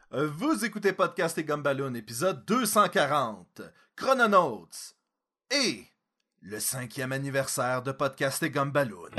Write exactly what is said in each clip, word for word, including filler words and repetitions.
Euh, Vous écoutez Podcast et Gumballoon, épisode deux cent quarante, Chrononauts, et le cinquième anniversaire de Podcast et Gumballoon.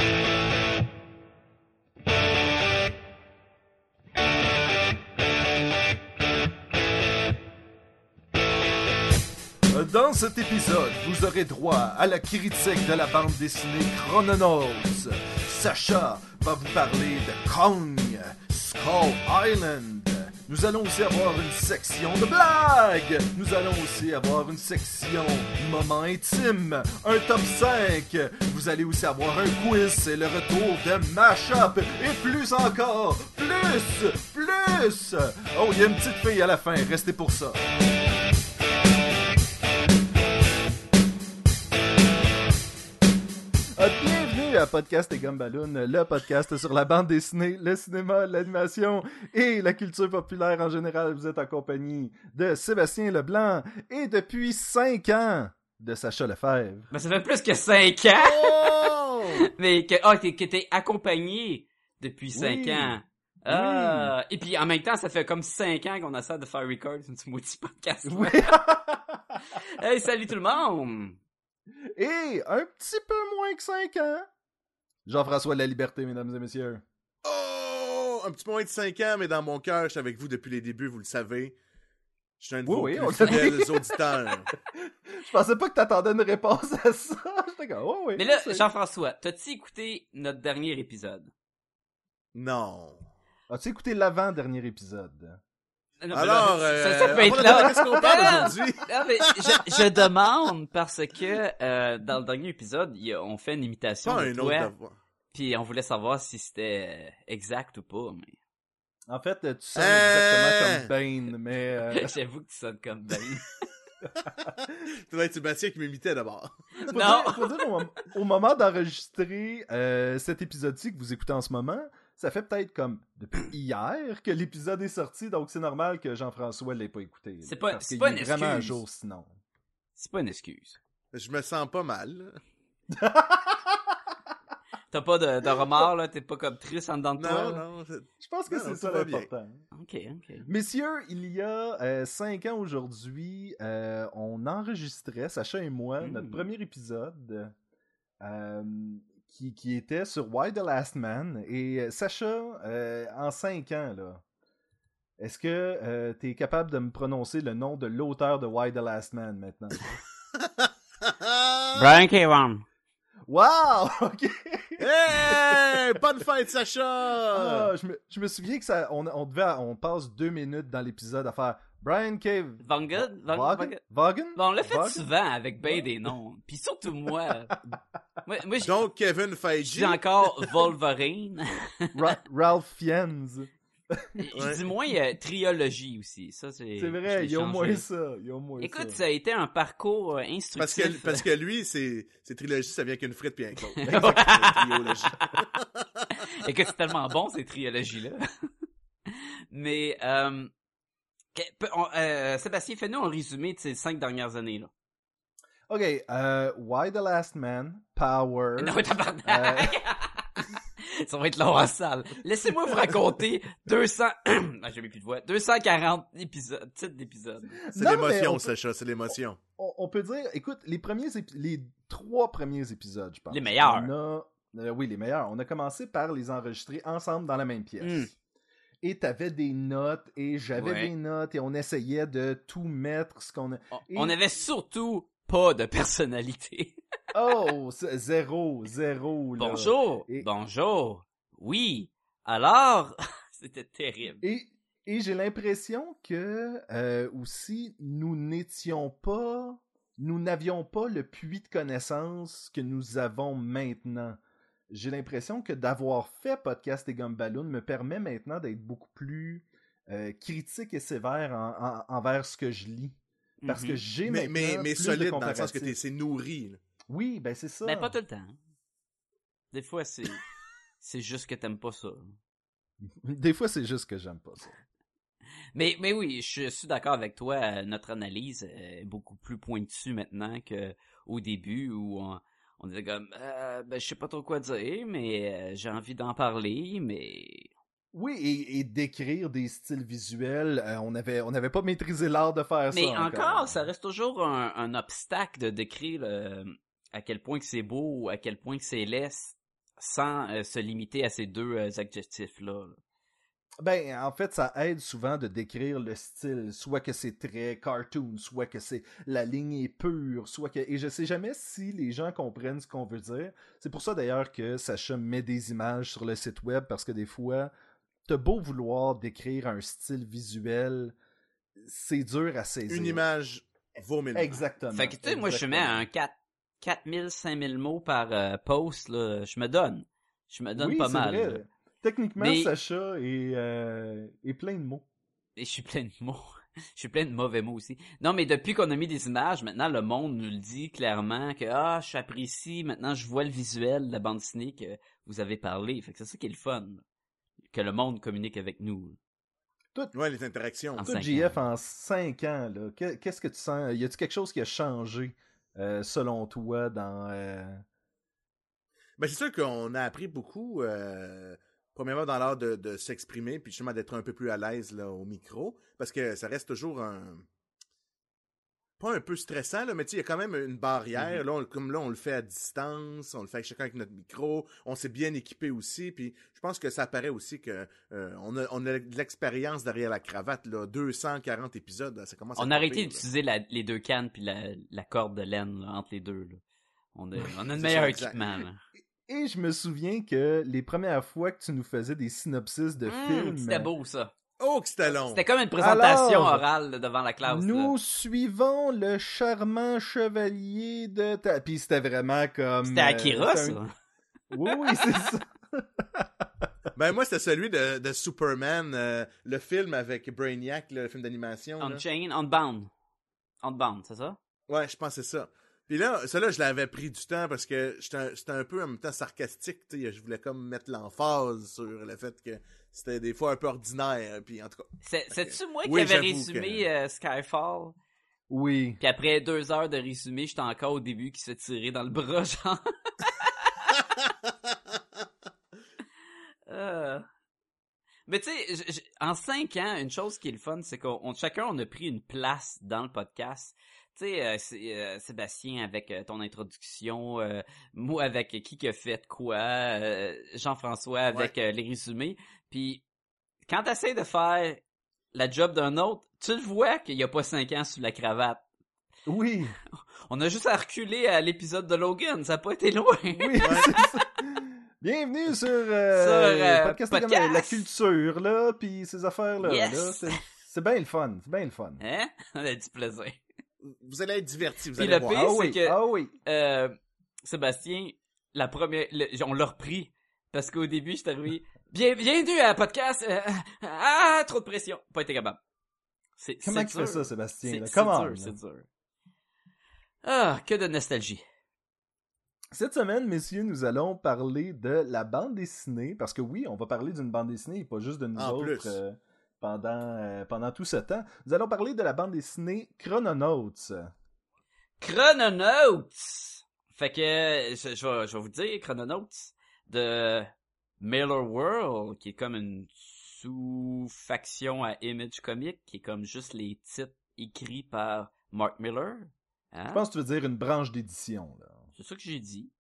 Dans cet épisode, vous aurez droit à la critique de la bande dessinée Chrononauts. Sacha va vous parler de Kong, Skull Island. Nous allons aussi avoir une section de blagues. Nous allons aussi avoir une section moments intimes, un top cinq. Vous allez aussi avoir un quiz et le retour de Mashup. Et plus encore, plus, plus. Oh, il y a une petite fille à la fin, restez pour ça. Bienvenue à Podcast et Gumballoon, le podcast sur la bande dessinée, le cinéma, l'animation et la culture populaire en général. Vous êtes en compagnie de Sébastien Leblanc et depuis cinq ans de Sacha Lefebvre. Ben, ça fait plus que cinq ans! Oh! Mais que, oh, t'es, que t'es accompagné depuis cinq Oui. ans. Ah, et puis en même temps, ça fait comme cinq ans qu'on essaie de faire record un petit maudit podcast. Oui. Hey, salut tout le monde! Et un petit peu moins que cinq ans, Jean-François de la Liberté, mesdames et messieurs. Oh! Un petit peu moins de cinq ans, mais dans mon cœur, je suis avec vous depuis les débuts, vous le savez. Je suis un de Oui, vos oui, plus on le savait. fidèles auditeurs. Je pensais pas que t'attendais une réponse à ça. J'étais comme, ouais, ouais. Mais là, je sais. Jean-François, t'as-tu écouté notre dernier épisode? Non. As-tu écouté l'avant-dernier épisode? Non, mais Alors, là, euh, ça, ça peut on être va là. dire qu'est-ce qu'on parle Non, aujourd'hui? non, mais je, je demande parce que euh, dans le dernier épisode, il y a- on fait une imitation Pas de un toi, autre devoir. puis on voulait savoir si c'était euh, exact ou pas. Mais En fait, tu sonnes Euh. exactement comme Bane, mais... euh, j'avoue que tu sonnes comme Ben. Ça doit être Sébastien qui m'imitait d'abord. faut Non. dire, faut dire au, mom- au moment d'enregistrer euh, cet épisode-ci que vous écoutez en ce moment, ça fait peut-être comme depuis hier que l'épisode est sorti, donc c'est normal que Jean-François l'ait pas écouté. là, C'est pas- parce c'est qu'il pas est une vraiment à excuse. jour sinon. C'est pas une excuse. Je me sens pas mal. T'as pas de, de remords, là? T'es pas comme triste en dedans de toi? Non, là? non. c'est- Je pense que Non, c'est non, ça tout va bien. l'important. Ok, ok. Messieurs, il y a euh, cinq ans aujourd'hui, euh, on enregistrait, Sacha et moi, Mm. notre premier épisode euh, qui, qui était sur Why the Last Man. Et euh, Sacha, euh, en cinq ans, là, est-ce que euh, tu es capable de me prononcer le nom de l'auteur de Why the Last Man maintenant? Brian K. Vaughan. Wow! OK! Hey! Bonne fête, Ah, Sacha! je, me, je me souviens que ça, on, on devait, on passe deux minutes dans l'épisode à faire Brian K. Vaughan? Vaughan? Vaughan? Vaughan? Vaughan? Bon, on l'a fait Vaughan? souvent avec ben des noms. Puis surtout moi. moi, moi je Donc, Kevin je Feige. dis encore Wolverine. Ra- Ralph Fiennes. Je dis moins euh, trilogie aussi. Ça, c'est. C'est je vrai, l'ai il y a au changé. moins ça. Il y a au moins Écoute, ça. ça a été un parcours euh, instructif. Parce que, parce que lui, c'est, c'est trilogie, ça vient qu'une frite puis un côte. C'est ça que c'est une trilogie. Écoute, c'est tellement bon, ces trilogies-là. Mais, euh, que- pe- on- euh, Sébastien, fais-nous un résumé de ces cinq dernières années, là. Ok, euh, Why the Last Man, Power. Non, tabarnak! Ça va être long en salle. Laissez-moi vous raconter deux cents... ah, j'ai mis plus de voix. deux cent quarante épisodes, titres d'épisodes. C'est Non, mais l'émotion, on peut- Sacha, c'est l'émotion. On, on peut dire, écoute, les premiers, épi- les trois premiers épisodes, je pense. Les meilleurs. On a, euh, oui, les meilleurs. On a commencé par les enregistrer ensemble dans la même pièce. Mm. Et t'avais des notes, et j'avais Ouais. des notes, et on essayait de tout mettre ce qu'on a. On, Et- on avait surtout pas de personnalité. Oh, c'est zéro, zéro, là. Bonjour! Et- Bonjour! Oui! Alors... C'était terrible. Et, et j'ai l'impression que euh, aussi nous n'étions pas, nous n'avions pas le puits de connaissances que nous avons maintenant. J'ai l'impression que d'avoir fait Podcast et Gumballoon me permet maintenant d'être beaucoup plus euh, critique et sévère en- en- envers ce que je lis. Parce que Mhm. j'ai Mais, maintenant mais, mais plus solide de dans le sens que t'es, comparatifs. c'est nourri. là. Oui, ben c'est ça. Mais pas tout le temps. Des fois, c'est... c'est juste que t'aimes pas ça. Des fois, c'est juste que j'aime pas ça. Mais, mais oui, je suis d'accord avec toi. euh, Notre analyse est beaucoup plus pointue maintenant qu'au début où on, on disait comme, euh, ben, je sais pas trop quoi dire, mais euh, j'ai envie d'en parler, mais Oui, et, et d'écrire des styles visuels, euh, on avait on n'avait pas maîtrisé l'art de faire Mais ça encore, encore. ça reste toujours un, un obstacle de décrire euh, à quel point que c'est beau ou à quel point que c'est laid sans euh, se limiter à ces deux euh, adjectifs-là. là. Ben, en fait, ça aide souvent de décrire le style, soit que c'est très cartoon, soit que c'est la ligne est pure, soit que... Et je sais jamais si les gens comprennent ce qu'on veut dire. C'est pour ça d'ailleurs que Sacha met des images sur le site web, parce que des fois, t'as beau vouloir décrire un style visuel, c'est dur à saisir. Une image vaut mille mots. Exactement. Fait que tu sais, moi je mets exactement. un quatre, quatre mille, cinq mille mots par euh, post, là, je me donne. Je me donne Oui, pas c'est mal. vrai. là. Techniquement, Mais- Sacha est, euh, est plein de mots. Et je suis plein de mots. Je suis plein de mauvais mots aussi. Non, mais depuis qu'on a mis des images, maintenant le monde nous le dit clairement que ah, j'apprécie, maintenant je vois le visuel de la bande dessinée que vous avez parlé. Fait que c'est ça qui est le fun. là. Que le monde communique avec nous. Ouais, les interactions. En Toi, cinq J F, ans. en cinq ans, là, que- qu'est-ce que tu sens? Y a-t-il quelque chose qui a changé, euh, selon toi, dans... euh, Ben, c'est sûr qu'on a appris beaucoup, euh, premièrement, dans l'art de, de s'exprimer, puis justement d'être un peu plus à l'aise là, au micro, parce que ça reste toujours un... Pas un peu stressant, là, mais tu sais, il y a quand même une barrière. Mhm. Là, on- comme là, on le fait à distance, on le fait avec chacun avec notre micro, on s'est bien équipé aussi, puis je pense que ça apparaît aussi que euh, on, a, on a de l'expérience derrière la cravate, là, deux cent quarante épisodes, là, ça commence à On être a pas arrêté pire, là. d'utiliser la- les deux cannes puis la, la corde de laine là, entre les deux. Là. On, a, on a un C'est meilleur ça, exact. équipement. Là. Et je me souviens que les premières fois que tu nous faisais des synopsis de Hum, films... c'était beau ça. Oh, que c'était long! C'était comme une présentation Alors, orale là, devant la classe. Nous là. suivons le charmant chevalier de... Ta... Puis c'était vraiment comme... C'était euh, Akira, c'était ça. un- Oui, oui, c'est ça. Ben moi, c'était celui de, de Superman, euh, le film avec Brainiac, là, le film d'animation. On là. chain, on bound. On bound, c'est ça? Ouais, je pense que c'est ça. Puis là, ça je l'avais pris du temps parce que j'étais un, j'étais un peu en même temps sarcastique, tu sais, je voulais comme mettre l'emphase sur le fait que c'était des fois un peu ordinaire, puis en tout cas. C'est, c'est-tu moi Oui, qui avais j'avoue résumé que- euh, Skyfall? Oui. Puis après deux heures de résumé, j'étais encore au début qui se fait tirer dans le bras, genre. Euh. Mais tu sais, j- j- en cinq ans, une chose qui est le fun, c'est qu'on on- chacun on a pris une place dans le podcast. Tu sais, euh, c'est, euh, Sébastien avec euh, ton introduction, euh, moi avec qui qui a fait quoi, euh, Jean-François avec euh, les résumés. Puis quand t'essaies de faire la job d'un autre, tu le vois qu'il y a pas cinq ans sous la cravate. Oui. On a juste à reculer à l'épisode de Logan, ça a pas été loin. Oui, c'est ça. Bienvenue sur, euh, Sur, euh, podcast, comme, podcast. euh, la culture, là, puis ces affaires-là. Yes. Là, c'est, c'est bien le fun, c'est bien le fun. Hein? On a du plaisir. Vous allez être divertis, vous Puis allez le voir. pire, Ah c'est oui, que- ah oui. Euh, Sébastien, la première, le- on l'a repris parce qu'au début, j'étais arrivé. Bien, bienvenue à un podcast. euh, ah, trop de pression. Pas été capable. C'est, Comment c'est tu dur. fais ça, Sébastien? C'est, là? c'est Come on, dur, là. c'est dur. Ah, que de nostalgie. Cette semaine, messieurs, nous allons parler de la bande dessinée, parce que oui, on va parler d'une bande dessinée et pas juste de nous En autres plus. euh, pendant, euh, pendant tout ce temps. Nous allons parler de la bande dessinée Chrononauts. Chrononauts! Fait que, je, je, vais, je vais vous dire, Chrononauts de Miller World, qui est comme une sous-faction à Image Comics, qui est comme juste les titres écrits par Mark Miller. Hein? Je pense que tu veux dire une branche d'édition, là. C'est ça que j'ai dit.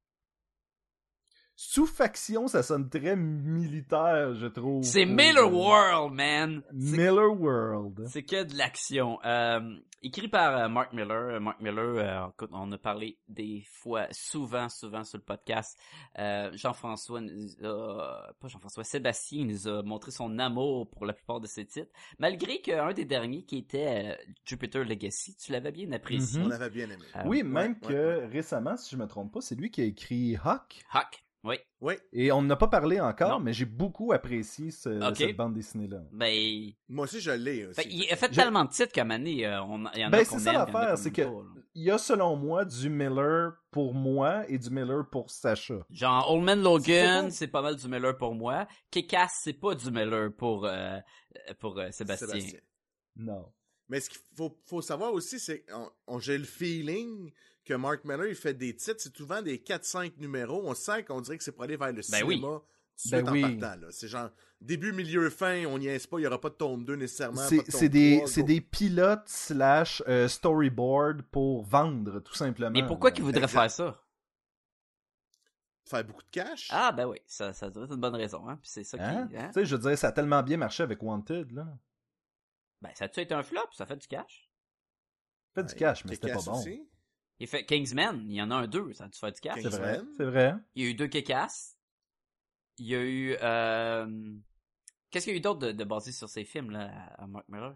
Sous-faction, ça sonne très militaire, je trouve. C'est pour, Miller euh, World, man! C'est, Miller World. c'est que de l'action. Euh, écrit par euh, Mark Miller. Euh, Mark Miller, euh, écoute, on a parlé des fois, souvent, souvent sur le podcast. Euh, Jean-François, nous a- pas Jean-François, Sébastien nous a montré son amour pour la plupart de ses titres. Malgré qu'un des derniers qui était euh, Jupiter Legacy, tu l'avais bien apprécié. Mhm. On avait bien aimé. Euh, Oui, même ouais, que ouais, récemment, si je me trompe pas, c'est lui qui a écrit Hawk. Hawk, oui. Oui, Et on n'a pas parlé encore, Non. mais j'ai beaucoup apprécié ce- Ok. cette bande dessinée-là. Ben, moi aussi je l'ai aussi. fait, il a fait Je- tellement de titres comme année, euh, on, il y en Ben, a c'est qu'on ça aime, il y en a l'affaire, qu'on c'est aime que- pas, là. Il y a selon moi du Miller pour moi et du Miller pour Sacha. Genre, Old Man C'est Logan, pas- c'est pas mal du Miller pour moi. Kick-Ass, c'est pas du Miller pour, euh, euh, pour euh, Sébastien. Sébastien. Non. Mais ce qu'il faut, faut savoir aussi, c'est qu'on j'ai le feeling que Mark Miller, il fait des titres, c'est souvent des quatre cinq numéros. On sent qu'on dirait que c'est pour aller vers le Ben oui. cinéma Tout de Ben suite oui. en partant, là. C'est genre, début, milieu, fin, on n'y est pas, il n'y aura pas de tome deux nécessairement. C'est pas de tome c'est des, trois, c'est go. des pilotes slash euh, storyboard pour vendre, tout simplement. Mais pourquoi là. qu'ils voudraient Exact. faire ça? Faire beaucoup de cash. Ah, ben oui, ça, ça doit être une bonne raison, hein. Puis c'est ça Hein? qui. Hein? Tu sais, je veux dire, ça a tellement bien marché avec Wanted, là. Ben, ça a-tu été un flop? Ça fait du cash? Fait du cash, mais Des c'était pas cash bon. aussi. Il fait Kingsman, il y en a un deux, ça a dû faire du cash. C'est vrai, Kingsman. c'est vrai. Il y a eu deux Kick-Ass. Il y a eu... Euh... Qu'est-ce qu'il y a eu d'autre de, de basé sur ces films, là, à Mark Miller?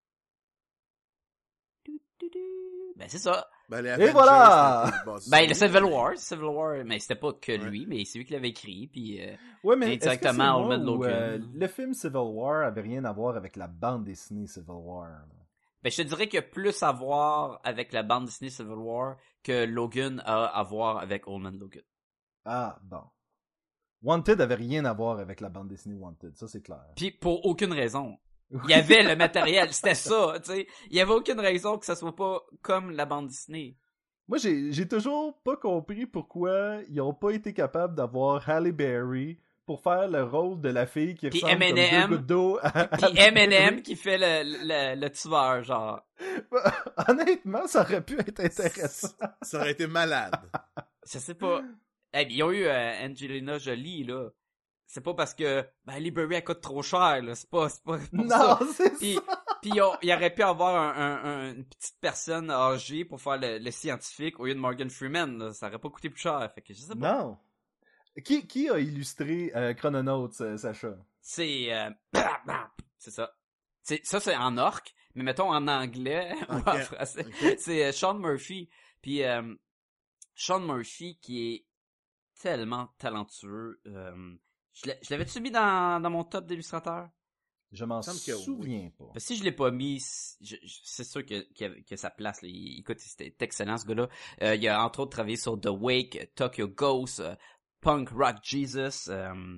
Ben, c'est ça. Ben, les Et Avengers, voilà! c'était basé Ben, sur le lui. Civil War, Civil War, mais c'était pas que Ouais. lui, mais c'est lui qui l'avait écrit, puis... Euh... Ouais, mais Indirectement, est-ce que c'est moi Old Man ou, Logan. euh, le film Civil War avait rien à voir avec la bande dessinée Civil War. là? Ben, je te dirais qu'il y a plus à voir avec la bande dessinée Civil War que Logan a à voir avec Old Man Logan. Ah, bon. Wanted avait rien à voir avec la bande dessinée Wanted, ça c'est clair. Puis pour aucune raison. Il y avait le matériel, c'était ça, tu sais. Il y avait aucune raison que ça soit pas comme la bande dessinée. Moi, j'ai j'ai toujours pas compris pourquoi ils ont pas été capables d'avoir Halle Berry pour faire le rôle de la fille qui Puis ressemble comme Eminem. deux gouttes d'eau à Puis Halle Eminem Berry. qui fait le, le, le tueur, genre. Honnêtement, ça aurait pu être intéressant. Ça aurait été malade. Je sais pas. Eh, ils ont eu euh, Angelina Jolie, là. C'est pas parce que ben, Halle Berry elle coûte trop cher, là. C'est pas, c'est pas pour ça. Non, c'est Puis, ça. puis ils ont- il aurait pu avoir un, un- un- une petite personne âgée pour faire le, le scientifique au lieu de Morgan Freeman. Là. Ça aurait pas coûté plus cher. Fait que je sais pas. Non. Qui, qui a illustré euh, Chrononauts, euh, Sacha? C'est euh, c'est ça. C'est ça c'est en orque, mais mettons en anglais ou Ok. en français. Ok. C'est euh, Sean Murphy. Puis euh, Sean Murphy qui est tellement talentueux. Euh, je l'ai- je l'avais-tu mis dans, dans mon top d'illustrateurs? Je m'en semble que oui. souviens pas. Ben, si je l'ai pas mis, je- je- c'est sûr que, qu'il y a, qu'il y a sa place. Là. Il, écoute, c'était excellent ce gars-là. Euh, il a entre autres travaillé sur The Wake, Tokyo Ghost, euh, Punk Rock Jesus. Euh,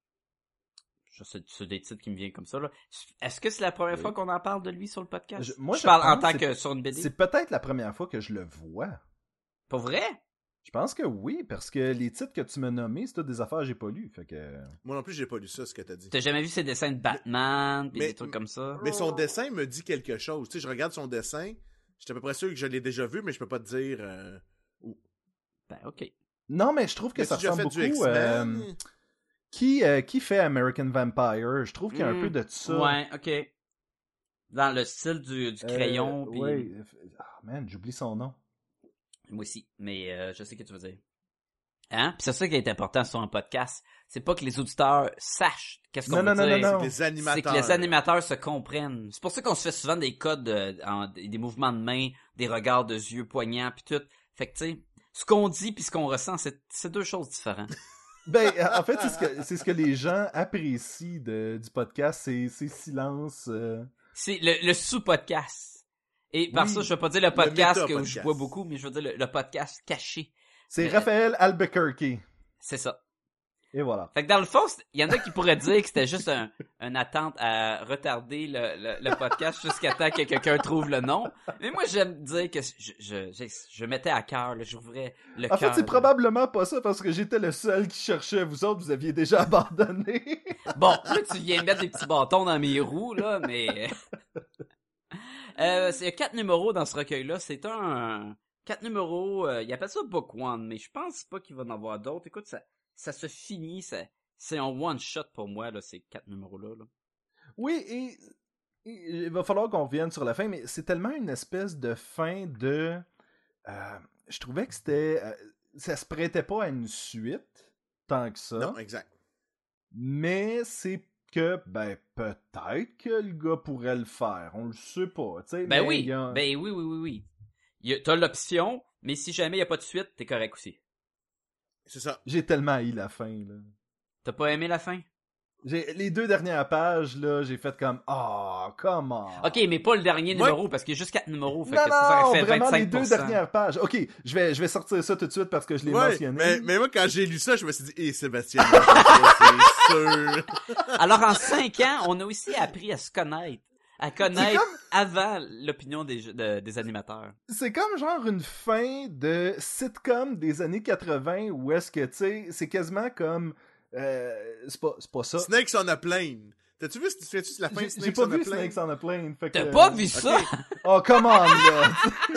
je sais, c'est des titres qui me viennent comme ça. Là. Est-ce que c'est la première Oui. fois qu'on en parle de lui sur le podcast? Je- moi, je je parle en pense tant que que sur une B D. C'est peut-être la première fois que je le vois. Pas vrai? Je pense que oui, parce que les titres que tu m'as nommés, c'est toutes des affaires que j'ai pas lues. Fait que... Moi non plus, j'ai pas lu ça, ce que t'as dit. T'as jamais vu ses dessins de Batman pis mais- des trucs comme ça? Mais son dessin me dit quelque chose. Tu sais, je regarde son dessin, j'étais à peu près sûr que je l'ai déjà vu, mais je peux pas te dire euh, où. Ben, ok. Non, mais je trouve que Mais ça tu as ressemble fait du beaucoup... X-Men. euh, qui, euh, qui fait American Vampire? Je trouve qu'il y a un Hmm. peu de ça. Ouais, ok. Dans le style du, du Euh, crayon. pis... ouais. Ah, man, j'oublie son nom. Moi aussi, mais euh, je sais ce que tu veux dire. Hein? Puis c'est ça qui est important sur un podcast. C'est pas que les auditeurs sachent qu'est-ce qu'on Non, veut non, non, dire. non, non. Les C'est animateurs. que les animateurs se comprennent. C'est pour ça qu'on se fait souvent des codes, euh, en- des mouvements de main, des regards de yeux poignants, puis tout. Fait que, tu sais, ce qu'on dit puis ce qu'on ressent, c'est, c'est deux choses différentes. Ben, en fait, c'est ce que, c'est ce que les gens apprécient de, du podcast, c'est ces silences. euh. C'est le, le sous-podcast. Et par Oui. ça, je veux pas dire le podcast que méta-podcast. je vois beaucoup, mais je veux dire le, le podcast caché. C'est Mais- Raphaël Albuquerque. C'est ça. Et voilà. Fait que dans le fond, il y en a qui pourraient dire que c'était juste un, une attente à retarder le, le, le podcast jusqu'à temps que quelqu'un trouve le nom. Mais moi, j'aime dire que je, je, je, je mettais à cœur, là, j'ouvrais le En cœur. fait, c'est là. probablement pas ça parce que j'étais le seul qui cherchait. Vous autres, vous aviez déjà abandonné. Bon, là, tu viens mettre des petits bâtons dans mes roues, là, mais... euh, c'est- il y a quatre numéros dans ce recueil-là. C'est un... Quatre numéros, euh, il appelle ça Book One, mais je pense pas qu'il va en avoir d'autres. Écoute, ça, ça se finit, ça, c'est un one-shot pour moi, là, ces quatre numéros-là. Là. Oui, et, et il va falloir qu'on revienne sur la fin, mais c'est tellement une espèce de fin de... euh, je trouvais que c'était... euh, ça se prêtait pas à une suite, tant que ça. Non, exact. Mais c'est que, ben, peut-être que le gars pourrait le faire. On le sait pas, tu sais. Ben mais oui, il y a- ben oui, oui, oui, oui. Il y a- T'as l'option, mais si jamais il n'y a pas de suite, t'es correct aussi. C'est ça. J'ai tellement haï la fin, là. T'as pas aimé la fin? J'ai... Les deux dernières pages, là, j'ai fait comme... Ah, oh, comment? Ok, mais pas le dernier Moi- numéro, parce qu'il y a juste quatre numéros, fait Non, que ça, ça non, aurait fait vraiment vingt-cinq les deux pour cent. dernières pages. Ok, je vais, je vais sortir ça tout de suite parce que je l'ai Ouais, mentionné. mais, mais moi, quand j'ai lu ça, je me suis dit, hé, Sébastien, c'est sûr. Alors, en cinq ans, on a aussi appris à se connaître. À connaître comme- avant l'opinion des, de- des animateurs. C'est comme genre une fin de sitcom des années quatre-vingts où est-ce que, tu sais, c'est quasiment comme Euh, c'est pas, c'est pas ça. Snakes on a Plane. T'as-tu vu, fais-tu la fin de J'ai, Snakes j'ai pas on a vu Plane? Snakes on a Plane. Fait que, T'as euh, pas vu ça? Oh, come on, là!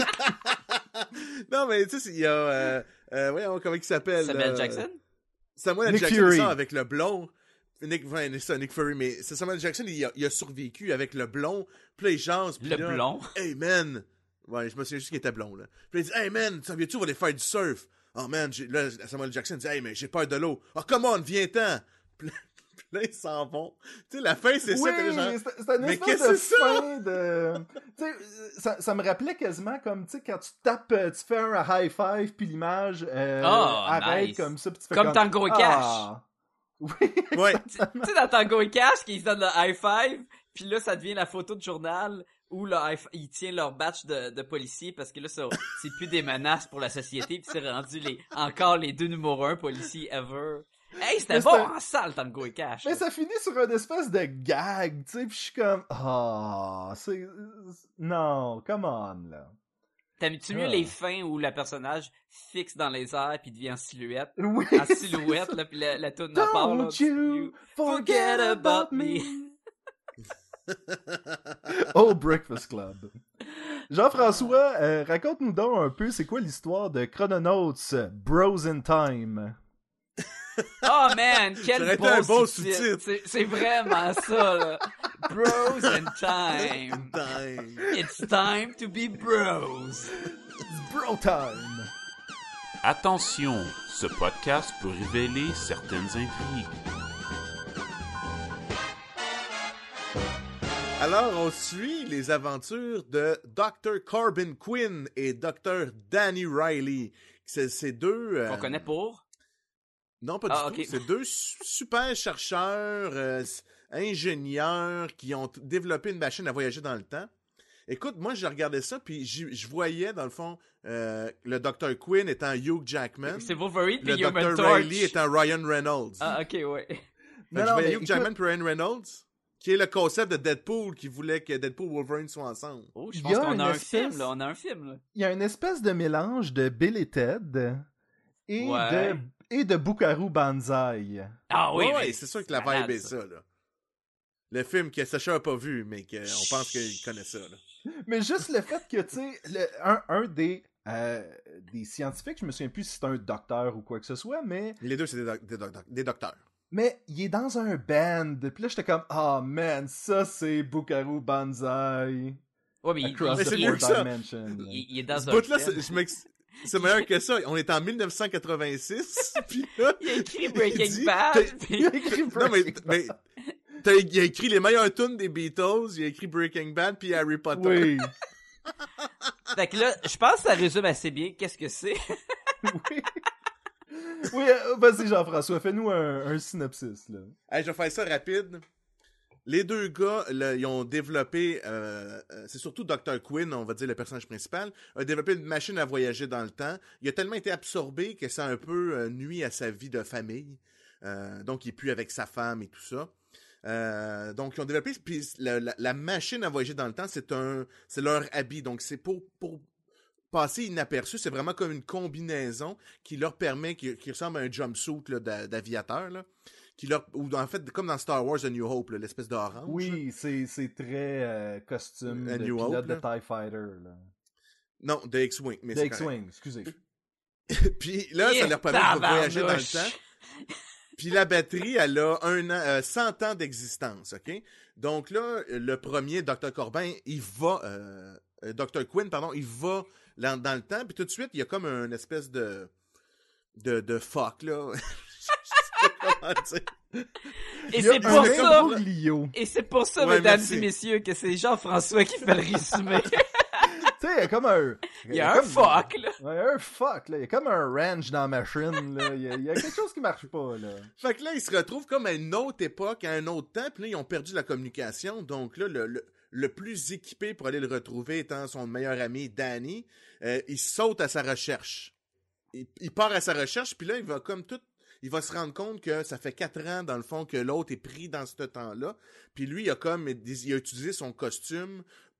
Non, mais tu sais, il y a... Euh, euh, voyons, comment il s'appelle? Samuel euh, Jackson? Samuel Nick Jackson, Fury. ça, avec le blond. Nick, enfin, c'est ça, Nick Fury, mais c'est Samuel Jackson, il a, il a survécu avec le blond. Puis là, il jase, puis Le là, blond? Hey, man! Ouais, je me souviens juste qu'il était blond, là. Puis là, il dit, hey, man, ça vient-tu, on va aller faire du surf? Oh, man, j'ai... là, Samuel Jackson dit, hey, mais j'ai peur de l'eau. Oh, come on, viens-t'en! Puis là, puis là, ils s'en vont. Tu sais, la fin, c'est Oui, ça, t'es genre... c'est, c'est une Mais espèce qu'est-ce de que c'est ça? fin de... Tu sais, ça, ça me rappelait quasiment comme, tu sais, quand tu tapes, euh, tu fais un high five, puis l'image euh, Oh, arrête nice. comme ça, puis tu fais Comme comme... Tango et Ah. Oui. Ouais. Tu sais, dans Tango et Cash, qu'ils se donnent le high five, puis là, ça devient la photo de journal où le high f- ils tiennent leur badge de, de policier parce que là, ça, c'est plus des menaces pour la société, puis c'est rendu les, encore les deux numéro un policiers ever. Hey, c'était Mais bon c'est- en salle, Tango et Cash. Mais là. ça finit sur une espèce de gag, tu sais, puis je suis comme... Ah, c'est... Non, come on, là. T'aimes-tu mieux Ah. les fins où le personnage fixe dans les airs puis devient en silhouette? Oui. En silhouette, là, puis la, la toune en part, là. Don't you forget about me. Oh, Breakfast Club. Jean-François, euh, raconte-nous donc un peu, c'est quoi l'histoire de Chrononauts Bros in Time? Oh man, quel Ça aurait été bon, un bon sous-titre. sous-titre. C'est, c'est vraiment ça, là. Bros in time. Time. It's time to be bros. Bro Time. Attention, ce podcast peut révéler certaines intrigues. Alors, on suit les aventures de docteur Corbin Quinn et docteur Danny Riley. C'est ces deux... euh, Qu'on connaît pour? Non, pas du Ah, tout. ok. C'est deux su- super chercheurs, euh, s- ingénieurs qui ont t- développé une machine à voyager dans le temps. Écoute, moi, je regardais ça, puis j'y- je voyais, dans le fond, euh, le docteur Quinn étant Hugh Jackman, C'est Wolverine le puis Human docteur Torch. Riley étant Ryan Reynolds. Ah, ok, ouais. Fait que Non, je non, voyais mais Hugh écoute- Jackman et Ryan Reynolds, qui est le concept de Deadpool, qui voulait que Deadpool et Wolverine soient ensemble. Oh, je Il pense y a qu'on une a un espèce- film, là. On a un film, là. Il y a une espèce de mélange de Bill et Ted et, Ouais. de, et de Bukaru Banzai. Ah oui, ouais, mais ouais, c'est sûr que la malade, vibe est ça, là. Le film que Sacha a pas vu, mais qu'on pense qu'il connaît ça, là. Mais juste le fait que, tu sais, le- un, un des, euh, des scientifiques, je me souviens plus si c'est un docteur ou quoi que ce soit, mais, Les deux, c'est des, doc- des doc- des docteurs. mais il est dans un band. Puis là, j'étais comme, ah man, ça c'est Bukaru Banzai. Ouais, mais il, Across Mais the c'est il- mieux four que ça. dimension. il- il est dans Ce un bout-là, film. c'est, je m'ex- c'est meilleur que ça. On est en dix-neuf cent quatre-vingt-six, puis là... Il a écrit il Breaking dit- Bad, t'as- puis... Il a écrit Non, mais, Breaking mais Bad. t'as- il a écrit les meilleures tunes des Beatles, il a écrit Breaking Bad, puis Harry Potter. Oui. Fait que là, je pense que ça résume assez bien qu'est-ce que c'est. Oui. Oui, euh, vas-y Jean-François, fais-nous un, un synopsis, là. Hey, je vais faire ça rapide. Les deux gars, là, ils ont développé, euh, euh, c'est surtout docteur Quinn, on va dire le personnage principal, a développé une machine à voyager dans le temps. Il a tellement été absorbé que ça a un peu euh, nuit à sa vie de famille. Euh, donc, il est plus avec sa femme et tout ça. Euh, donc, ils ont développé, puis la, la, la machine à voyager dans le temps, c'est un, c'est leur habit. Donc, c'est pour, pour passer inaperçu. C'est vraiment comme une combinaison qui leur permet, qui, qui ressemble à un jumpsuit là, d'a- d'aviateur, là. Qui leur, ou en fait, comme dans Star Wars A New Hope, là, l'espèce d'orange. Oui, c'est, c'est très euh, costume A de New pilote Hope, de là. TIE Fighter, là. Non, de X-Wing. Mais De c'est X-Wing, excusez. correct. Puis là, ça leur permet de voyager dans le Tabarnouche. temps. Puis la batterie, elle a un an, euh, cent ans d'existence, OK? Donc là, le premier, docteur Corbin, il va... Euh, euh, docteur Quinn, pardon, il va dans, dans le temps, puis tout de suite, il y a comme une espèce de... de, de fuck, là. Je sais pas comment dire. Et Il y a c'est un pour ça... imbroglio. Et c'est pour ça, Ouais, mesdames merci. et messieurs, que c'est Jean-François qui fait le résumé. Tu sais, il y a comme un... Il y a un comme- fuck, là. Ouais, un fuck, là. Il y a comme un range dans la machine, là. Il y a, il y a quelque chose qui marche pas, là. Fait que là, ils se retrouvent comme à une autre époque, à un autre temps, puis là, ils ont perdu la communication. Donc là, le, le, le plus équipé pour aller le retrouver étant son meilleur ami, Danny, euh, il saute à sa recherche. Il, il part à sa recherche, puis là, il va comme tout... Il va se rendre compte que ça fait quatre ans, dans le fond, que l'autre est pris dans ce temps-là. Puis lui, il a comme... Il a utilisé son costume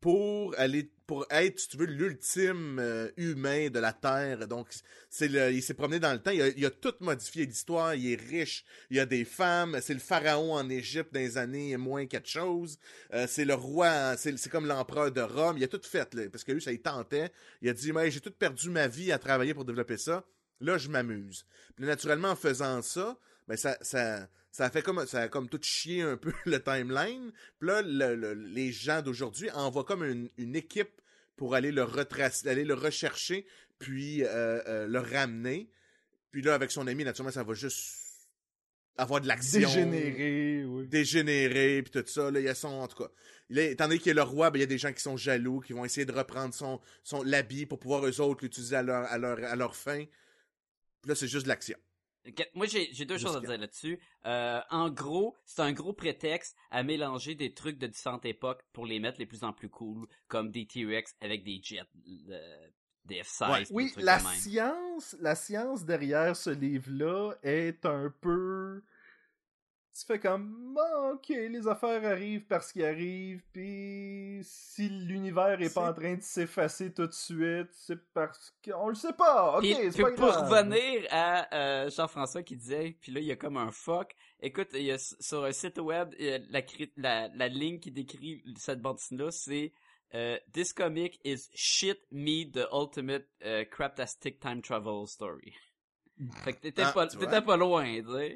pour aller pour être, si tu veux, l'ultime euh, humain de la Terre. Donc, c'est le, il s'est promené dans le temps, il a, il a tout modifié l'histoire, il est riche, il y a des femmes, c'est le pharaon en Égypte dans les années moins quelque chose, euh, c'est le roi, c'est, c'est comme l'empereur de Rome, il a tout fait, là, parce que lui, ça il tentait, il a dit, mais j'ai tout perdu ma vie à travailler pour développer ça, là, je m'amuse. Puis naturellement, en faisant ça, ben ça... ça Ça a fait comme ça a comme tout chié un peu le timeline. Puis là, le, le, les gens d'aujourd'hui envoient comme une, une équipe pour aller le retracer, aller le rechercher, puis euh, euh, le ramener. Puis là, avec son ami, naturellement, ça va juste avoir de l'action. Dégénérer, oui. Dégénérer, puis tout ça. Là, il y a son, en tout cas. Là, étant donné qu'il est le roi, ben, il y a des gens qui sont jaloux, qui vont essayer de reprendre son, son l'habit pour pouvoir eux autres l'utiliser à leur, à leur, à leur fin. Puis là, c'est juste de l'action. Moi, j'ai, j'ai deux choses à dire là-dessus. Euh, en gros, c'est un gros prétexte à mélanger des trucs de différentes époques pour les mettre les plus en plus cool, comme des T-Rex avec des jets, euh, des F seize. Ouais, oui, des trucs la de même. science, la science derrière ce livre-là est un peu... Tu fais comme, ah, ok, les affaires arrivent parce qu'ils arrivent, puis si l'univers est, C'est... pas en train de s'effacer tout de suite, c'est parce qu'on le sait pas, ok, Puis, c'est puis pas pour grave. revenir à euh, Jean-François qui disait, puis là il y a comme un fuck. Écoute, il y a sur un site web la la, la ligne qui décrit cette bande dessinée là, c'est euh, This comic is shit me the ultimate uh, craptastic time travel story. Fait que t'étais ah, pas tu t'étais pas loin, tu sais.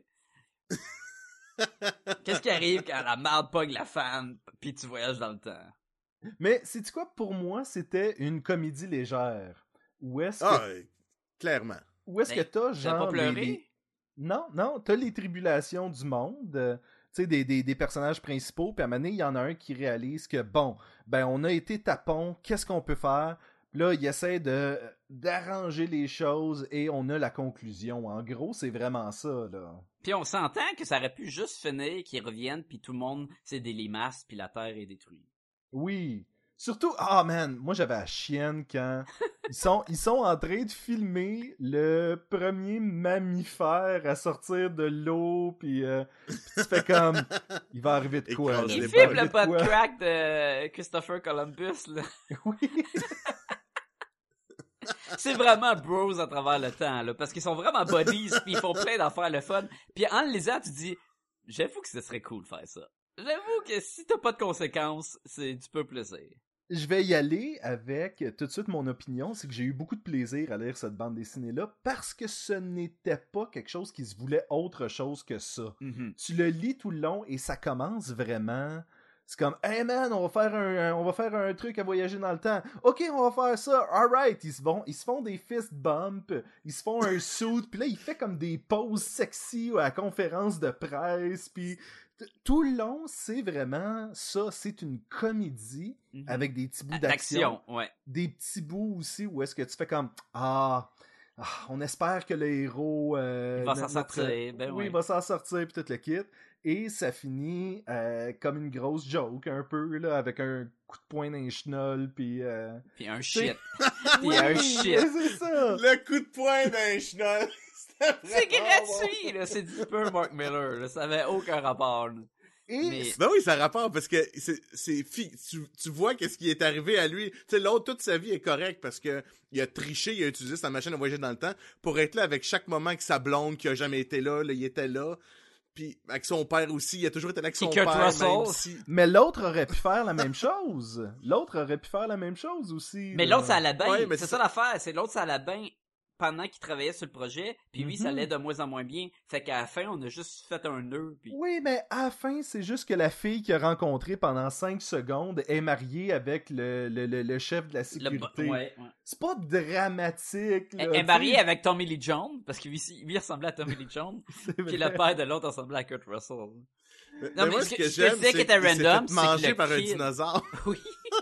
Qu'est-ce qui arrive quand la merde pogne la fan puis tu voyages dans le temps? Mais sais-tu quoi, pour moi, c'était une comédie légère. Où est-ce que... Ah, euh, clairement. Où est-ce Mais que t'as, t'as genre... pas pleuré? les- les- Non, non, t'as les tribulations du monde, euh, tu sais, des, des, des personnages principaux, puis à un moment donné, il y en a un qui réalise que, bon, ben, on a été tapon, qu'est-ce qu'on peut faire? Puis là, il essaie de d'arranger les choses et on a la conclusion. En gros, c'est vraiment ça, là. Puis on s'entend que ça aurait pu juste finir qu'ils reviennent puis tout le monde c'est des limaces puis la terre est détruite. Oui. Surtout, ah man, moi j'avais la chienne quand ils sont, ils sont en train de filmer le premier mammifère à sortir de l'eau, puis euh, tu fais comme, il va arriver de quoi? Écrase Là? Il les Il va filme balles. le arriver de quoi? pod crack de Christopher Columbus là. Oui. C'est vraiment bros à travers le temps là parce qu'ils sont vraiment buddies puis ils font plein d'affaires le fun. Puis en le lisant tu dis j'avoue que ce serait cool de faire ça. J'avoue que si t'as pas de conséquences, c'est du peu plaisir. Je vais y aller avec tout de suite mon opinion, c'est que j'ai eu beaucoup de plaisir à lire cette bande dessinée-là parce que ce n'était pas quelque chose qui se voulait autre chose que ça. Mm-hmm. Tu le lis tout le long et ça commence vraiment... C'est comme, hey man, on va faire un, on va faire un truc à voyager dans le temps. Ok, on va faire ça. Alright, ils se vont, ils se font des fist bumps, ils se font un suit, puis là il fait comme des poses sexy à la conférence de presse, puis t- tout le long c'est vraiment ça, c'est une comédie Mm-hmm. avec des petits bouts d'action, D'action, ouais. des petits bouts aussi où est-ce que tu fais comme, ah. Ah, on espère que le héros euh, Il va s'en notre- sortir, ben oui, oui. il va s'en sortir puis tout le kit. Et ça finit euh, comme une grosse joke un peu là, avec un coup de poing dans les chenolles puis. Euh... Puis un C'est- shit. Puis un shit. C'est ça. Le coup de poing d'un chenol. C'était C'est vraiment gratuit là, c'est du peu Mark Miller là, ça avait aucun rapport. Là. Et Mais- Ben oui, ça rapporte parce que c'est, c'est fi- tu, tu vois qu'est-ce qui est arrivé à lui. Tu sais, l'autre, toute sa vie est correcte parce que il a triché, il a utilisé sa machine à voyager dans le temps pour être là avec chaque moment avec sa blonde qui a jamais été là, là il était là. Puis avec son père aussi, il a toujours été là avec son Puis Kurt père, Russell. même si... mais l'autre aurait pu faire la même chose. L'autre aurait pu faire la même chose aussi. Mais là. l'autre, ça allait bien. Ouais, mais c'est c'est- ça l'affaire. C'est l'autre, ça allait bien pendant qu'il travaillait sur le projet. Puis lui, ça Mhm. allait de moins en moins bien. Fait qu'à la fin, on a juste fait un nœud. Puis... Oui, mais à la fin, c'est juste que la fille qu'il a rencontrée pendant cinq secondes est mariée avec le, le, le, le chef de la Le... sécurité. Ouais, ouais. C'est pas dramatique. Là, Elle est tu mariée sais. avec Tommy Lee Jones. Parce que lui, lui il ressemblait à Tommy Lee Jones. C'est Puis vrai. le père de l'autre ressemblait à Kurt Russell. Mais, Non, mais moi, ce ce que- que ce que je j'aime, disais c'est qui était qu'il s'est random, fait c'est que manger le par un kid- dinosaure. Oui.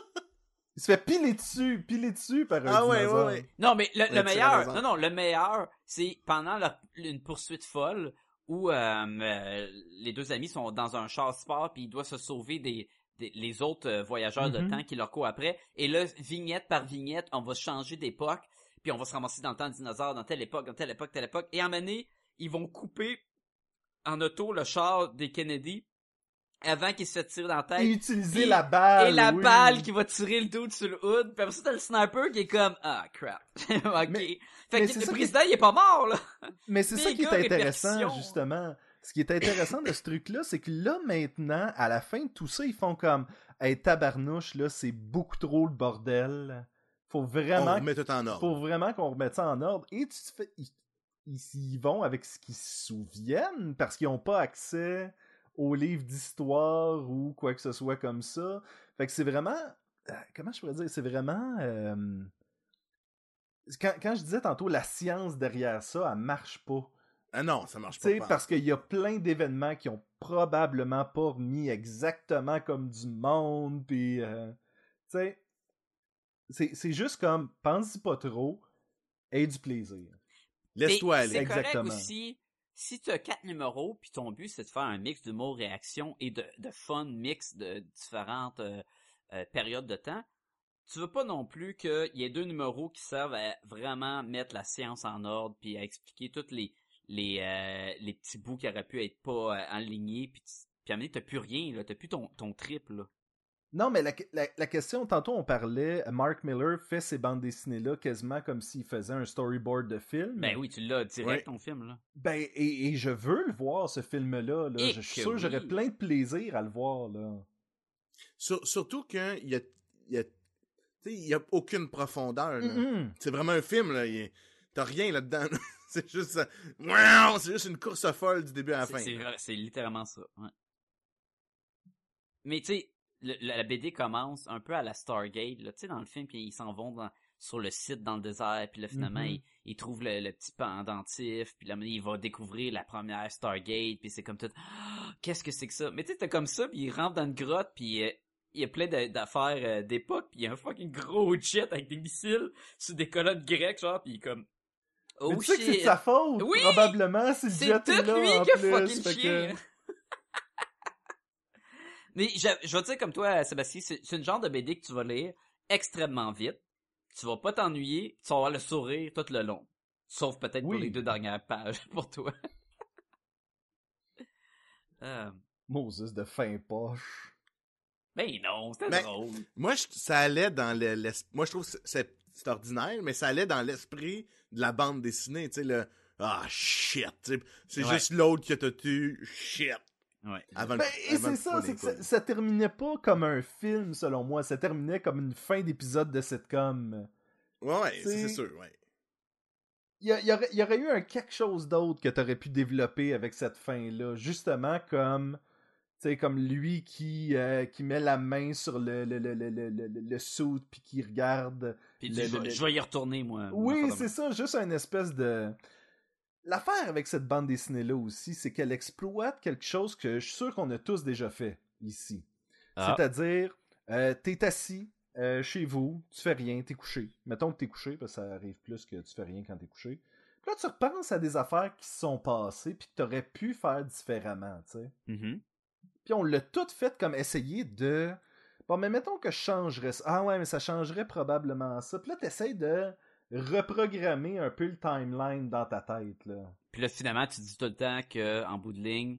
Il se fait piler dessus, piler dessus par un Ah ouais, dinosaure. ouais, ouais. Non, mais le, Ouais, le tu as meilleur, raison. non, non, le meilleur, c'est pendant leur- une poursuite folle où euh, euh, les deux amis sont dans un char sport puis ils doivent se sauver des, des les autres euh, voyageurs de Mhm. temps qui leur courent après. Et là, vignette par vignette, on va changer d'époque puis on va se ramasser dans le temps de dinosaures, dans telle époque, dans telle époque, telle époque. Et à un moment donné, ils vont couper en auto le char des Kennedy avant qu'il se fait tirer dans la tête. Et utiliser Puis- la balle. Et la oui. balle qui va tirer le dude sur le hood. Puis après ça, t'as le sniper qui est comme, ah, crap. ok. Mais- fait mais que c'est le ça qui- président, il est pas mort, là. Mais c'est ça qui est Méga intéressant, répercussion. justement. Ce qui est intéressant de ce truc-là, c'est que là, maintenant, à la fin de tout ça, ils font comme hey, tabarnouche, là, c'est beaucoup trop le bordel. Faut On vraiment, remet tout en ordre. faut vraiment qu'on remette ça en ordre. Et tu te fais. Ils, ils y vont avec ce qu'ils se souviennent parce qu'ils n'ont pas accès aux livres d'histoire ou quoi que ce soit comme ça. Fait que c'est vraiment. euh, Comment je pourrais dire? C'est vraiment. euh, Quand, quand je disais tantôt la science derrière ça, elle marche pas. Ah non, ça marche Tu sais, pas. parce qu'il y a plein d'événements qui ont probablement pas remis exactement comme du monde, puis euh, tu sais, c'est, c'est juste comme, pense-y pas trop, aie du plaisir. Laisse-toi Mais aller. C'est correct Exactement. aussi, si t'as quatre numéros, puis ton but, c'est de faire un mix d'humour, réaction et de, de fun mix de différentes euh, euh, périodes de temps, tu veux pas non plus qu'il y ait deux numéros qui servent à vraiment mettre la science en ordre, puis à expliquer toutes les les euh, les petits bouts qui auraient pu être pas euh, alignés, puis, tu, puis à un moment donné, t'as plus rien, là, t'as plus ton, ton trip, là. Non, mais la, la, la question, tantôt on parlait, Mark Miller fait ces bandes dessinées-là quasiment comme s'il faisait un storyboard de film. Ben oui, tu l'as direct, Ouais. ton film, là. Ben, et, et je veux le voir, ce film-là. Là. Et Je suis que sûr que oui. j'aurais plein de plaisir à le voir, là. Sur- surtout qu'il y a, il y a, tu sais, il y a aucune profondeur. là. Mm-mm. C'est vraiment un film, là. il y a- T'as rien là-dedans. là. C'est juste, euh, Miaou! C'est juste une course folle du début à la C'est- fin. C'est, vrai- c'est littéralement ça. Ouais. Mais tu sais, le- la, la B D commence un peu à la Stargate, là, tu sais, dans le film, puis ils s'en vont dans, sur le site dans le désert, puis là, finalement, Mhm. ils, ils trouvent le, le petit pendentif, puis là, il va découvrir la première Stargate, puis c'est comme tout, Ah, qu'est-ce que c'est que ça? Mais tu sais, t'as comme ça, puis il rentre dans une grotte, puis euh, il y a plein de- d'affaires euh, d'époque, puis il y a un fucking gros jet avec des missiles sur des colonnes grecques, genre, puis il est comme, oh Mais tu sais que c'est de shit! sa faute, Oui! probablement, si le C'est jet tout est là lui en qui a plus. fucking fait chier. que- Mais je, je vais te dire comme toi, Sébastien, c'est, c'est une genre de B D que tu vas lire extrêmement vite. Tu vas pas t'ennuyer, tu vas avoir le sourire tout le long. Sauf peut-être pour Oui. les deux dernières pages pour toi. euh, Moses de fin poche. ben non, c'était Mais- drôle. Moi, je- ça allait dans le, l'es- moi, je trouve que c'est- c'est, c'est ordinaire, mais ça allait dans l'esprit de la bande dessinée, tu sais, le ah shit, tu sais, c'est Ouais. juste l'autre qui t'a tué, shit. Ouais. Avant, Ben, le- et avant c'est de ça, faire c'est les que ça, couilles. ça terminait pas comme un film, selon moi. Ça terminait comme une fin d'épisode de sitcom. Ouais, ouais, ça, c'est- c'est sûr, ouais. Il y, a- il y aurait, il y aurait eu un quelque chose d'autre que t'aurais pu développer avec cette fin-là. Justement, comme... Tu sais, comme lui qui, euh, qui met la main sur le, le, le, le, le, le, le suit puis qui regarde. Puis le- tu dis, je, le- vais- le- je vais y retourner, moi. Oui, Une affaire de c'est même. ça, juste une espèce de... L'affaire avec cette bande dessinée-là aussi, c'est qu'elle exploite quelque chose que je suis sûr qu'on a tous déjà fait ici. Ah. C'est-à-dire, euh, t'es assis euh, chez vous, tu fais rien, t'es couché. Mettons que t'es couché, parce que ça arrive plus que tu fais rien quand t'es couché. Puis là, tu repenses à des affaires qui se sont passées puis que t'aurais pu faire différemment, tu sais. Mhm. Puis on l'a tout fait comme essayer de... Bon, mais mettons que je changerais ça. Ah ouais, mais ça changerait probablement ça. Puis là, t'essayes de reprogrammer un peu le timeline dans ta tête, là. Puis là, finalement, tu dis tout le temps que, en bout de ligne,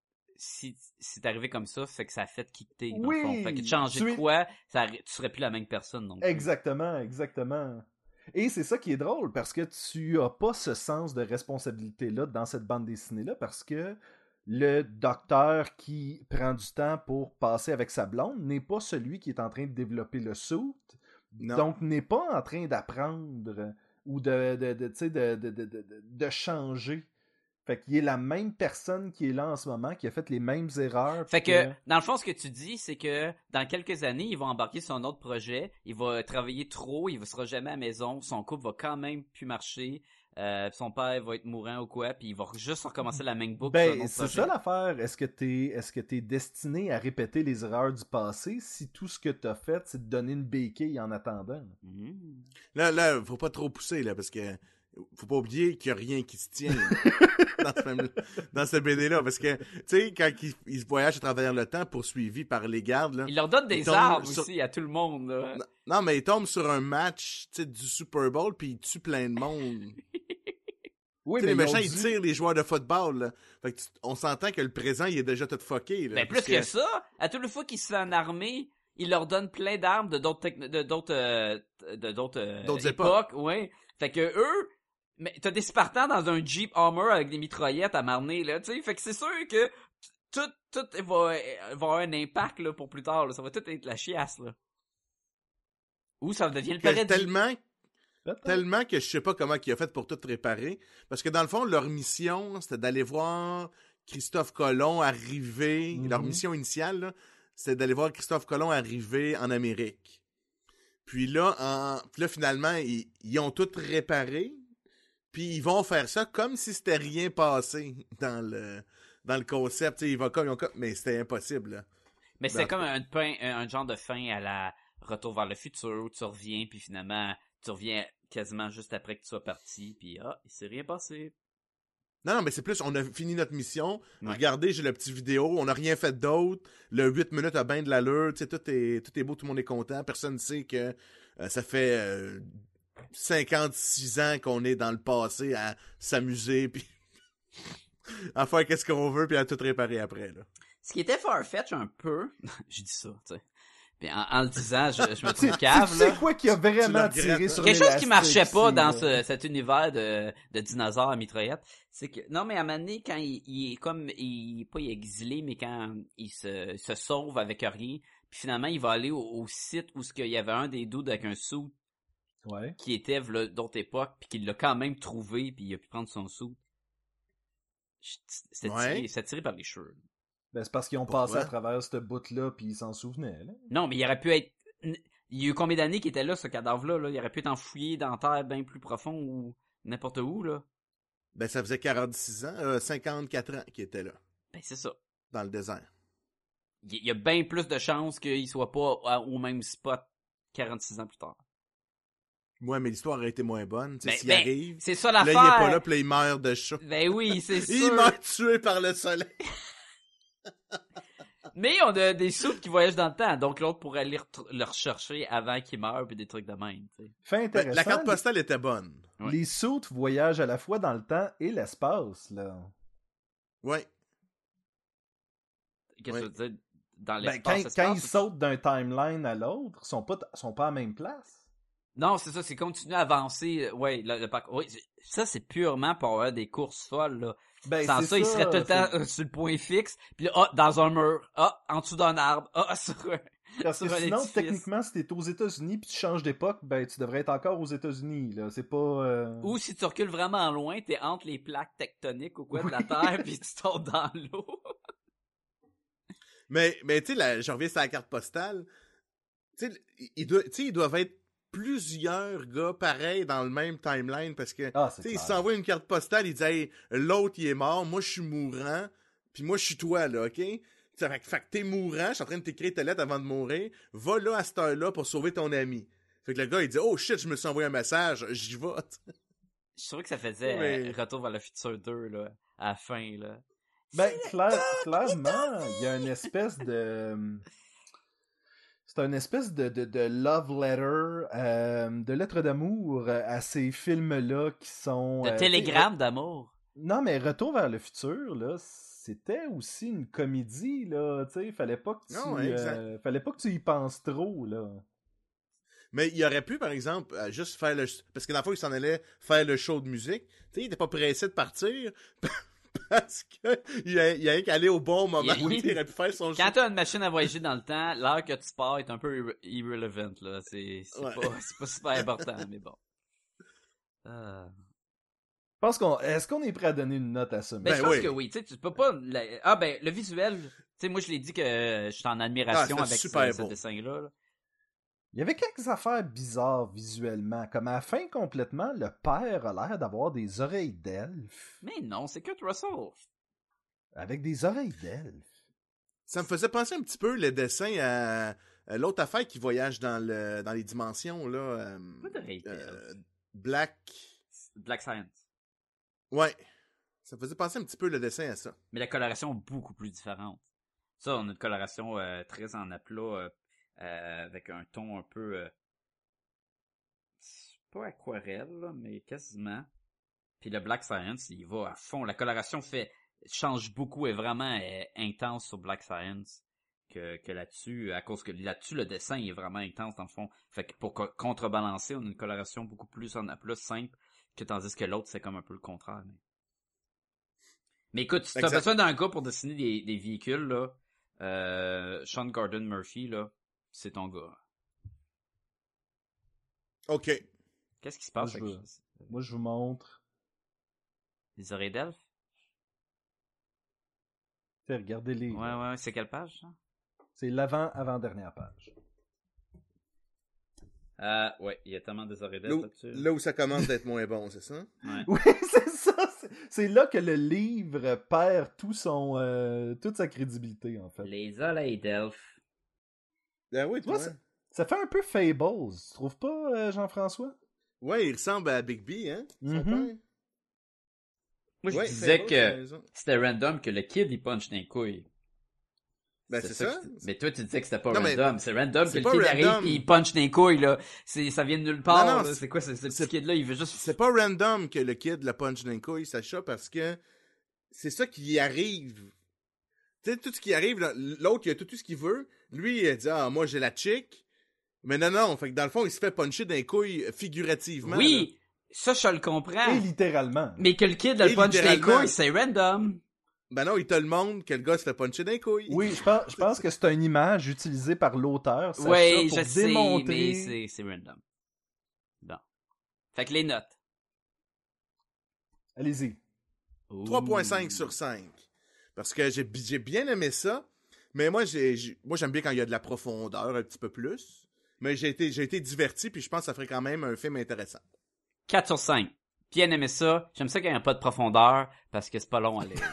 si, si t'es arrivé comme ça, fait que ça a fait quitter. Dans Oui, le fond. Fait que de changer tu de es- quoi, ça, arri- tu serais plus la même personne. Non plus. Exactement, exactement. Et c'est ça qui est drôle, parce que tu as pas ce sens de responsabilité-là dans cette bande dessinée-là, parce que le docteur qui prend du temps pour passer avec sa blonde n'est pas celui qui est en train de développer le suit, Non. donc n'est pas en train d'apprendre ou de, de, de, tu sais, de, de, de, de, de changer. Fait qu'il est la même personne qui est là en ce moment, qui a fait les mêmes erreurs. Fait puis que, dans le fond, ce que tu dis, c'est que dans quelques années, il va embarquer sur un autre projet, il va travailler trop, il ne sera jamais à la maison, son couple va quand même plus marcher, euh, son père va être mourant ou quoi, puis il va juste recommencer la même boucle sur un Ben, autre c'est projet. ça l'affaire. Est-ce que t'es est-ce que t'es destiné à répéter les erreurs du passé si tout ce que t'as fait, c'est de donner une béquille en attendant? Mhm. Là, là, faut pas trop pousser, là, parce que faut pas oublier qu'il y a rien qui se tient dans ce, film- dans ce B D-là, parce que, tu sais, quand il, il se voyage à travers le temps poursuivi par les gardes, là, Il leur donne Il des tombe armes sur- aussi à tout le monde. Là. non, non, mais il tombe sur un match, tu sais, du Super Bowl, puis il tue plein de monde. Oui, Tu sais, mais les ils ont méchants, ils dû- tirent les joueurs de football, là. Fait que tu- on s'entend que le présent, il est déjà tout fucké, là. Ben, plus parce que... ça, à toute fois qu'il se fait en armée, il leur donne plein d'armes de d'autres techno- de d'autres euh, de d'autres euh, D'autres époques, ouais. Fait que eux, mais t'as des Spartans dans un Jeep Hummer avec des mitraillettes à m'armer, là, tu sais. Fait que c'est sûr que tout tout va, va avoir un impact là pour plus tard, là. Ça va tout être la chiasse, là. Ou ça devient le que paradis. tellement, Peut-être. tellement que je sais pas comment il a fait pour tout réparer. Parce que dans le fond, leur mission, c'était d'aller voir Christophe Colomb arriver. Mhm. Leur mission initiale, là, c'était d'aller voir Christophe Colomb arriver en Amérique. Puis là, en... Puis là finalement, ils... ils ont tout réparé. Puis ils vont faire ça comme si c'était rien passé dans le dans le concept. T'sais, ils vont comme, ils ont comme... Mais c'était impossible, là. Mais c'est Ben, comme un, pain, un genre de fin à la Retour vers le futur où tu reviens, puis finalement, tu reviens quasiment juste après que tu sois parti, puis ah, il s'est rien passé. Non, non, mais c'est plus, on a fini notre mission. Ouais. Regardez, j'ai le petit vidéo. On n'a rien fait d'autre. Le huit minutes a bien de l'allure. Tu sais, tout est, tout est beau, tout le monde est content. Personne ne sait que euh, ça fait euh, cinquante-six ans qu'on est dans le passé à s'amuser, puis à faire qu'est-ce qu'on veut, puis à tout réparer après, là. Ce qui était farfetch un peu, je dis ça, tu sais. Puis en, en le disant, je, je me Tu trouve cave, tu là. sais quoi qui a vraiment Tu le tiré regrettes, sur Quelque chose qui marchait l'élastique, pas c'est, dans euh, ce, cet univers de, de dinosaures à mitraillettes, c'est que, non, mais à un moment donné, quand il, il est comme, il, pas il est exilé, mais quand il se, se sauve avec rien, puis finalement, il va aller au, au site où ce qu'il y avait un des dudes avec un sou Ouais. qui était là, d'autres époques, puis qu'il l'a quand même trouvé, puis il a pu prendre son sou. C'était Ouais. tiré, c'était tiré par les cheveux. Ben, c'est parce qu'ils ont Pourquoi? passé à travers cette bout-là, puis ils s'en souvenaient, là. Non, mais il aurait pu être... Il y a eu combien d'années qu'il était là, ce cadavre-là, là? Il aurait pu être enfouillé dans la terre bien plus profond ou n'importe où, là. Ben, ça faisait quarante-six ans, euh, cinquante-quatre ans qu'il était là, Ben, c'est ça. dans le désert. Il y a bien plus de chances qu'il soit pas à- au même spot quarante-six ans plus tard. Ouais, mais l'histoire aurait été moins bonne. Tu sais, Ben, s'il ben, arrive, c'est ça là, il est l'affaire. pas là, puis là, il meurt de chaud. Ben oui, c'est Il sûr. meurt tué par le soleil. Mais on a des soutes qui voyagent dans le temps, donc l'autre pourrait aller retr- le rechercher avant qu'il meure, puis des trucs de même, tu sais. Fait Ben, intéressant. la carte postale était bonne. Ouais. Les suits voyagent à la fois dans le temps et l'espace, là. Ouais. Qu'est-ce Ouais. que tu veux dire? Dans Ben, l'espace, quand, espace, quand ils ou- sautent d'un timeline à l'autre, ils sont pas, t- sont pas à la même place. Non, c'est ça, c'est continuer à avancer. euh, Ouais, le, le parc- oui, c'est- ça, c'est purement pour avoir des courses folles, là. Ben, Sans c'est ça, il serait tout le temps c'est- euh, sur le point fixe. Puis là, ah, dans un mur. Ah, en dessous d'un arbre. Ah, sur un... Parce que sur un sinon, édifice. techniquement, si t'es aux États-Unis puis tu changes d'époque, ben, tu devrais être encore aux États-Unis, là. C'est pas... euh, Ou si tu recules vraiment loin, t'es entre les plaques tectoniques ou quoi de la Oui. Terre, puis tu tombes dans l'eau. Mais, mais tu sais, la- je reviens sur la carte postale. Tu sais, ils, doivent- tu sais, ils doivent être plusieurs gars pareils dans le même timeline parce que, Ah, c'est tu sais, ils clair. s'envoient une carte postale, ils disent, hey, l'autre, il est mort, moi, je suis mourant, puis moi, je suis toi, là, OK? Ça fait, que- fait que t'es mourant, je suis en train de t'écrire ta lettre avant de mourir, va là à cette heure-là pour sauver ton ami. Fait que le gars, il dit, oh shit, je me suis envoyé un message, j'y vais. Je suis sûr que ça faisait Mais- euh, Retour vers le futur deux, là, à la fin, là. Ben, clair- clairement, il y a une espèce de... C'est une espèce de, de, de love letter, euh, de lettre d'amour à ces films-là qui sont... De euh, télégramme d'amour. t'sais, Non, mais Retour vers le futur, là, c'était aussi une comédie, là, tu sais, fallait pas que tu... Ah ouais, exact. euh, fallait pas que tu y penses trop, là. Mais il aurait pu, par exemple, euh, juste faire le... Parce que dans le fond, il s'en allait faire le show de musique. Tu sais, il était pas pressé de partir. Parce que il a, il a rien qu'à aller au bon moment. Il- où il aurait pu faire son show. Quand t'as une machine à voyager dans le temps, l'heure que tu pars est un peu irre- irrelevant, là. C'est c'est Ouais. pas, c'est pas super important, mais bon. Euh... Je pense qu'on... Est-ce qu'on est prêt à donner une note à ça? Ben, Ben je pense oui. que oui. Tu sais, tu peux pas... la- Ah, ben, le visuel... Tu sais, moi, je l'ai dit que je suis en admiration Ah, c'était avec super ce, ce beau. dessin-là, là. Il y avait quelques affaires bizarres visuellement, comme à la fin complètement, le père a l'air d'avoir des oreilles d'elfe. Mais non, c'est Kurt Russell. Avec des oreilles d'elfe. Ça me faisait penser un petit peu le dessin à, à l'autre affaire qui voyage dans, le, dans les dimensions, là. euh, Pas de Ray euh, Black... Black Science. Ouais. Ça me faisait penser un petit peu le dessin à ça. Mais la coloration est beaucoup plus différente. Ça, on a une coloration euh, très en aplat, euh, euh, avec un ton un peu... euh, c'est pas aquarelle, là, mais quasiment. Puis le Black Science, il va à fond. La coloration fait change beaucoup, est vraiment est intense sur Black Science que, que là-dessus, à cause que là-dessus, le dessin est vraiment intense dans le fond. Fait que pour co- contrebalancer, on a une coloration beaucoup plus, on a plus simple, que tandis que l'autre, c'est comme un peu le contraire. Mais, mais écoute, si t'as Exact. besoin d'un gars pour dessiner des, des véhicules, là, euh, Sean Gordon Murphy, là, c'est ton gars. OK. Qu'est-ce qui se Moi, passe je avec veux- Moi, je vous montre. les oreilles d'elfe? T'sais, regardez-les. Ouais, là. ouais, c'est quelle page, ça? C'est l'avant-avant-dernière page. Euh, ouais, il y a tellement des oreilles Là d'elfe où, là-dessus. là où ça commence d'être moins bon, c'est ça? Ouais. Oui, c'est ça. C'est, c'est là que le livre perd tout son, euh, toute sa crédibilité, en fait. Les oreilles d'elfe. Ben oui, Tu vois, toi. ça, ça fait un peu Fables, tu trouves pas, euh, Jean-François? Ouais, il ressemble à Bigby, hein? son Mhm. père. Moi, je Ouais, disais Fables, que t'as raison. c'était random que le kid, il punch dans les couilles. Ben, c'est ça. que- Mais toi, tu disais que c'était pas Non, mais- random. C'est random que c'est le pas kid random. arrive et il punch dans les couilles, là. C'est, ça vient de nulle part, Non, non, là. c'est- C'est quoi, ce, ce c'est- petit kid-là? Il veut juste... C'est pas random que le kid le punch dans les couilles, Sacha, parce que c'est ça qui y arrive. Tu sais, tout ce qui arrive, là, l'autre, il a tout, tout ce qu'il veut. Lui, il a dit, ah, moi, j'ai la chick. Mais non, non, fait que dans le fond, il se fait puncher dans les couilles figurativement. Oui! Ça, je le comprends. Et littéralement. Mais que le kid le Et punch dans les littéralement. couilles, c'est random. là. Ben non, il te le montre que le gars se fait puncher dans les couilles. Oui, je pense, je pense que c'est une image utilisée par l'auteur, Sacha, Oui, pour je sais, démontrer... mais c'est, c'est random. Bon. Fait que les notes. Allez-y. trois virgule cinq Ouh. sur cinq. Parce que j'ai, j'ai bien aimé ça. Mais moi, j'ai, j'ai- moi, j'aime bien quand il y a de la profondeur un petit peu plus. Mais j'ai été, j'ai été diverti, puis je pense que ça ferait quand même un film intéressant. quatre sur cinq. Bien aimé ça. J'aime ça qu'il n'y ait pas de profondeur, parce que c'est pas long à lire.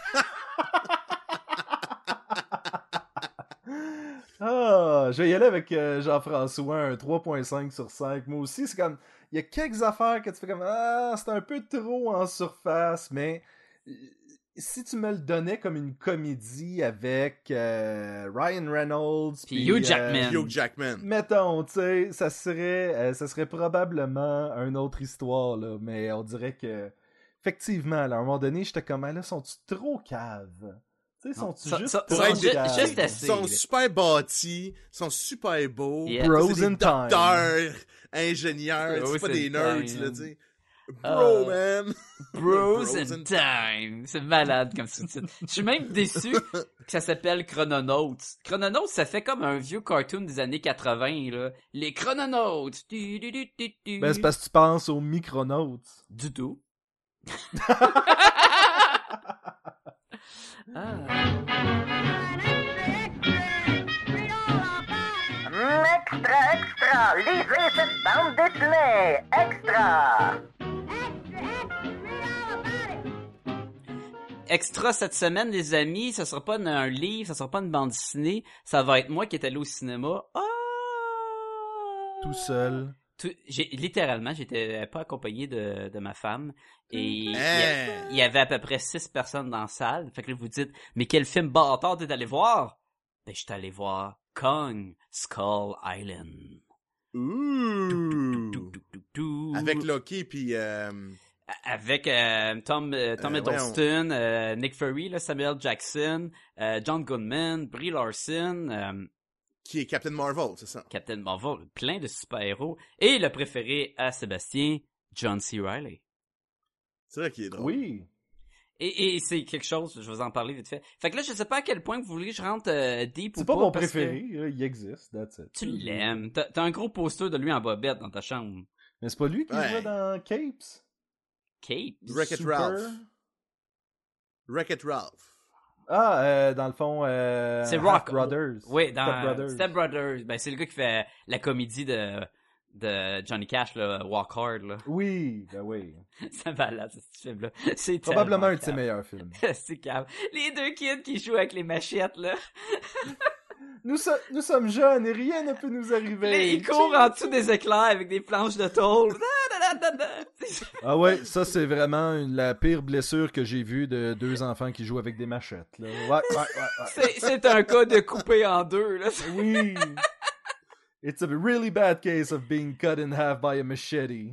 Ah, je vais y aller avec euh, Jean-François, un trois virgule cinq sur cinq. Moi aussi, c'est comme... Il y a quelques affaires que tu fais comme... Ah, c'est un peu trop en surface, mais... euh, Si tu me le donnais comme une comédie avec euh, Ryan Reynolds... Puis Hugh euh, Jackman. Hugh Jackman. mettons, tu sais, ça serait, euh, ça serait probablement une autre histoire, là. Mais on dirait que... Effectivement, là, à un moment donné, j'étais comme... Ah, là, sont-tu trop caves? Tu sais, sont-tu Ça- juste... ça- Pour ça- être ju- des- juste assez. Ils sont là. super bâtis, ils sont super beaux. Yeah. Bros C'est des in time. docteurs, ingénieurs, Bros c'est pas in des nerds, time. là, tu sais. Bro, Euh, man! Bros Bros in in Time. C'est malade comme sous-titre. Je suis même déçu que ça s'appelle Chrononauts. Chrononauts, ça fait comme un vieux cartoon des années quatre-vingts, là. Les Chrononauts. Du, du, du, du, du. Ben, c'est parce que tu penses aux Micronautes. Du tout. ah. Extra, extra! Lisez cette bande dessinée! Extra! Extra cette semaine, les amis, ça sera pas un livre, ça sera pas une bande dessinée, ça va être moi qui est allé au cinéma. Ah! Tout seul. Tout- j'ai, littéralement, j'étais pas accompagné de, de ma femme et il y, a- Hein? il y avait à peu près six personnes dans la salle. Fait que là, vous dites, mais quel film bâtard t'es allé voir? Ben, j'étais allé voir Kong Skull Island. Ouh! Tou, tou, tou, tou. Avec Loki, puis... Euh... Avec euh, Tom, euh, Tom Euh, Hiddleston, euh, Nick Fury, là, Samuel Jackson, euh, John Goodman, Brie Larson, euh, qui est Captain Marvel, c'est ça? Captain Marvel, plein de super-héros. Et le préféré à Sébastien, John C. Reilly. C'est vrai qu'il est drôle. Oui. Et, et c'est quelque chose, je vais vous en parler vite fait. Fait que là, je sais pas à quel point vous voulez que je rentre euh, deep ou C'est pas. pas mon parce que préféré, là, il existe, that's it. Tu l'aimes. T'as, t'as un gros poster de lui en bobette dans ta chambre. Mais c'est pas lui qui Ouais. jouait dans Capes? Cape. Wreck-It Super- Ralph. Wreck-It Ralph. Ah, euh, dans le fond, euh, C'est Half Rock. Brothers. Oui, dans Step Brothers. Step Brothers. Ben, c'est le gars qui fait la comédie de, de Johnny Cash, là, Walk Hard, là. Oui, ben oui. C'est malade, ce film-là. C'est Probablement un tellement de ses cave. meilleurs films. C'est calme. Les deux kids qui jouent avec les machettes, là. Nous, so- nous sommes jeunes et rien ne peut nous arriver. Là, ils courent en dessous des éclairs avec des planches de tôle. Da, da, da, da, da. Ah ouais, ça c'est vraiment une- la pire blessure que j'ai vue de deux enfants qui jouent avec des machettes. Là. Ouais, ouais, ouais, ouais. C'est, c'est un cas de couper en deux, là. Oui. It's a really bad case of being cut in half by a machete.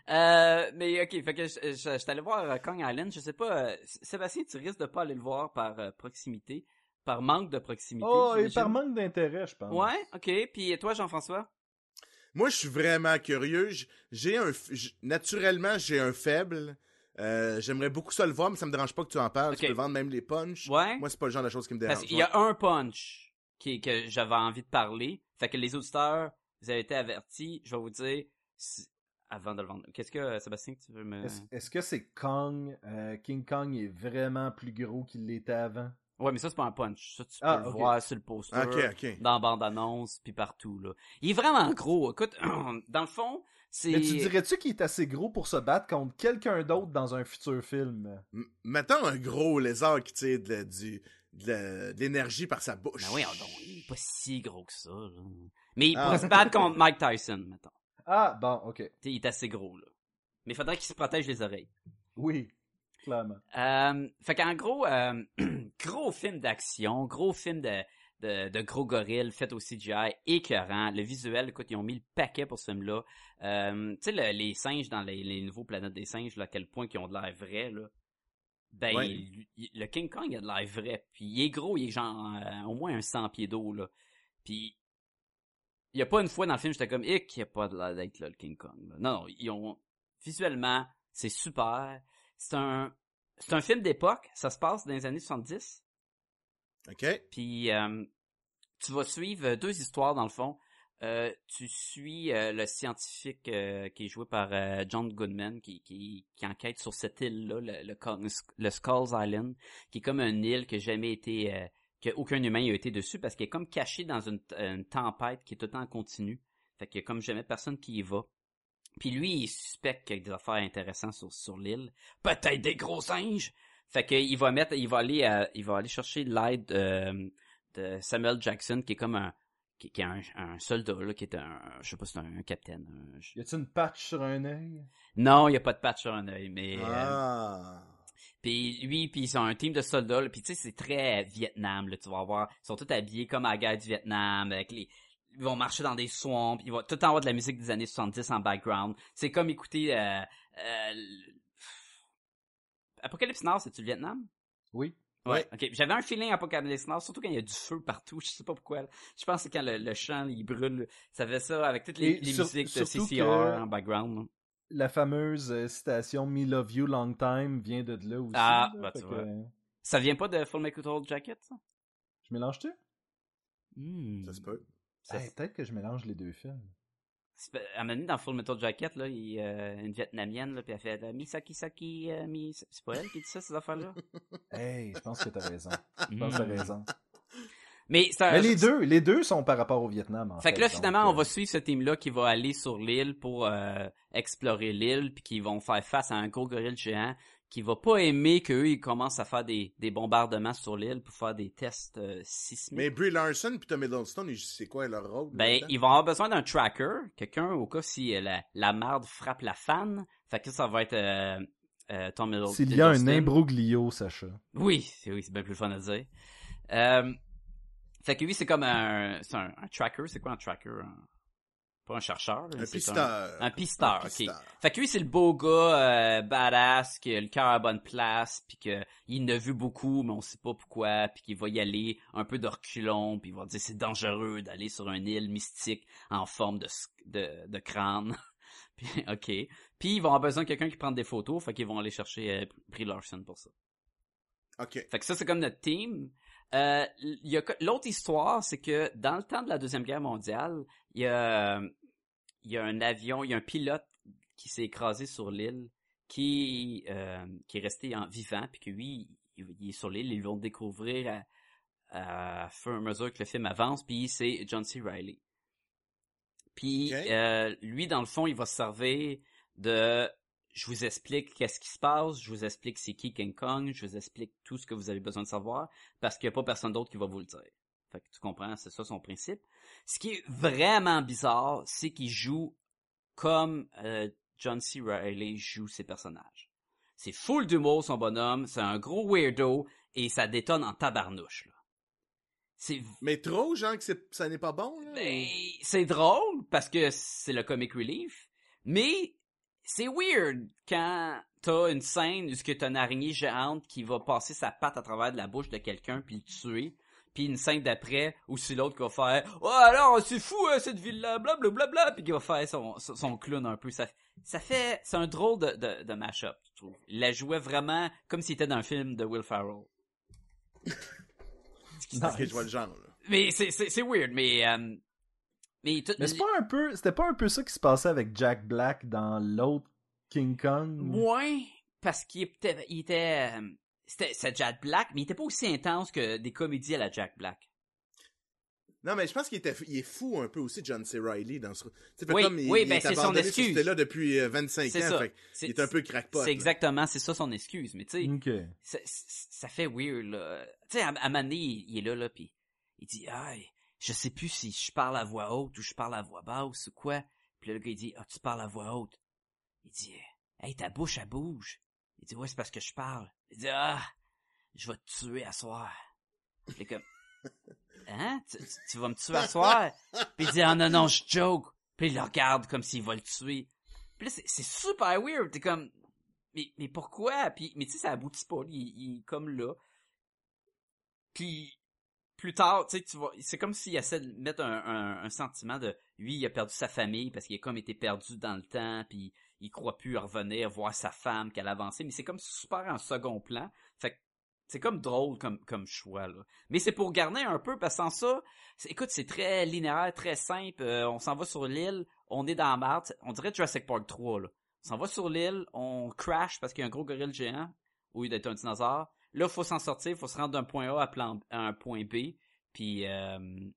Euh, mais ok, fait que je, je, je suis allé voir euh, Kong Island. Je sais pas, euh, Sébastien, tu risques de pas aller le voir par euh, proximité, par manque de proximité. Oh, et j'imagine. par manque d'intérêt, je pense. Ouais, ok. Puis toi, Jean-François? Moi, je suis vraiment curieux. J- J'ai un, f- j- naturellement, j'ai un faible. Euh, J'aimerais beaucoup ça le voir, mais ça me dérange pas que tu en parles. Ok. Tu peux vendre même les punchs. Ouais. Moi, c'est pas le genre de choses qui me Parce dérange. qu'il y a un punch qui, que j'avais envie de parler. Fait que les auditeurs, vous avez été avertis. Je vais vous dire si- avant de le vendre. Qu'est-ce que Sébastien, tu veux me... Est-ce, est-ce que c'est Kong, euh, King Kong est vraiment plus gros qu'il l'était avant? Ouais, mais ça, c'est pas un punch. Ça, tu Ah, peux le ok. voir sur le poster, Ok, ok. dans la bande-annonce, puis partout, là. Il est vraiment gros. Écoute, dans le fond, c'est... Mais tu dirais-tu qu'il est assez gros pour se battre contre quelqu'un d'autre dans un futur film? M- mettons un gros lézard qui tire de, la- du, de, la- de l'énergie par sa bouche. Ben oui, donc, il est pas si gros que ça, là. Mais il Ah. pourrait se battre contre Mike Tyson, mettons. Ah, bon, ok. Tu sais, il est assez gros, là. Mais il faudrait qu'il se protège les oreilles. Oui, clairement. Euh, fait qu'en gros, euh, gros film d'action, gros film de, de, de gros gorilles fait au C G I, écœurant. Le visuel, écoute, ils ont mis le paquet pour ce film-là. Euh, tu sais, le- les singes dans les, les nouveaux Planètes des singes, là, à quel point ils ont de l'air vrai, là. Ben, Ouais. il- il- le King Kong, il a de l'air vrai. Puis il est gros, il est genre euh, au moins un cent pieds d'eau, là. Puis il y a pas une fois dans le film, j'étais comme, hic, il y a pas de l'air d'être là, le King Kong. Là. Non, non, ils ont... Visuellement, c'est super. C'est un... C'est un film d'époque. Ça se passe dans les années soixante-dix. OK. Puis euh, tu vas suivre deux histoires dans le fond. Euh, tu suis euh, le scientifique euh, qui est joué par euh, John Goodman qui, qui, qui enquête sur cette île-là, le, le, Kong- le Skulls Island, qui est comme une île qui n'a jamais été... Euh, qu'aucun humain n'a été dessus parce qu'elle est comme cachée dans une, une tempête qui est tout le temps en continu. Fait qu'il y a comme jamais personne qui y va. Puis lui, il suspecte qu'il y a des affaires intéressantes sur, sur l'île. Peut-être des gros singes! Fait qu'il va mettre, il va aller, euh, il va aller chercher l'aide euh, de Samuel Jackson, qui est comme un, qui, qui est un, un soldat, là, qui est un, je sais pas si c'est un, un capitaine. un- Y a-t-il une patch sur un œil? Non, il y a pas de patch sur un œil, mais... euh, Ah. Puis lui, puis ils ont un team de soldats, là, puis tu sais, c'est très Vietnam, là, tu vas voir. Ils sont tous habillés comme à la guerre du Vietnam, avec les... Ils vont marcher dans des swamps, ils vont tout le temps avoir de la musique des années soixante-dix en background. C'est comme écouter... Euh, euh, Apocalypse Now, c'est-tu le Vietnam? Oui. Ouais, ok. J'avais un feeling Apocalypse Now, surtout quand il y a du feu partout, je sais pas pourquoi. là. Je pense que c'est quand le, le champ, il brûle, ça fait ça avec toutes les, Et les sur- musiques de surtout C C R que- en background. là. La fameuse euh, citation Me Love You Long Time vient de là aussi. Ah, là, bah, fait tu que, vois. euh, Ça vient pas de Full Metal Jacket, ça? Je mélange-tu? Hmm. Ça se peut. Ça, Hey, peut-être que je mélange les deux films. c'est- à un moment donné, dans Full Metal Jacket, là, il y a une Vietnamienne, là, puis elle fait euh, Misaki Saki, euh, mi... c'est pas elle qui dit ça, ces affaires-là? Hey, je pense que t'as raison. Je pense que t'as Hmm. raison. Mais, ça, Mais les deux, les deux sont par rapport au Vietnam, en fait. Fait que là, donc, finalement, on euh, va suivre ce team-là qui va aller sur l'île pour euh, explorer l'île, puis qui vont faire face à un gros gorille géant qui va pas aimer qu'eux, ils commencent à faire des, des bombardements sur l'île pour faire des tests euh, sismiques. Mais Brie Larson puis Tom Hiddleston, ils- c'est quoi leur rôle? Ben, là-dedans? ils vont avoir besoin d'un tracker, quelqu'un au cas si euh, la, la marde frappe la fan. Fait que ça va être euh, euh, Tom Hiddleston. S'il y a un imbroglio, Sacha. Oui, c'est oui, c'est bien plus fun à dire. Euh, fait que lui, c'est comme un, c'est un, un tracker. C'est quoi un tracker? Un- pas un chercheur. là, Un c'est pisteur. Un, un pisteur, Un ok. pisteur. Fait que lui, c'est le beau gars, euh, badass, qui a le cœur à la bonne place, puis que il en a vu beaucoup, mais on sait pas pourquoi, puis qu'il va y aller un peu de reculons, puis il va dire c'est dangereux d'aller sur une île mystique en forme de, s- de, de crâne. Puis, ok. Puis ils vont avoir besoin de quelqu'un qui prenne des photos, fait qu'ils vont aller chercher euh, Brie Larson pour ça. OK. Fait que ça, c'est comme notre team. Euh, il y a, l'autre histoire, c'est que dans le temps de la Deuxième Guerre mondiale, il y a, il y a un avion, il y a un pilote qui s'est écrasé sur l'île, qui, euh, qui est resté en vivant, puis que lui, il, il est sur l'île, ils vont le découvrir à, à fur et à mesure que le film avance, puis c'est John C. Reilly. Puis Ok. euh, lui, dans le fond, il va se servir de... Je vous explique qu'est-ce qui se passe, je vous explique c'est qui King Kong, je vous explique tout ce que vous avez besoin de savoir, parce qu'il n'y a pas personne d'autre qui va vous le dire. Fait que tu comprends, c'est ça son principe. Ce qui est vraiment bizarre, c'est qu'il joue comme euh, John C. Reilly joue ses personnages. C'est full d'humour, son bonhomme, c'est un gros weirdo, et ça détonne en tabarnouche, là. C'est Mais trop, genre, que c'est- ça n'est pas bon, là? ben, c'est drôle parce que c'est le comic relief, mais c'est weird quand t'as une scène où t'as une araignée géante qui va passer sa patte à travers de la bouche de quelqu'un puis le tuer. Puis une scène d'après où c'est l'autre qui va faire « Oh alors, c'est fou hein, cette ville-là, blablabla, bla, bla, puis qui va faire son, son clown un peu. Ça, ça fait... C'est un drôle de, de, de mash-up, je trouve. Il la jouait vraiment comme s'il était dans un film de Will Ferrell. Nice. Ok, je vois le genre, là. Mais c'est, c'est, c'est weird, mais... Euh, mais tout, Mais c'est pas un peu... C'était pas un peu ça qui se passait avec Jack Black dans l'autre King Kong? Moins, parce qu'il était... Il était euh, C'était, c'était Jack Black, mais il était pas aussi intense que des comédies à la Jack Black. Non, mais je pense qu'il était, il est fou un peu aussi, John C. Reilly, dans ce... Fait Oui, comme il, oui, il ben est c'est son abandonné excuse. sur ce là depuis vingt-cinq C'est ans, ça. fait C'est, il est un peu crackpot. C'est là. exactement, c'est ça son excuse, mais tu sais, Ok. ça, ça fait weird, là. Tu sais, à, à un moment donné, il, il est là, là, pis il dit, ah, je sais plus si je parle à voix haute ou je parle à voix basse ou quoi. Puis là, le gars, il dit, ah, tu parles à voix haute. Il dit, hey, ta bouche, elle bouge. Il dit, ouais, c'est parce que je parle. Il dit, ah, je vais te tuer à soir. Puis il est comme, hein? Tu, tu, tu vas me tuer à soir? Puis il dit, ah, non, non, je joke. Puis il le regarde comme s'il va le tuer. Puis là, c'est, c'est super weird. T'es comme, mais, mais pourquoi? Puis, mais tu sais, ça aboutit pas. Il, il est comme là. Puis, plus tard, tu sais, tu vois, c'est comme s'il essaie de mettre un, un, un sentiment de, lui, il a perdu sa famille parce qu'il a comme été perdu dans le temps, puis il croit plus revenir voir sa femme qu'elle avançait, mais c'est comme super en second plan. Fait que c'est comme drôle comme, comme choix, là. Mais c'est pour garder un peu, parce que sans ça, écoute, c'est très linéaire, très simple. Euh, on s'en va sur l'île, on est dans la marde, on dirait Jurassic Park trois, là. On s'en va sur l'île, on crash parce qu'il y a un gros gorille géant, au lieu d'être un dinosaure. Là, faut s'en sortir, faut se rendre d'un point A à, plan, à un point B, puis euh,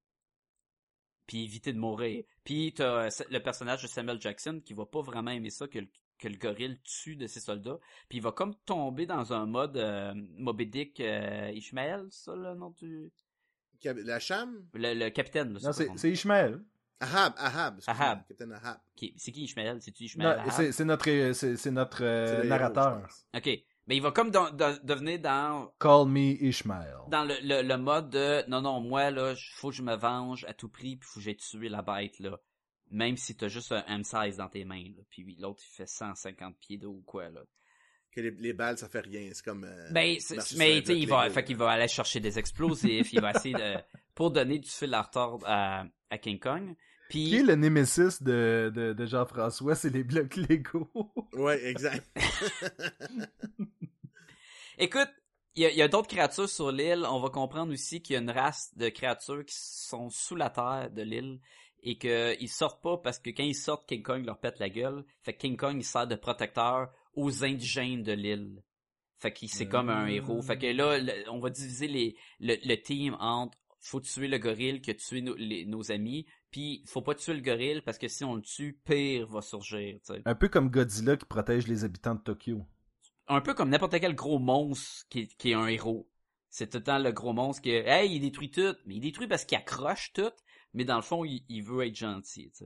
puis éviter de mourir. Puis t'as le personnage de Samuel Jackson qui va pas vraiment aimer ça que le, que le gorille tue de ses soldats, puis il va comme tomber dans un mode euh, Moby Dick euh, Ishmael, c'est ça le nom du... La Cham? Le, le capitaine, là. Non, c'est, c'est Ishmael. Ahab, Ahab. Ahab. Capitaine Ahab. Okay. C'est qui Ishmael? C'est-tu Ishmael? Non, c'est, c'est notre, c'est, c'est notre euh, c'est narrateur. héros, OK. Mais il va comme dans, dans, devenir dans... Call me Ishmael. Dans le, le, le mode de, non, non, moi, là, faut que je me venge à tout prix, puis faut que j'aie tué la bête, là. Même si t'as juste un M seize dans tes mains, là. Puis l'autre, il fait cent cinquante pieds d'eau ou quoi, là. Que les, les balles, ça fait rien. C'est comme... Euh, ben, c'est, mais, tu sais, il va, fait qu'il va aller chercher des explosifs, il va essayer de... Pour donner du fil à retordre à, à King Kong. Puis... Qui est le némésis de, de, de Jean-François? C'est les blocs Lego. Ouais, exact. Écoute, il y a, y a d'autres créatures sur l'île. On va comprendre aussi qu'il y a une race de créatures qui sont sous la terre de l'île et qu'ils sortent pas parce que quand ils sortent, King Kong leur pète la gueule. Fait que King Kong, il sert de protecteur aux indigènes de l'île. Fait qu'il c'est mmh. comme un héros. Fait que là, le, on va diviser les, le, le team entre faut tuer le gorille que tuer nos, les, nos amis, puis faut pas tuer le gorille parce que si on le tue, pire va surgir. T'sais. Un peu comme Godzilla qui protège les habitants de Tokyo. Un peu comme n'importe quel gros monstre qui, qui est un héros. C'est tout le temps le gros monstre qui, hey, il détruit tout, mais il détruit parce qu'il accroche tout, mais dans le fond, il, il veut être gentil. T'sais.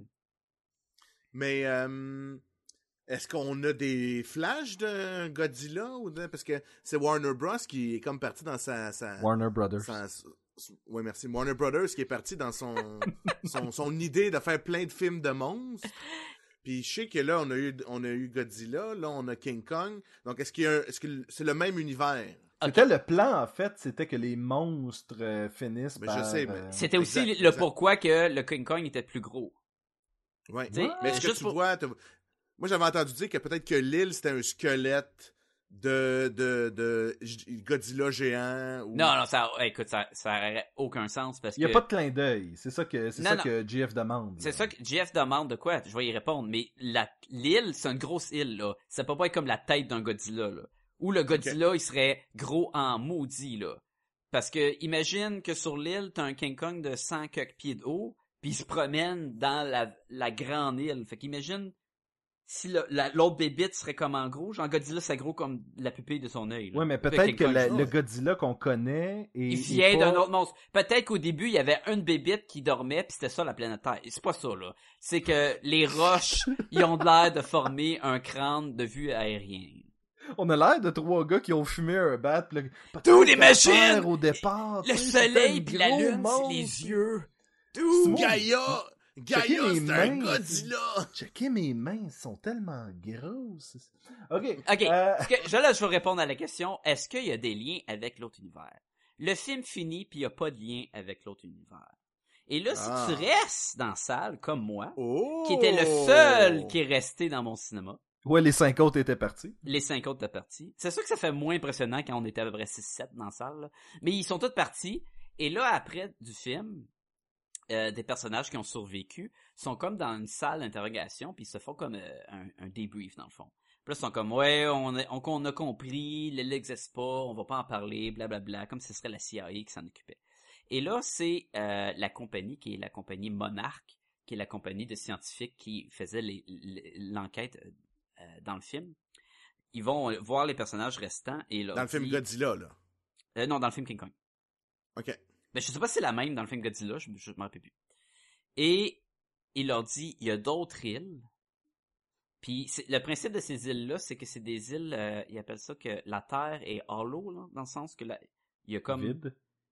Mais euh, est-ce qu'on a des flashs de Godzilla ou de... parce que c'est Warner Bros qui est comme parti dans sa, sa Warner Brothers. Sa, oui, merci. Warner Brothers qui est parti dans son, son, son idée de faire plein de films de monstres. Puis je sais que là, on a eu, on a eu Godzilla, là, on a King Kong. Donc, est-ce, qu'il y a un, est-ce que c'est le même univers? C'était okay. Le plan, en fait, c'était que les monstres euh, finissent mais par... je sais, mais... Euh... C'était exact, aussi exact. le pourquoi que le King Kong était plus gros. Ouais. ouais. Mais est-ce que tu pour... vois... Moi, j'avais entendu dire que peut-être que l'île, c'était un squelette de, de, de Godzilla géant. Ou... Non, non, ça, écoute, ça, ça n'aurait aucun sens parce que... Il n'y a pas de clin d'œil. C'est ça que, c'est non, ça non. que G F demande. C'est là. Ça que G F demande de quoi? Je vais y répondre. Mais la, l'île, c'est une grosse île, là. Ça peut pas être comme la tête d'un Godzilla, là. Ou le Godzilla, okay. Il serait gros en maudit, là. Parce que, imagine que sur l'île, t'as un King Kong de cent quelques pieds de haut, puis il se promène dans la, la grande île. Fait qu'imagine... Si le, la, l'autre bébite serait comme en gros, genre Godzilla c'est gros comme la pupille de son œil. Ouais, mais peut-être que la, le Godzilla qu'on connaît est, il vient pas... d'un autre monstre. Peut-être qu'au début il y avait une bébite qui dormait puis c'était ça la planète Terre. C'est pas ça là. C'est que les roches ils ont de l'air de former un crâne de vue aérienne. On a l'air de trois gars qui ont fumé un bat. Pis le... Tous les machines au départ. Le soleil puis la lune, c'est les yeux. Tout Gaïa. Gaïa, Checkez mes c'est un mains. Godzilla! Checkez mes mains, elles sont tellement grosses. Ok. Ok, euh, parce que, je, là, je vais répondre à la question, est-ce qu'il y a des liens avec l'autre univers? Le film finit, puis il n'y a pas de lien avec l'autre univers. Et là, Ah. si tu restes dans la salle, comme moi, Oh! qui était le seul qui est resté dans mon cinéma, Ouais, les cinq autres étaient partis. les cinq autres étaient partis. C'est sûr que ça fait moins impressionnant quand on était à peu près six sept dans la salle, là. Mais ils sont tous partis. Et là, après du film, euh, des personnages qui ont survécu sont comme dans une salle d'interrogation, puis ils se font comme euh, un, un débrief, dans le fond. Puis là, ils sont comme, ouais, on a, on, on a compris, l'île n'existe pas, on va pas en parler, blablabla, comme si ce serait la C I A qui s'en occupait. Et là, c'est euh, la compagnie, qui est la compagnie Monarch, qui est la compagnie de scientifiques qui faisait les, les, l'enquête euh, dans le film. Ils vont voir les personnages restants et leur Dans le film dit- Godzilla, là. Euh, non, dans le film King Kong. OK. Ben, je sais pas si c'est la même dans le film Godzilla, je, je m'en rappelle plus. Et il leur dit, il y a d'autres îles. Puis c'est, le principe de ces îles-là, c'est que c'est des îles, euh, ils appellent ça que la Terre est hollow, là, dans le sens que la, il y a comme... Vide.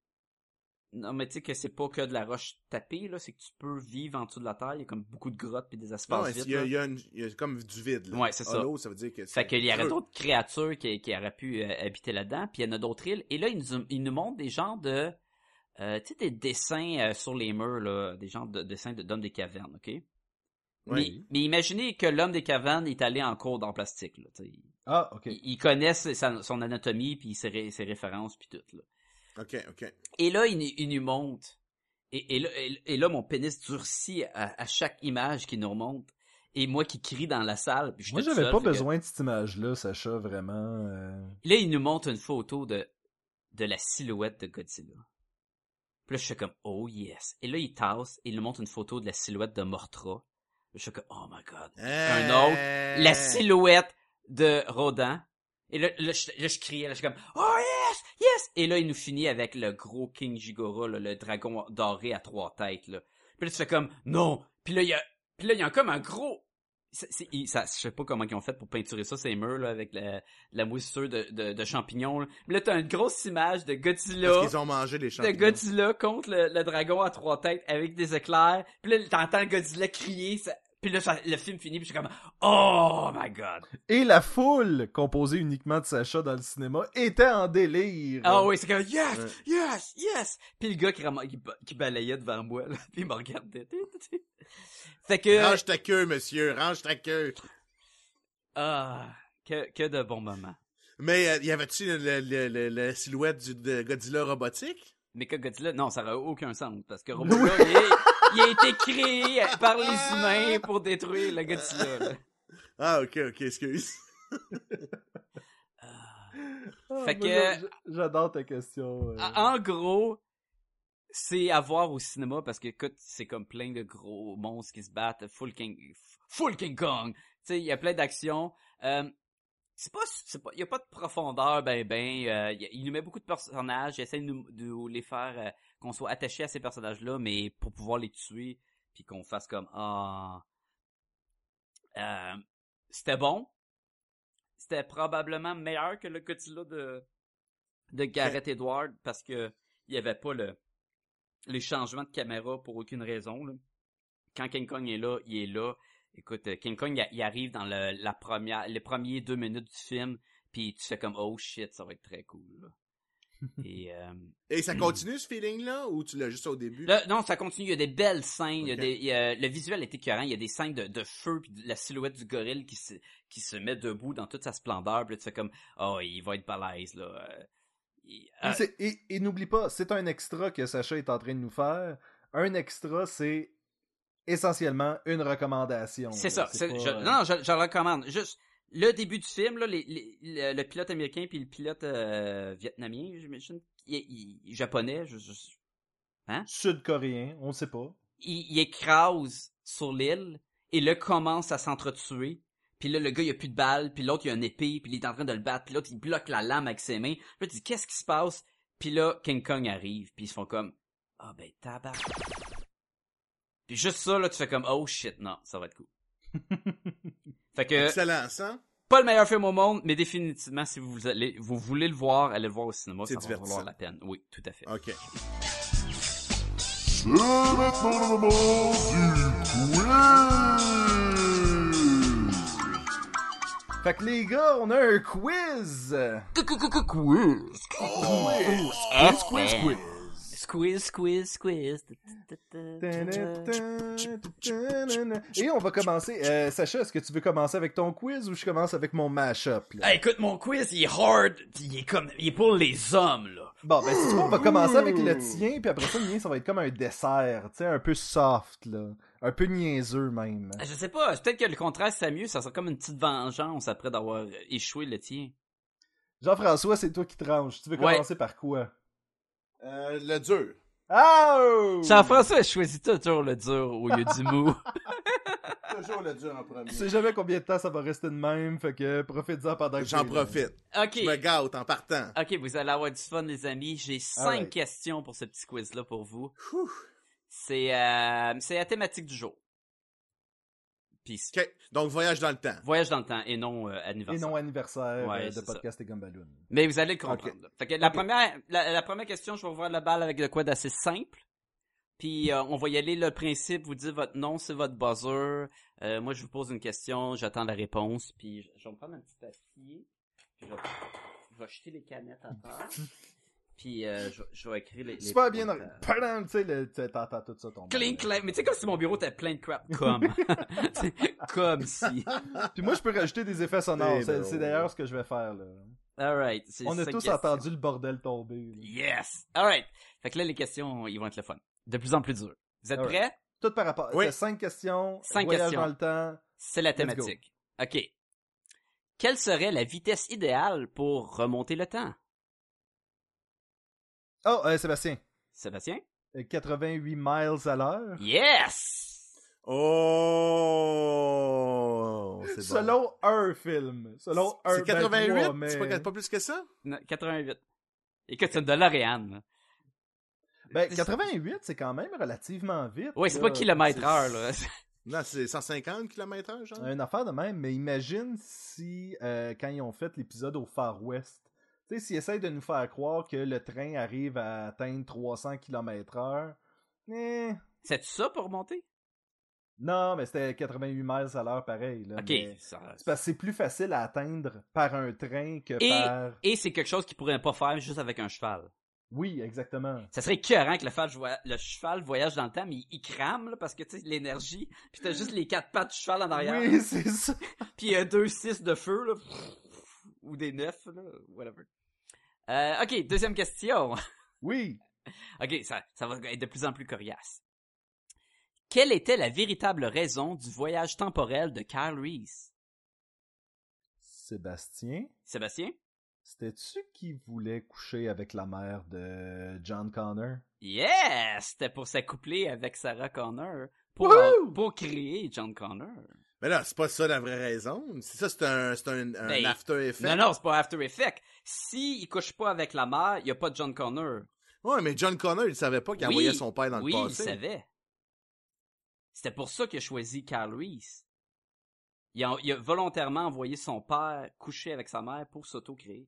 Non, mais tu sais que c'est pas que de la roche tapée, là, c'est que tu peux vivre en dessous de la Terre, il y a comme beaucoup de grottes puis des Non, espaces mais vides. il y, a, là. il y a une- il y a comme du vide, là. Ouais, c'est ça. Hollow, ça veut dire que c'est... Fait qu'il y aurait creux. d'autres créatures qui, qui auraient pu euh, habiter là-dedans, puis il y en a d'autres îles. Et là, ils nous, ils nous montrent des genres de... Euh, tu sais, des dessins euh, sur les murs, là, des genres de dessins de, d'hommes des cavernes, OK? Mais, Oui. mais imaginez que l'homme des cavernes est allé en cours d'art plastique, là, tu sais. Ah, ok. Il, il connaît sa- son anatomie, puis ses, ré- ses références, puis tout, là. OK, OK. Et là, il, nous- il nous montre. Et, et, là, et, et là, mon pénis durcit à, à chaque image qui nous remonte. Et moi qui crie dans la salle. Puis Moi, j'étais j'avais tout pas seul, fait que- besoin de cette image-là, Sacha, vraiment. euh. Là, il nous montre une photo de, de la silhouette de Godzilla. Puis là, je suis comme, oh yes. Et là, il tasse, et il nous montre une photo de la silhouette de Mortra. Je suis comme, oh my god. Un autre. La silhouette de Rodan. Et là, là, je, là, je criais, là, je suis comme, oh yes, yes! Et là, il nous finit avec le gros King Ghidorah, là, le dragon doré à trois têtes, là. Puis là, tu fais comme, non! Puis là, il y a, puis là, il y a comme un gros... C'est, c'est, il- ça, je sais pas comment ils ont fait pour peinturer ça, ces murs, là, avec la, la moussure de, de, de champignons, là. Mais là, t'as une grosse image de Godzilla... Parce qu'ils ont mangé les de champignons. Godzilla contre le, le dragon à trois têtes avec des éclairs. Puis là, t'entends Godzilla crier, ça... Puis là, ça- le film finit, puis je suis comme, oh my god! Et la foule, composée uniquement de Sacha dans le cinéma, était en délire. Ah oui, c'est comme yes, Ouais. yes, yes. Puis le gars qui, ram- qui, ba- qui balayait devant moi, là, puis il me regardait. Fait que Range ta queue, monsieur, range ta queue. ah, que que de bons moments. Mais euh, y avait-tu le- le- le- la silhouette du, de Godzilla robotique? Mais que Godzilla, non, ça aurait aucun sens parce que Robola, il, est- il a été créé par les humains pour détruire le Godzilla. Là. Ah, ok, ok, excuse. Ah. Ah, Fait moi, que- j'a- j'adore ta question. euh. En gros, c'est à voir au cinéma parce que écoute, c'est comme plein de gros monstres qui se battent, full King, full King Kong. Tu sais, il y a plein d'actions. Euh, c'est pas, c'est pas, il y a pas de profondeur, ben ben. Euh, il y a- il nous met beaucoup de personnages. Il essaie de nous, de nous les faire euh, qu'on soit attaché à ces personnages-là, mais pour pouvoir les tuer, puis qu'on fasse comme ah. Euh, c'était bon. C'était probablement meilleur que le Godzilla de de Gareth Edwards parce que il y avait pas le les changements de caméra pour aucune raison là. Quand King Kong est là, il est là. Écoute, euh, King Kong il, il arrive dans le la première les premiers deux minutes du film, puis tu fais comme oh shit, ça va être très cool là. Et euh, Et ça continue ce feeling-là, ou tu l'as juste au début? là, non, ça continue. Il y a des belles scènes. Il y a Ok. des, il y a- le visuel est écœurant. Il y a des scènes de, de feu puis de la silhouette du gorille qui se, qui se met debout dans toute sa splendeur. Puis là, tu fais comme, oh, il va être balèze, là. Euh, il- Mais euh, c'est- Et, et n'oublie pas, c'est un extra que Sacha est en train de nous faire. Un extra, c'est essentiellement une recommandation. c'est là. ça. c'est- pas, je, euh, non, je, je le recommande. Juste, le début du film, là, les, les- le, le pilote américain puis le pilote euh, vietnamien, j'imagine, il, il- il- japonais, je, je, Sud-coréen, on sait pas. il, il écrase sur l'île et là commence à s'entretuer. Puis là, le gars, il a plus de balles, puis l'autre, il a une épée, puis il est en train de le battre, puis l'autre, il bloque la lame avec ses mains. Puis là, tu dis, qu'est-ce qui se passe? Puis là, King Kong arrive, puis ils se font comme, ah ben, tabac. Puis juste ça, là, tu fais comme, oh shit, non, ça va être cool. Fait que, Excellent, ça. pas le meilleur film au monde, mais définitivement, si vous, allez, vous voulez le voir, allez le voir au cinéma, C'est ça va valoir divertissant. la peine. Oui, tout à fait. Ok. C'est maintenant le moment du quiz! Fait que les gars, on a un quiz! Quiz. Quiz, quiz, quiz! Squiz, squiz, squiz. Et on va commencer. Euh, Sacha, est-ce que tu veux commencer avec ton quiz ou je commence avec mon mash-up? Là? Hey, écoute, mon quiz, il est hard. Il est comme, il est pour les hommes, là. Bon, ben, si tu veux, on va commencer avec le tien, puis après ça, le mien, ça va être comme un dessert, tu sais, un peu soft, là. Un peu niaiseux, même. Je sais pas, peut-être que le contraire, c'est mieux. Ça sera comme une petite vengeance après d'avoir échoué le tien. Jean-François, c'est toi qui tranches. Tu veux Ouais. commencer par quoi? Euh, le dur. Oh! Jean-François, choisis toujours le dur au lieu du mou. Toujours le dur en premier. Tu sais jamais combien de temps ça va rester de même, fait que profite-en pendant que J'en t'es là. profite. Ok. Je me gâte en partant. Ok, vous allez avoir du fun, les amis. J'ai cinq Alright. questions pour ce petit quiz-là pour vous. Ouh. C'est euh, c'est la thématique du jour. Puis c'est- OK. Donc, voyage dans le temps. voyage dans le temps et non euh, Et anniversaire. non anniversaire Ouais, euh, de c'est podcast et Gumballoon. Mais vous allez le comprendre. Ok. là. Fait que la Ok. première la, la première question, je vais ouvrir la balle avec de quoi d'assez simple. Puis euh, on va y aller le principe, vous dites votre nom, c'est votre buzzer. Euh, moi je vous pose une question, j'attends la réponse, puis je, je vais me prendre un petit papier. Puis je vais, je vais jeter les canettes à terre. Puis euh, je, je vais écrire les, les Super bien. points, dans- euh, Pardon, tu sais, le- tu t'entends tout ça tomber. Clink, clink. Mais tu sais, comme si mon bureau était plein de crap. Comme. C'est comme si. Puis moi, je peux rajouter des effets sonores. Eh C'est ben, c'est ouais. d'ailleurs ce que je vais faire, là. Alright. c'est On a cinq tous questions. entendu le bordel tomber. là. Yes! Alright. Fait que là, les questions, ils vont être le fun. De plus en plus dures. Vous êtes Alright. prêts? Tout par rapport. Oui. T'as cinq questions. Cinq voyage questions. dans le temps. C'est la Let's thématique. OK. Quelle serait la vitesse idéale pour remonter le temps? Oh, euh, Sébastien. Sébastien? Euh, quatre-vingt-huit miles à l'heure. Yes! Oh! C'est bon. Selon un film. Selon un C'est quatre-vingt-huit? ben, trois, mais... C'est pas, pas plus que ça? Non, quatre-vingt-huit. Écoute, c'est une DeLorean. là. Ben, quatre-vingt-huit, c'est quand même relativement vite. Ouais, c'est là. pas kilomètre C'est- heure, là. Non, c'est cent cinquante kilomètres heure, genre? Une affaire de même, mais imagine si, euh, quand ils ont fait l'épisode au Far West, tu sais, s'ils essayent de nous faire croire que le train arrive à atteindre trois cents kilomètres heure, eh, C'est ça pour remonter? non, mais c'était quatre-vingt-huit miles à l'heure pareil. Là, OK. mais Ça- c'est parce que c'est plus facile à atteindre par un train que Et, par... et c'est quelque chose qu'ils pourraient pas faire juste avec un cheval. Oui, exactement. Ça serait écœurant que le cheval, voy- le cheval voyage dans le temps, mais il, il crame, là, parce que, tu sais, l'énergie, pis t'as juste les quatre pattes du cheval en arrière, Oui, c'est ça. pis euh, deux six de feu, là, ou des neuf, là, whatever. Euh, ok, deuxième question. Oui. Ok, ça, ça va être de plus en plus coriace. Quelle était la véritable raison du voyage temporel de Kyle Reese? Sébastien, Sébastien? c'était-tu qui voulait coucher avec la mère de John Connor? Yes! C'était pour s'accoupler avec Sarah Connor, pour, Wouhou! pour créer John Connor. Mais là, c'est pas ça la vraie raison. C'est ça, c'est un, c'est un, un Ben, after effect. Non, non, c'est pas After Effect. Si il couche pas avec la mère, il y a pas de John Connor. Ouais, mais John Connor, il savait pas qu'il envoyait son père dans oui, le passé. il savait. C'était pour ça qu'il a choisi Kyle Reese. Il a, il a volontairement envoyé son père coucher avec sa mère pour s'auto-créer.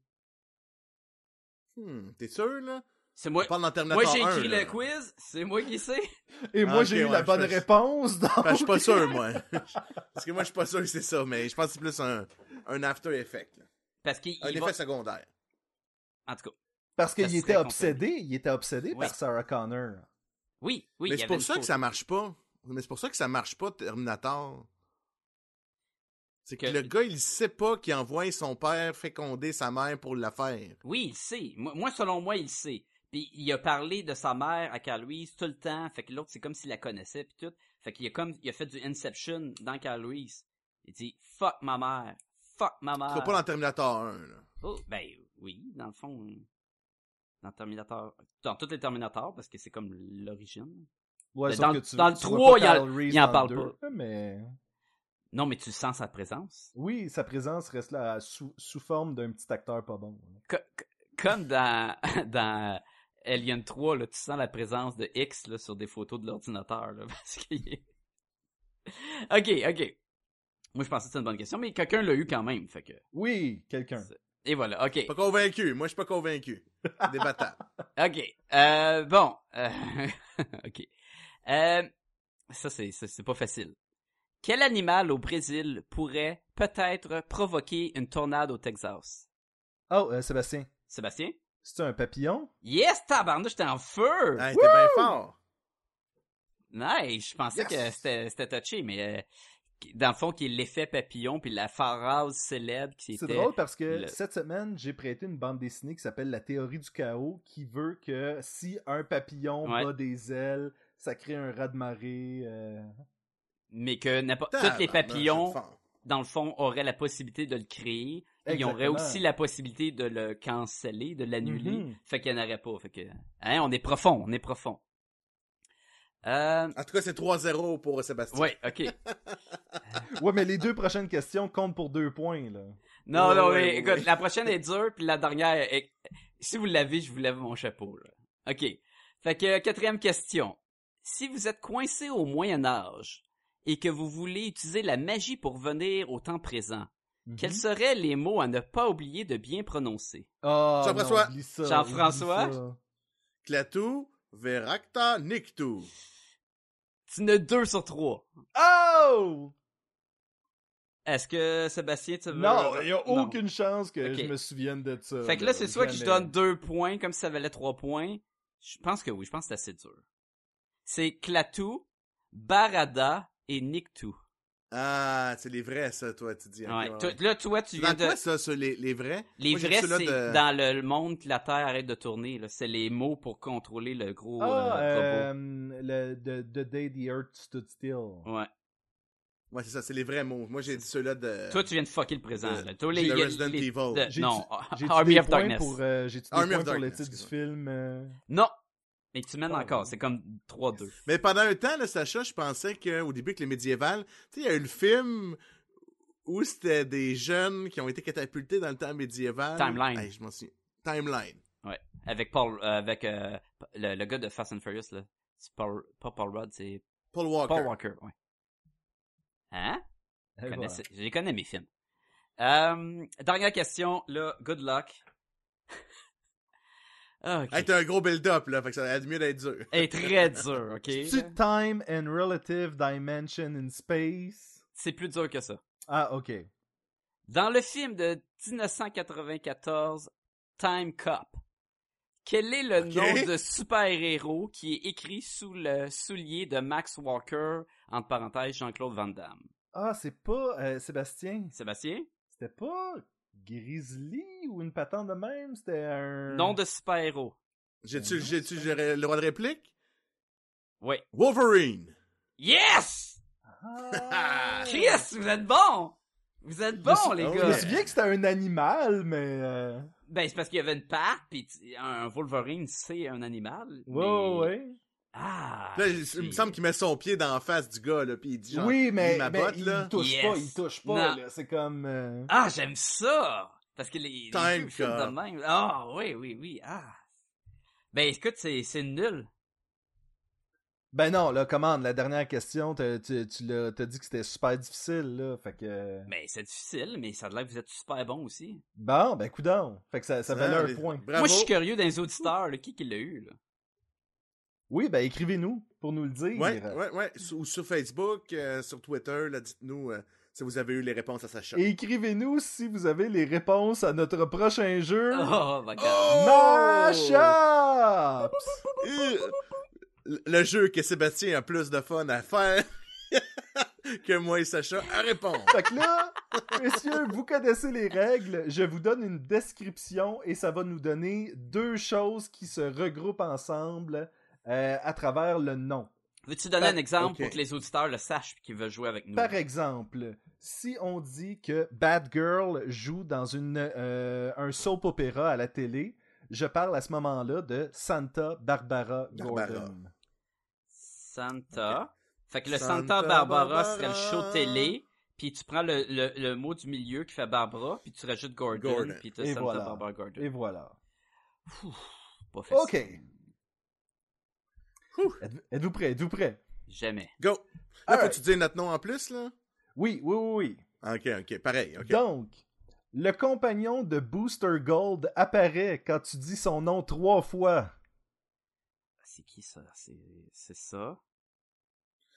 Hmm, t'es sûr, là? C'est moi. On parle dans Terminator Moi, j'ai un, écrit là. le quiz, c'est moi qui sais. Et Ah, moi, ok, j'ai eu ouais, la je bonne fais- réponse, donc... Ben, je suis pas sûr, moi. Parce que moi, je suis pas sûr que c'est ça, mais je pense que c'est plus un, un after effect. Là. Parce qu'il Un il effet va... secondaire. En tout cas. Parce Ça qu'il serait était compagnie. obsédé, il était obsédé Oui. par Sarah Connor. Oui, oui. mais il y c'est avait pour une ça que photo. ça marche pas. Mais c'est pour ça que ça marche pas, Terminator. C'est que, Que- le gars, il sait pas qu'il envoie son père féconder sa mère pour la faire. Oui, il sait. Moi, moi, selon moi, il sait. Puis il a parlé de sa mère à Carl Louise tout le temps. Fait que l'autre, c'est comme s'il la connaissait puis tout. Fait qu'il a comme il a fait du Inception dans Carl Louise. Il dit fuck ma mère, fuck ma C'est mère. pas dans Terminator un, là. Oh, ben oui, dans le fond, euh, dans Terminator, dans tous les Terminators parce que c'est comme l'origine. Ouais, Mais sauf dans- que tu, dans le tu vois trois, pas il en- Kyle Reese il en dans parle le deux, pas. Mais Non, mais tu sens sa présence. oui, sa présence reste là sous, sous forme d'un petit acteur pas bon. Co- co- comme dans dans Alien trois, là, tu sens la présence de X là, sur des photos de l'ordinateur. Là, parce qu'il est... Ok, ok. Moi, je pensais que c'était une bonne question, mais quelqu'un l'a eu quand même. Fait que... Oui, quelqu'un. Et voilà, ok. Pas convaincu. Moi, je suis pas convaincu. C'est débattable. Ok. Euh, bon. Euh... ok. Euh, ça, c'est, c'est, c'est pas facile. Quel animal au Brésil pourrait peut-être provoquer une tornade au Texas? Oh, euh, Sébastien, Sébastien? c'est un papillon? Yes, tabarnouche, j'étais en feu! Ah, t'es bien fort. Nice, je pensais Yes. que c'était, c'était touché, mais euh, dans le fond, qui est l'effet papillon, puis la phrase célèbre qui C'est était... drôle parce que le- cette semaine, j'ai prêté une bande dessinée qui s'appelle La théorie du chaos, qui veut que si un papillon Ouais. bat des ailes, ça crée un raz-de-marée. euh. Mais que n'importe... tous Tabarnak, les papillons, c'est fort. dans le fond, auraient la possibilité de le créer. Et ils auraient Exactement. aussi la possibilité de le canceller, de l'annuler. Mhm. Fait qu'il n'y en aurait pas. Fait que, hein, on est profond, on est profond. Euh, En tout cas, c'est trois zéro pour Sébastien. ouais, ok. Ouais, mais les deux prochaines questions comptent pour deux points, là. Non, Ouais, non, ouais, mais ouais, écoute, ouais. la prochaine est dure, puis la dernière est... Si vous l'avez, je vous lève mon chapeau, là. Ok. Fait que, quatrième question. Si vous êtes coincé au Moyen-Âge et que vous voulez utiliser la magie pour venir au temps présent, Mhm. quels seraient les mots à ne pas oublier de bien prononcer? Ah, Jean-François. non, oublie ça, Jean-François. oublie ça. Clatou, Veracta, Nictou. Tu n'as deux sur trois. Oh! Est-ce que, Sébastien, tu veux... Non, il n'y a Non. aucune chance que Ok. je me souvienne de ça. Fait que là, c'est soit que je jamais. donne deux points, comme si ça valait trois points. Je pense que oui, je pense que c'est assez dur. C'est Clatou, Barada et Nictou. Ah, c'est les vrais, ça, toi, tu dis. Ok, Ouais. ouais, Toi- ouais. Là, toi, tu viens Dans quoi, de... ça, ça, les, les vrais? Les Moi, j'ai vrais, ceux-là c'est de- dans le monde que la Terre arrête de tourner. Là. C'est les mots pour contrôler le gros Ah, euh, euh, robot. le the, the Day the Earth Stood Still. Ouais. Ouais, c'est ça, c'est les vrais mots. Moi, j'ai dit ceux-là de... Toi, tu viens de fucker le présent. de- Là. Toi, de les, les- Resident les- Evil. de- J'ai-tu- non, J'ai-tu Army des of points Darkness. pour, euh, j'ai-tu des Army points of pour le Darkness, titre du excuse-moi. film? euh? Non! Mais tu mènes Oh. encore. C'est comme trois deux. Mais pendant un temps, là, Sacha, je pensais qu'au début, avec les médiévales, tu sais, il y a eu le film où c'était des jeunes qui ont été catapultés dans le temps médiéval. Timeline. Hey, je m'en souviens. Timeline. Ouais. Avec Paul, euh, avec euh, le, le gars de Fast and Furious, là. C'est Paul, pas Paul Rudd, c'est Paul Walker. Paul Walker, ouais. Hein? Et Je, voilà. connais, je les connais, mes films. Euh, dernière question, là. Good luck. Ah, ok. Hey, t'as un gros build-up, là, fait que ça a mieux d'être dur. Elle est très dur, ok? C'est-tu Time and Relative Dimension in Space? C'est plus dur que ça. Ah, ok. Dans le film de dix-neuf cent quatre-vingt-quatorze, Time Cop, quel est le Ok. nom de super-héros qui est écrit sous le soulier de Max Walker, entre parenthèses, Jean-Claude Van Damme? Ah, c'est pas euh, Sébastien. Sébastien? C'était pas Grizzly ou une patente de même? C'était un... Nom de super-héros. J'ai-tu, j'ai-tu, j'aurais le droit de réplique? Oui. Wolverine! Yes! Ah! Chris, vous êtes bons! Vous êtes bons, Je me les sou- Je gars! me souviens que c'était un animal, mais... euh, Ben, c'est parce qu'il y avait une patte, pis tu- un Wolverine, c'est un animal. Ouais, mais- ouais. Ah! Là, il il me semble qu'il met son pied dans la face du gars, là, pis il dit genre, Oui, mais, lis ma mais botte, il là. touche Yes. pas, il touche pas, Non. là. C'est comme... euh, Ah, j'aime ça! Parce que les, les Time vieux films de Cop. même... Ah, oui, oui, oui, ah! Ben, écoute, c'est, c'est nul. Ben non, là, commande, la dernière question, t'as- tu, tu l'as, t'as dit que c'était super difficile, là, fait que... Ben, c'est difficile, mais ça a l'air que vous êtes super bon aussi. Bon, ben coudonc. Fait que ça, ça valait Ah, un les- point. Bravo. Moi, je suis curieux dans les auditeurs, là, qui qui l'a eu, là? Oui, ben écrivez-nous pour nous le dire. Ouais, ouais, ouais. Sur- Ou sur Facebook, euh, sur Twitter, là, dites-nous euh, si vous avez eu les réponses à Sacha. Et écrivez-nous si vous avez les réponses à notre prochain jeu. Oh, my God. Mashup! Euh, Le jeu que Sébastien a plus de fun à faire que moi et Sacha à répondre. Fait que là, messieurs, vous connaissez les règles. Je vous donne une description et ça va nous donner deux choses qui se regroupent ensemble euh, à travers le nom. Veux-tu donner Par- un exemple ok. pour que les auditeurs le sachent et qu'ils veulent jouer avec nous? Par exemple, si on dit que Bad Girl joue dans une, euh, un soap opéra à la télé, je parle à ce moment-là de Santa Barbara Barbara. Gordon. Santa. Fait que le Santa Santa Barbara, Barbara. serait le show télé, puis tu prends le, le, le mot du milieu qui fait Barbara, puis tu rajoutes Gordon, Gordon. puis tu Et Santa voilà. Barbara Gordon. Et voilà. Pas facile. OK. Êtes- Êtes-vous prêts? Êtes-vous prêts? Jamais. Go! Là, Alright. faut-tu dire notre nom en plus, là? Oui, oui, oui, oui. Ok, ok, pareil, ok. Donc, le compagnon de Booster Gold apparaît quand tu dis son nom trois fois. C'est qui ça? C'est, c'est ça?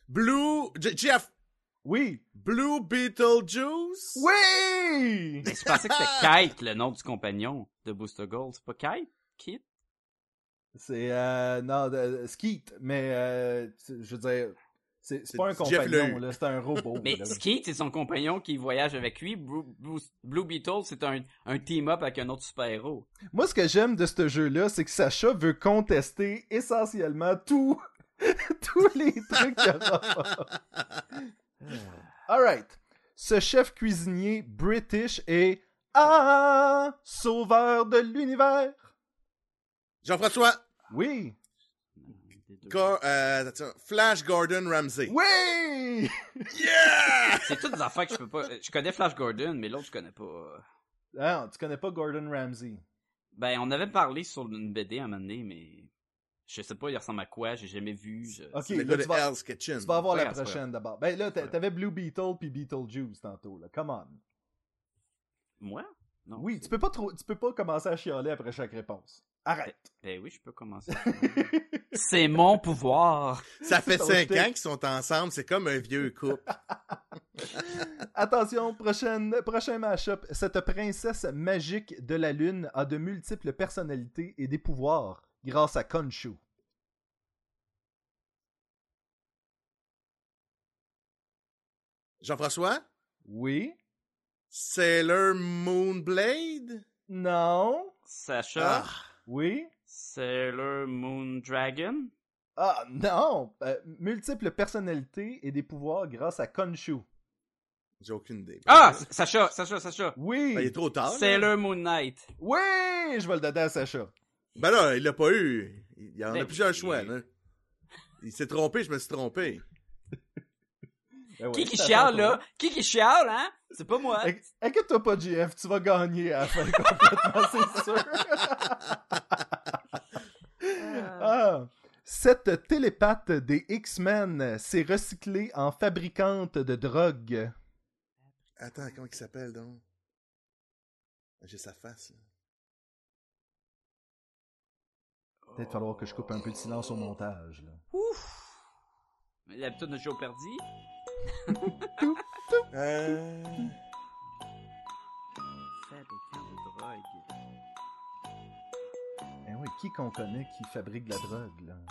Blue... J- Jeff! Oui! Blue Beetlejuice? Oui! Mais je pensais que c'était Kite, le nom du compagnon de Booster Gold. C'est pas Kite? Kit? C'est, euh, non, de, Skeet, mais, euh, je veux dire, c'est, c'est pas un C'est Jeff compagnon, Le- là, c'est un robot. Mais là. Skeet, c'est son compagnon qui voyage avec lui. Blue, Blue, Blue Beetle, c'est un, un team-up avec un autre super-héros. Moi, ce que j'aime de ce jeu-là, c'est que Sacha veut contester essentiellement tout, tous les trucs de Rafa. Alright. Ce chef cuisinier british est ah, sauveur de l'univers. Jean-François. Oui. Gar- euh, attends, Flash Gordon Ramsay. Oui! Yeah! C'est toutes des affaires que je peux pas... Je connais Flash Gordon, mais l'autre, je connais pas. Ah, tu connais pas Gordon Ramsay. Ben, on avait parlé sur une B D à un moment donné, mais... Je sais pas, il ressemble à quoi, j'ai jamais vu. Je... Ok, Le là, gars tu de vas, Hell's Kitchen. tu vas avoir C'est la pas grave, c'est pas prochaine d'abord. Ben là, t'a- t'avais Blue Beetle puis Beetlejuice tantôt, là. Come on. Moi? Non. Oui, c'est- tu peux pas trop, tu peux pas commencer à chialer après chaque réponse. Arrête. Ben oui, je peux commencer. C'est mon pouvoir. Ça fait ton cinq shtick. ans qu'ils sont ensemble, c'est comme un vieux couple. Attention, prochaine, prochain match-up. Cette princesse magique de la lune a de multiples personnalités et des pouvoirs grâce à Khonshu. Jean-François? Oui? Sailor Moonblade? Non? Sacha, Ah, Oui? Sailor Moon Dragon. Ah, non! Euh, multiples personnalités et des pouvoirs grâce à Khonshu. j'ai aucune idée. Ah! Sacha, Sacha, Sacha. Oui! Ben, il est trop tard. là. Sailor Moon Knight. Oui! Je vais le donner à Sacha. Ben là, il l'a pas eu. Il y en a Ben plusieurs oui. choix, là. Il s'est trompé, je me suis trompé. Ben ouais, Qui qui c'est à chiale, ton là? tour. Qui qui chiale, hein? C'est pas moi. Inqui- Inquiète-toi pas, J F, tu vas gagner à la fin complètement, c'est sûr. Ah. Cette télépathe des X-Men s'est recyclée en fabricante de drogue. Attends, comment il s'appelle, donc? J'ai sa face, là. Peut-être falloir que je coupe un peu de silence au montage. Là. Ouf! Mais L'habitude de Joe Perdi. Euh... Fabricant de drogue. Eh oui, qui qu'on connaît qui fabrique de la drogue, là?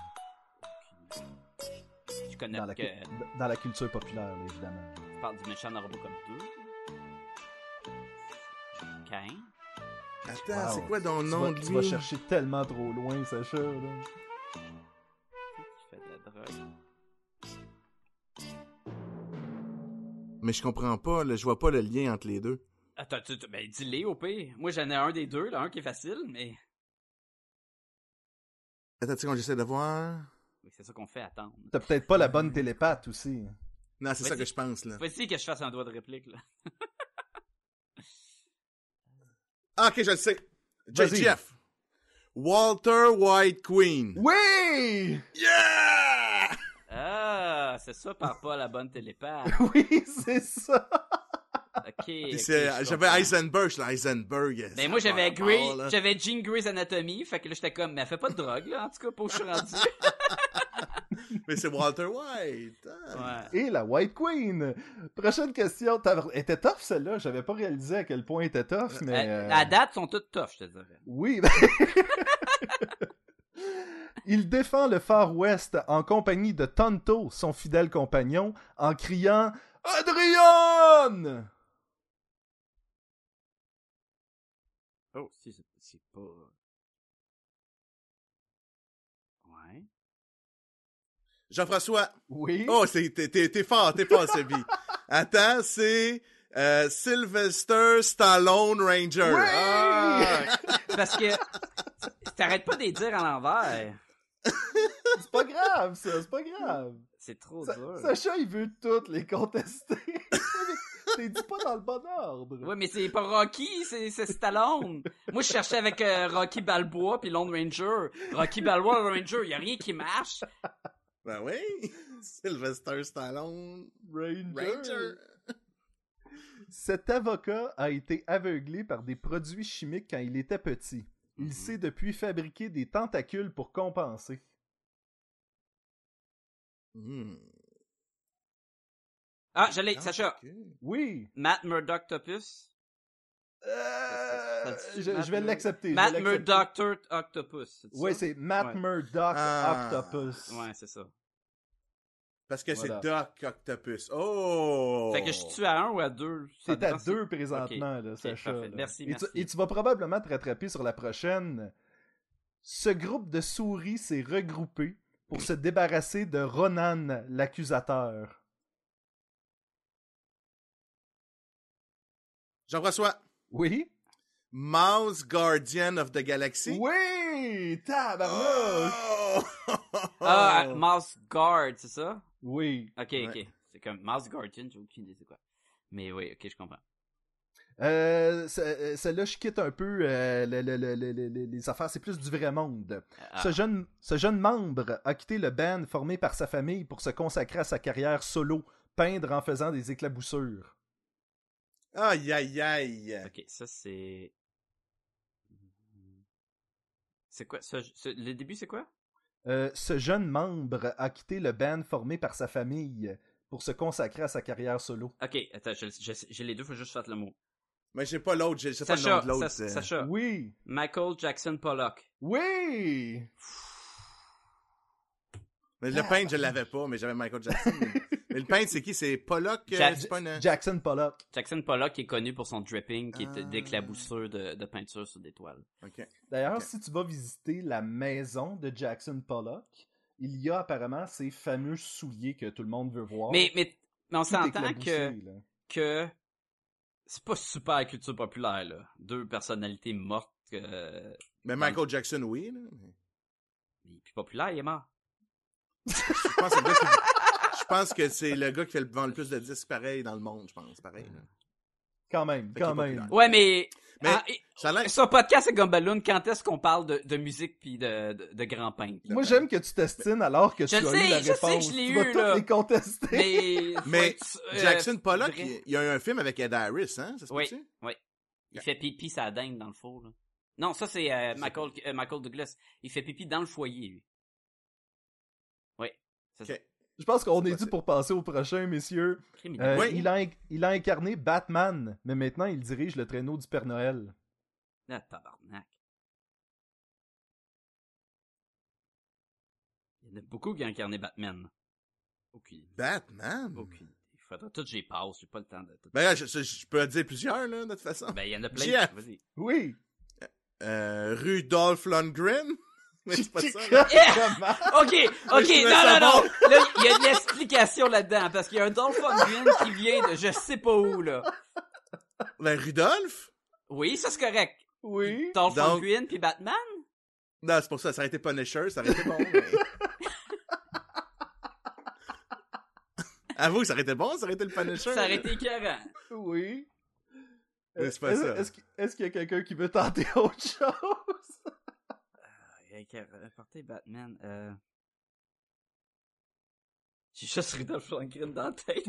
Je connais Dans la, que... cu- dans la culture populaire, là, évidemment. Tu parles du méchant dans Robocop deux. Cain. Attends, Wow. c'est quoi ton Tu nom vas, de tu lui? vas chercher tellement trop loin, Sacha, là. Qui fait de la drogue? Mais je comprends pas, là, je vois pas le lien entre les deux. Attends, tu, tu, ben dis-les au pire. Moi j'en ai un des deux, là, un qui est facile, mais... Attends, tu sais, quand j'essaie de voir... Oui, c'est ça qu'on fait attendre. T'as peut-être pas la bonne télépathe aussi. Non, c'est ça Vas-y. que je pense, là. Faut-il que je fasse un doigt de réplique, là? Ah, ok, je le sais. J- Vas-y. Jeff. Walter White Queen. Oui! Yeah! Ah, c'est ça par pas la bonne télépathe. Oui, c'est ça! Ok. Puis ok, c'est- je j'avais comprends. Heisenberg, là, Heisenberg. Ben ça moi a j'avais pas Grey, rapport, là. j'avais Jean Grey's Anatomy, fait que là j'étais comme, mais elle fait pas de drogue là, en tout cas, pour où je suis rendu. Mais c'est Walter White. Ah. Ouais. Et la White Queen! Prochaine question. T'as- Elle était tough, celle-là. J'avais pas réalisé à quel point elle était tough, mais... À, euh, à date, sont toutes tough, je te dirais. Oui. Il défend le Far West en compagnie de Tonto, son fidèle compagnon, en criant « Adrian! Oh, si, c'est- c'est pas... Ouais. Jean-François. » Oui. Oh, c'est, t'es, t'es, t'es fort, t'es fort, Sebi. Attends, c'est euh, Sylvester Stallone Ranger. Oui! Ah, parce que t'arrêtes pas de les dire à l'envers. C'est pas grave, ça. C'est pas grave. C'est trop Sa- dur. Sacha, il veut toutes les contester. T'es dit pas dans le bon ordre. Ouais, mais c'est pas Rocky, c'est, c'est Stallone. Moi, je cherchais avec euh, Rocky Balboa puis Lone Ranger. Rocky Balboa, Lone Ranger, y a rien qui marche. Ben oui. Sylvester Stallone Ranger. Ranger. Cet avocat a été aveuglé par des produits chimiques quand il était petit. Il Mhm. sait depuis fabriquer des tentacules pour compenser. Hmm. Ah, je l'ai, Ah, Sacha. ok. Oui. Matt Murdock-Topus. Euh, Ça- ça- je, Matt je vais Mur- l'accepter. je Matt vais l'accepter. Murdock Octopus. c'est Oui, ça? c'est Matt Ouais. Murdock Ah. Octopus. Ouais, c'est ça. Parce que Voilà. c'est Doc Octopus. Oh! Fait que je suis à un ou à deux? Ça T'es à dépend si- deux présentement, Ok, là, ok, Sacha. parfait. là. Merci, et, merci. Tu, et tu vas probablement te rattraper sur la prochaine. Ce groupe de souris s'est regroupé pour se débarrasser de Ronan, l'accusateur. Jean-François. Oui? Mouse Guardian of the Galaxy. Oui! Tabarnouche! Oh! Ah, euh, Mouse Guard, c'est ça? Oui. Ok, Ouais. ok. C'est comme Mouse Guardian, j'ai aucune idée c'est quoi. Mais oui, ok, je comprends. Euh, ce- euh, Celle-là, je quitte un peu euh, le- le- le- le- le- les affaires. C'est plus du vrai monde. Ah. Ce, jeune, ce jeune membre a quitté le band formé par sa famille pour se consacrer à sa carrière solo, peindre en faisant des éclaboussures. Aïe, aïe, aïe. Ok, ça c'est... C'est quoi? Ce, ce- le début, c'est quoi? Euh, ce jeune membre a quitté le band formé par sa famille pour se consacrer à sa carrière solo. Ok, attends, je- je- j'ai les deux, faut juste faire le mot. Mais j'ai pas l'autre, je sais pas le nom Sacha, de l'autre. Sa- euh. Sacha. Oui! Michael Jackson Pollock. Oui! Mais le peintre, je l'avais pas, mais j'avais Michael Jackson. mais... mais le peintre, c'est qui? C'est Pollock? euh, Ja- c'est pas une... Jackson Pollock. Jackson Pollock est connu pour son dripping, qui Ah. est d'éclaboussure de, de peinture sur des toiles. Ok. D'ailleurs, Ok. si tu vas visiter la maison de Jackson Pollock, il y a apparemment ces fameux souliers que tout le monde veut voir. Mais, mais, mais on Tout s'entend éclaboussé, que, là. que c'est pas super culture populaire, là. Deux personnalités mortes, euh, Mais Michael Jackson, oui. Là. il est plus populaire, il est mort. Je pense que c'est le gars qui- je pense que c'est le gars qui fait le, vend le plus de disques pareil dans le monde, je pense. Pareil. là. Quand même, Fait quand qu'il est même. populaire. Ouais, mais, Mais ah, et- ça a l'air... sur podcast à Gumballoon, quand est-ce qu'on parle de, de musique pis de, de, de grands peintres? Moi, j'aime que tu t'estines alors que Je tu le as sais, eu la je sais que réponse. je l'ai tu vas eu, toutes là. les contester. Mais, faut Mais être, euh, Jackson Pollock, vrai. il, il y a eu un film avec Ed Harris, hein? Ça se Oui, peut-tu? oui. Il fait pipi sa dinde dans le four, là. Non, ça c'est euh, Michael, euh, Michael Douglas. Il fait pipi dans le foyer, lui. Oui, c'est ça. Ok. Je pense qu'on C'est est dû possible. pour passer au prochain, messieurs. Crime, il Euh, Oui. il, a, inc- il a incarné Batman, mais maintenant il dirige le traîneau du Père Noël. Ah, tabarnak. Il y en a beaucoup qui ont incarné Batman. Aucune. Batman? Aucune. Il faudra tout, j'ai passe, j'ai pas le temps de tout. Ben là, je, je- je peux en dire plusieurs, là, de toute façon. Ben, il y en a plein. Jeff. Vas-y. Oui! Euh, Rudolph Lundgren? Mais c'est pas ça, là. Comment? Ok, ok, trouvais non, ça non, non. Là, il y a de l'explication là-dedans, parce qu'il y a un Dolph Lundgren qui vient de je sais pas où, là. Ben, Rudolph? Oui, ça c'est correct. Oui! Dolph Donc- Lundgren puis Batman? Non, c'est pour ça, ça aurait été Punisher, ça aurait été bon, mais... Avoue, ça aurait été bon, ça aurait été le Punisher. Ça aurait été écœurant. Oui! Mais c'est pas Est-ce ça. est-ce qu'il est-ce qu'il y a quelqu'un qui veut tenter autre chose? Porter Batman, euh... J'ai juste Rudolph Lundgren dans la tête.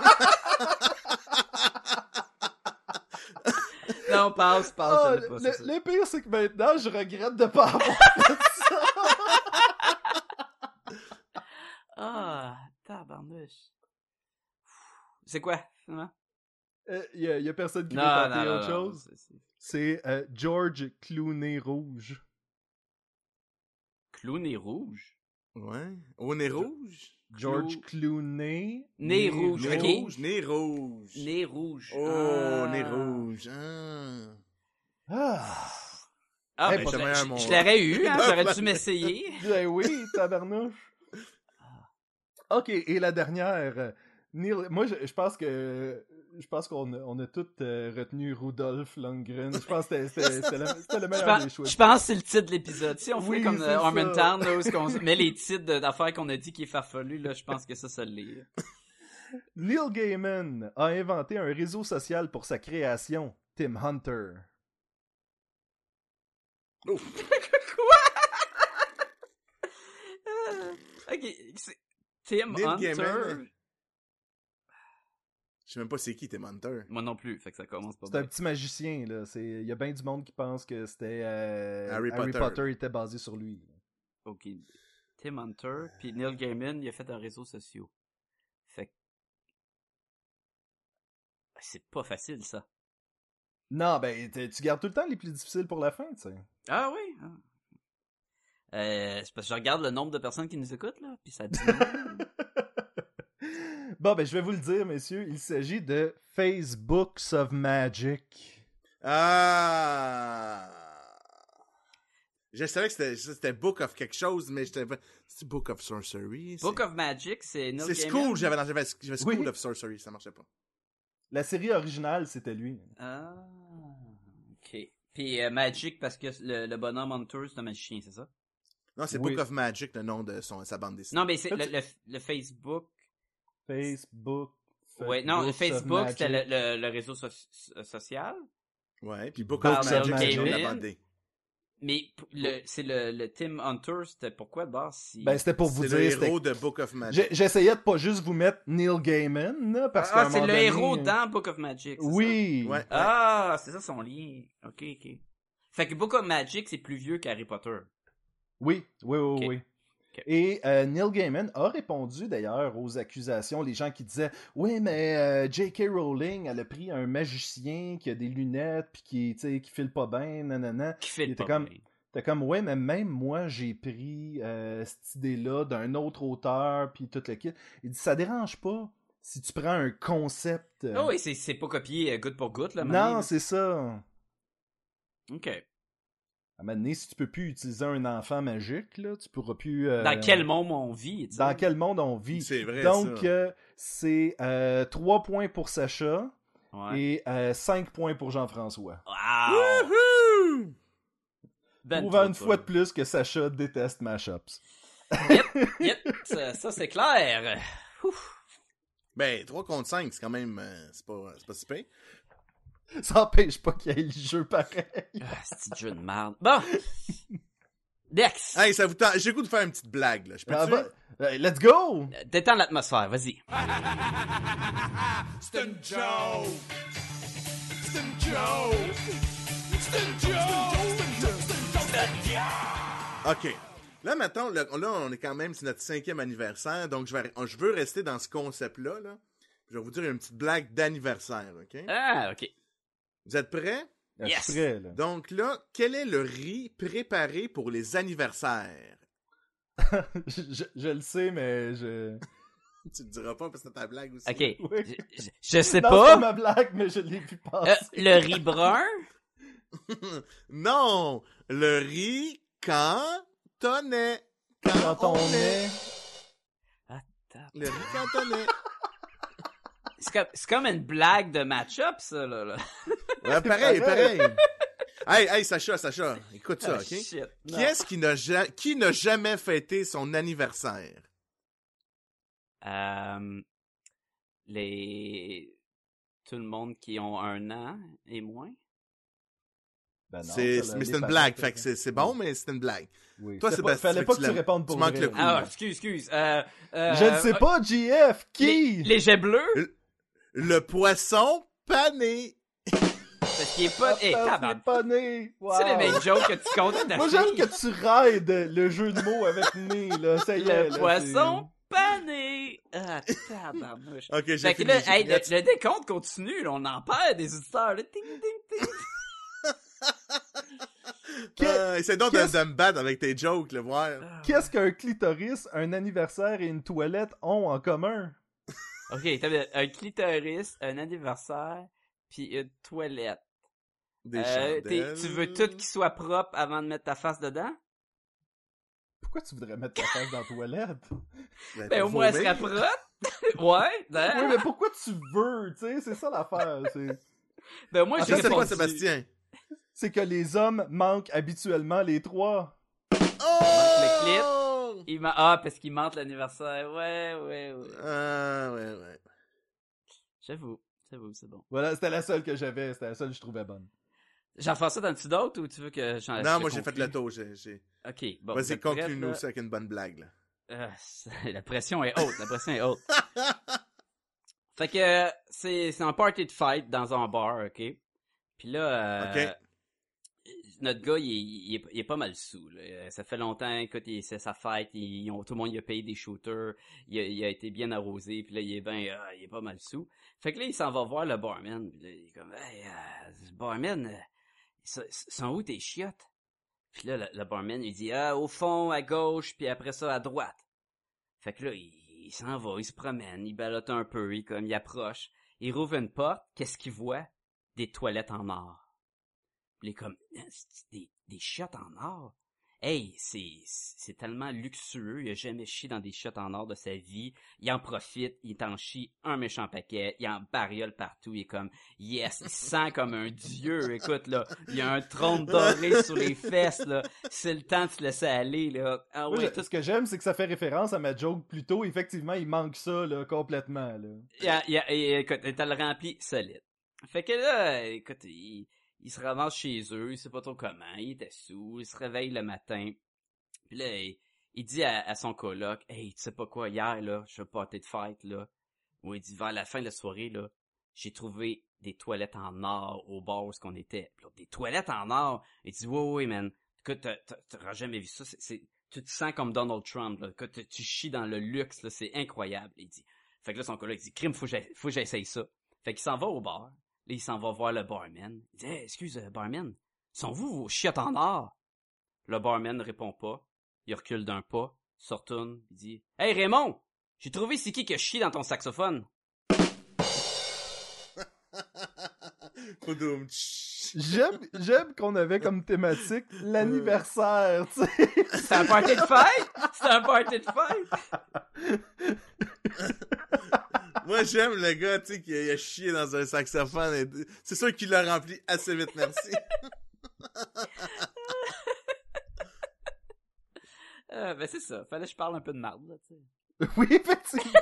Non, passe, passe, Ah, je l'ai pas, le, c'est ça. le pire, c'est que maintenant, je regrette de pas avoir fait ça. Ah, tabarnouche. C'est quoi, finalement? Il Euh, y, a- y a personne qui veut Non, tenter non, non, autre non, chose? c'est- c'est- C'est euh, George Clooney Rouge. Clooney rouge? Ouais. Au nez rouge? George Clou- Clooney. Nez rouge, Nez ok. rouge, nez rouge. Nez rouge. Oh, Ah. nez rouge. Ah. Ah! Ah, Eh, ben, ben, je, j'aimerais je- un mon- je l'aurais eu, hein, Ben, j'aurais ben, dû m'essayer. Ben oui, tabarnouche. Ok, et la dernière. euh, Neil, moi, je, je pense que. Je pense qu'on a, on a tous euh, retenu Rudolph Lundgren. Je pense que c'était- c'était c'était le, c'était le Je meilleur pense, des choix. je pense que c'est le titre de l'épisode. Si on Oui, fait comme c'est euh, ça. Harmontown, là, où est-ce qu'on met les titres de- d'affaires qu'on a dit qui est farfelu, là, je pense que ça, ça l'est. là. Neil Gaiman a inventé un réseau social pour sa création, Tim Hunter. Ah, ok, c'est Tim Neil Hunter. Gaiman. Je sais même pas c'est qui, Tim Hunter. Moi non plus, fait que ça commence pas C'est un bien. petit magicien, là. C'est- Il y a bien du monde qui pense que c'était euh, Harry Harry, Potter. Potter était basé sur lui. Ok. Tim Hunter, puis Neil Gaiman, il a fait un réseau social. Fait que c'est pas facile, ça. Non, ben, t- tu gardes tout le temps les plus difficiles pour la fin, tu sais. Ah oui? Ah. Euh, c'est parce que je regarde le nombre de personnes qui nous écoutent, là, puis ça diminue. Bon, ben, je vais vous le dire, messieurs. Il s'agit de Facebooks of Magic. Ah! Je savais que c'était, c'était Book of quelque chose, mais j'étais... C'est Book of Sorcery? Book c'est... of Magic, c'est Neil C'est Gaiman. School, j'avais, j'avais, j'avais School Oui. of Sorcery, ça marchait pas. La série originale, c'était lui. Ah, ok. Puis euh, Magic, parce que le, le bonhomme Hunter, c'est un magicien, c'est ça? Non, c'est Oui. Book of Magic, le nom de son, sa bande dessinée. Non, mais c'est Ça, le, tu- le, le Facebook. Facebook. Ouais, non, le Facebooks of Facebook, c'était Magic. le, le, le réseau so- so- social. Ouais, puis Book Par of Neil Magic, c'est le nom de la Gaiman. bande dessinée. Mais p- le, c'est le, le Tim Hunter, c'était pourquoi de base si... Ben, c'était pour vous C'est dire. le c'était- héros de Book of Magic. J'ai- J'essayais de pas juste vous mettre Neil Gaiman, là, parce qu'à ah, un c'est moment le donné- héros dans Book of Magic, c'est ça? Oui. Ouais. Ah, c'est ça son lien. Ok, ok. Fait que Book of Magic, c'est plus vieux qu'Harry Potter. Oui, oui, oui, Ok. oui. Ok. Et euh, Neil Gaiman a répondu d'ailleurs aux accusations, les gens qui disaient « Oui, mais euh, J K. Rowling, elle a pris un magicien qui a des lunettes puis qui, tu sais, qui file pas bien, nanana. Qui fait Il le était pas comme- bien. » T'es comme « Ouais, mais même moi, j'ai pris euh, cette idée-là d'un autre auteur puis tout le kit. » Il dit « Ça dérange pas si tu prends un concept. euh, Ah oui, c'est, c'est pas copié euh, goutte pour goutte, là. non, maintenant. c'est ça. Ok. À un moment donné, si tu peux plus utiliser un enfant magique, là, tu pourras plus... euh, Dans quel monde on vit, tu sais? Dans quel monde on vit. C'est vrai, Donc, ça. euh, c'est euh, trois points pour Sacha Ouais. et euh, cinq points pour Jean-François. Wow! Wouhou! Ben Prouvant trop une ça. fois de plus que Sacha déteste Mashups. Yep, ça, ça, c'est clair. Ouf. Ben, trois contre cinq, c'est quand même... euh, c'est pas, c'est pas si pire. Ça n'empêche pas qu'il y ait le jeu pareil. Ah, c'est un jeu de merde. Bon! Dex! Hey, ça vous tente... J'ai le goût de faire une petite blague, là. Je peux Ah, te bah, euh, let's go! Détends l'atmosphère, vas-y. C'est une joke! C'est une joke! C'est une joke! C'est une joke! OK. Là, maintenant, là, là, on est quand même... C'est notre cinquième anniversaire, donc je, vais, je veux rester dans ce concept-là, là. Je vais vous dire une petite blague d'anniversaire, OK? Ah, ok. Vous êtes prêts? Ah, Yes. je suis prêt, là. Donc là, quel est le riz préparé pour les anniversaires? je, je- je le sais, mais je... Tu le diras pas parce que c'est ta blague aussi. Ok. Oui. Je, je- je sais Non, pas. c'est pas ma blague, mais je l'ai vu passer. Euh, le riz brun? Non! Le riz cantonais. Quand on est... Attends. Le riz cantonais. C'est comme, c'est comme une blague de match-up, ça, là. là. Ouais, pareil, pareil. pareil. Hey, hey, Sacha, Sacha, écoute ça, Ah, OK? shit. Qui Non. est-ce qui n'a, ja- qui n'a jamais fêté son anniversaire? Euh, les... Tout le monde qui ont un an et moins? Ben non, c'est, ça, mais les c'est une parents, blague, ça, fait que c'est, c'est bon, mais c'est une blague. Oui. Toi, C'était pas- Sébastien, fallait tu pas que tu l'as- répondes pour tu manques vrai, le là. coup. Ah, excuse, excuse. Euh, euh, Je ne sais pas, J F. Qui? Les, les jets bleus? Le poisson pané. Parce qu'il est pas... Eh, Ah, tabarnak. c'est pas né. Wow. C'est les mêmes jokes que tu comptes ta Moi, fille. j'aime que tu raides le jeu de mots avec né, là. Ça y est. Le là, poisson pané! Ah, tabarnouche. OK, j'ai Fait que fini. là, j'ai hey, fini. le, le décompte continue, là, on en perd des auditeurs, là. Ting, ting, ting. Ah, essaie donc de, qu'est-ce- de me battre avec tes jokes, le voir. c'est- Qu'est-ce qu'un clitoris, un anniversaire et une toilette ont en commun? Ok, t'as un clitoris, un anniversaire, puis une toilette. Des Euh, t'es- chandelles. tu veux tout qui soit propre avant de mettre ta face dedans? Pourquoi tu voudrais mettre ta face dans la toilette? Ben, Ben, pour au moins, elle vomir. sera propre. Ouais, ben, Oui, mais pourquoi tu veux, tu sais? C'est ça l'affaire. C'est... ben, moi, Ah, j'ai Ça, c'est quoi, répondu. Sébastien? c'est que les hommes manquent habituellement les trois. Oh! Il m'a... Ah, parce qu'il mente l'anniversaire. Ouais, ouais, ouais. Ah, ouais, ouais. J'avoue, j'avoue, c'est bon. Voilà, c'était la seule que j'avais. C'était la seule que je trouvais bonne. J'en fais ça dans le d'autres ou tu veux que j'en Non, je moi, j'ai fait conclue? le tour. J'ai, j'ai... Ok, bon. vous Vas-y, êtes prêts, conclue-nous là? ça avec une bonne blague, là. Ah, c'est- la pression est haute, la pression est haute. Fait que euh, c'est c'est un party de fight dans un bar, ok. Puis là, euh, notre gars, il est, il, est, il est pas mal sous. Là. Ça fait longtemps, écoute, il, c'est sa fête, ils ont, tout le monde il a payé des shooters, il a, il a été bien arrosé, puis là, il est ben, euh, il est pas mal sous. Fait que là, il s'en va voir le barman, puis là, il est comme, hey, euh, barman, euh, ils sont où tes chiottes? Puis là, le, le barman, il dit, ah, au fond, à gauche, puis après ça, à droite. Fait que là, il, il s'en va, il se promène, il ballotte un peu, il, comme, il approche, il rouvre une porte, qu'est-ce qu'il voit? Des toilettes en or. Puis il est comme, c'est des, des chiottes en or? Hey, c'est, c'est tellement luxueux, il a jamais chié dans des chiottes en or de sa vie, il en profite, il t'en chie un méchant paquet, il en bariole partout, il est comme, yes, il sent comme un dieu, écoute, là, il y a un trône doré sur les fesses, là, c'est le temps de se laisser aller, là. Ah Moi, ouais, je- tout ce que j'aime, c'est que ça fait référence à ma joke plus tôt. Effectivement, il manque ça, là, complètement, là. Il a, il a, il- écoute, t'as le rempli solide. Fait que là, écoute, il, il se ramasse chez eux, il sait pas trop comment, il était sous, il se réveille le matin. Puis là, il, il dit à, à son coloc, hey, tu sais pas quoi, hier, là, je suis party de fête, là. Ou il dit, vers la fin de la soirée, là, j'ai trouvé des toilettes en or au bar où on était. Puis là, des toilettes en or. Il dit, oui, oui, man. Écoute, t'as- t'as- t'auras jamais vu ça. C'est, c'est, tu te sens comme Donald Trump, là. Écoute, tu, tu chies dans le luxe, là. C'est incroyable. Il dit. Fait que là, son coloc, il dit, crime, faut que j'aille- faut que j'essaye ça. Fait qu'il s'en va au bar. Là, il s'en va voir le barman. Il dit, hey, excuse, euh, barman. Sont-vous vos chiottes en or? Le barman ne répond pas. Il recule d'un pas, se retourne, il dit, hey, Raymond! J'ai trouvé c'est qui qui a chié dans ton saxophone. Poudoum, tch. J'aime, j'aime qu'on avait comme thématique l'anniversaire, tu sais. C'est un party de fête! C'est un party de fête! Moi, j'aime le gars, tu sais, qui a, il a chié dans un saxophone. Et... C'est sûr qu'il l'a rempli assez vite, merci. Euh, ben c'est ça, fallait que je parle un peu de marde, là, tu sais. Oui, effectivement.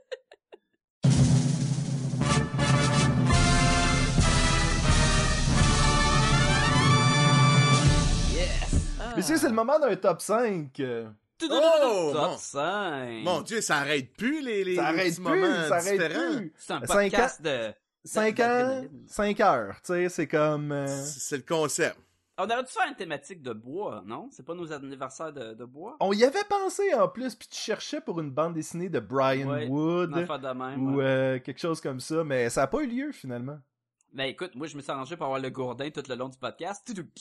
Yes! Mais si c'est le moment d'un top cinq. euh, Oh, Top mon- cinq! Mon Dieu, ça arrête plus les, les, Ça les arrête petits plus, moments ça arrête différents. plus. C'est un Cinq podcast de... cinq ans, d'adrénaline. cinq heures, tu sais, c'est comme... euh, C'est c'est le concept. On aurait dû faire une thématique de bois, non? C'est pas nos anniversaires de, de bois? On y avait pensé en plus, puis tu cherchais pour une bande dessinée de Brian Ouais, Wood, On va faire de même. ou ouais. euh, quelque chose comme ça, mais ça a pas eu lieu finalement. Ben écoute, moi je me suis arrangé pour avoir le gourdin tout le long du podcast. Tout de-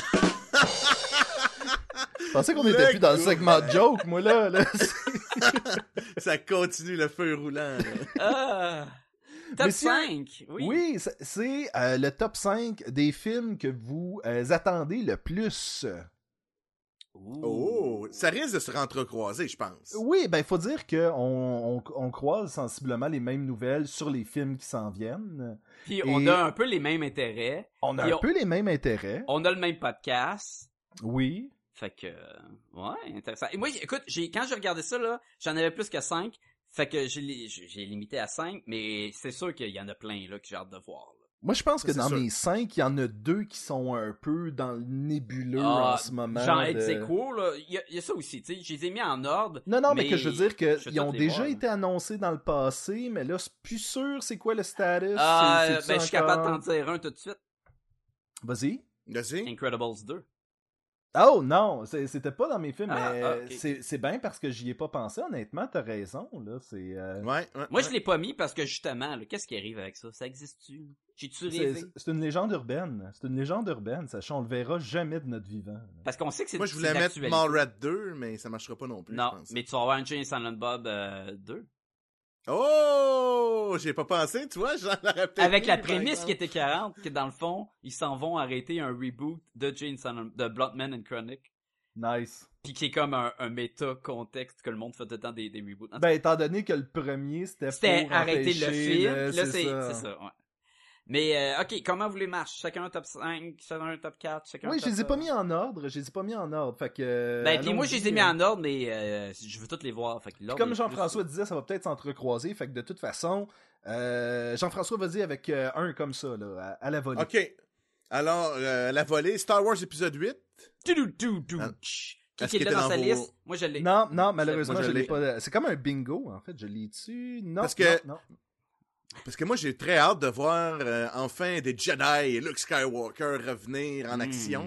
Je pensais qu'on Le était plus dans le gars. segment de joke, moi là. là. Ça continue le feu roulant. là. Ah! Top Messieurs, cinq! Oui! Oui, c'est- c'est euh, le top cinq des films que vous euh, attendez le plus. Ouh. Oh, ça risque de se rentrecroiser, je pense. Oui, ben faut dire qu'on on, on croise sensiblement les mêmes nouvelles sur les films qui s'en viennent. Puis on Et- a un peu les mêmes intérêts. On a Puis un on- peu les mêmes intérêts. On a le même podcast. Oui. Fait que, euh, ouais, intéressant. Et moi, écoute, j'ai, quand j'ai regardé ça, là, j'en avais plus que cinq. Fait que j'ai, li- j'ai j'ai limité à cinq, mais c'est sûr qu'il y en a plein, là, que j'ai hâte de voir, là. Moi, je pense Ça, que c'est dans sûr. mes cinq, il y en a deux qui sont un peu dans le nébuleux Ah, en ce moment. Genre, de- ex aequo, là, il y, a- il y a ça aussi, tu sais, je les ai mis en ordre. Non, non, mais, mais que je veux dire je vais qu'ils ont toutes les déjà voir, là. été annoncés dans le passé, mais là, c'est plus sûr c'est quoi le status. Ah, C'est- ben, c'est-tu je suis encore- capable de t'en dire un tout de suite. Vas-y. Vas-y. Incredibles deux. Oh non, c'est- c'était pas dans mes films, Ah, mais ah, ok. c'est c'est bien parce que j'y ai pas pensé, honnêtement, t'as raison, là, c'est... euh, Ouais, ouais, Moi, ouais. je l'ai pas mis parce que, justement, là, qu'est-ce qui arrive avec ça? Ça existe-tu? J'ai-tu c'est rêvé? c'est une légende urbaine, c'est une légende urbaine, sachant, on le verra jamais de notre vivant. Parce qu'on sait que c'est Moi, je c'est voulais mettre d'actualité. Mallrat deux, mais ça marchera pas non plus, Non, je pense. mais tu vas avoir un Jane Silent Bob euh, deux. Oh! J'ai pas pensé, tu vois, j'en aurais peut-être Avec la mis, par prémisse exemple. qui était quarante, que dans le fond, ils s'en vont arrêter un reboot de Jane Silent, de Bloodman and Chronic. Nice. Puis qui est comme un, un méta-contexte que le monde fait tout le temps des, des reboots. En tout Ben, étant donné que le premier, c'était C'était pour arrêter le empêcher film. le- Là, c'est c'est ça. c'est ça, ouais. Mais, euh, ok, comment vous les marchez? Chacun un top cinq, chacun un top quatre, chacun Oui, un je top... les ai pas euh, mis en ordre, je les ai pas mis en ordre, fait que... Ben, puis moi, je les ai mis en ordre. ordre, mais euh, je veux toutes les voir. Fait que l'ordre Comme est Jean-François plus- disait, ça va peut-être s'entrecroiser, fait que de toute façon, euh, Jean-François, vas-y avec euh, un comme ça, là, à, à la volée. OK. Alors, euh, la volée, Star Wars épisode huit. Tudou, tudou, tudou. Ah. Qui Est-ce qui est qu'il là était dans sa dans vos- liste? Moi, je l'ai. Non, non, malheureusement, moi, je je l'ai l'ai. pas... C'est comme un bingo, en fait, je l'ai dessus. Non, Parce que- non, non. Parce que moi, j'ai très hâte de voir euh, enfin des Jedi et Luke Skywalker revenir en Hmm. action.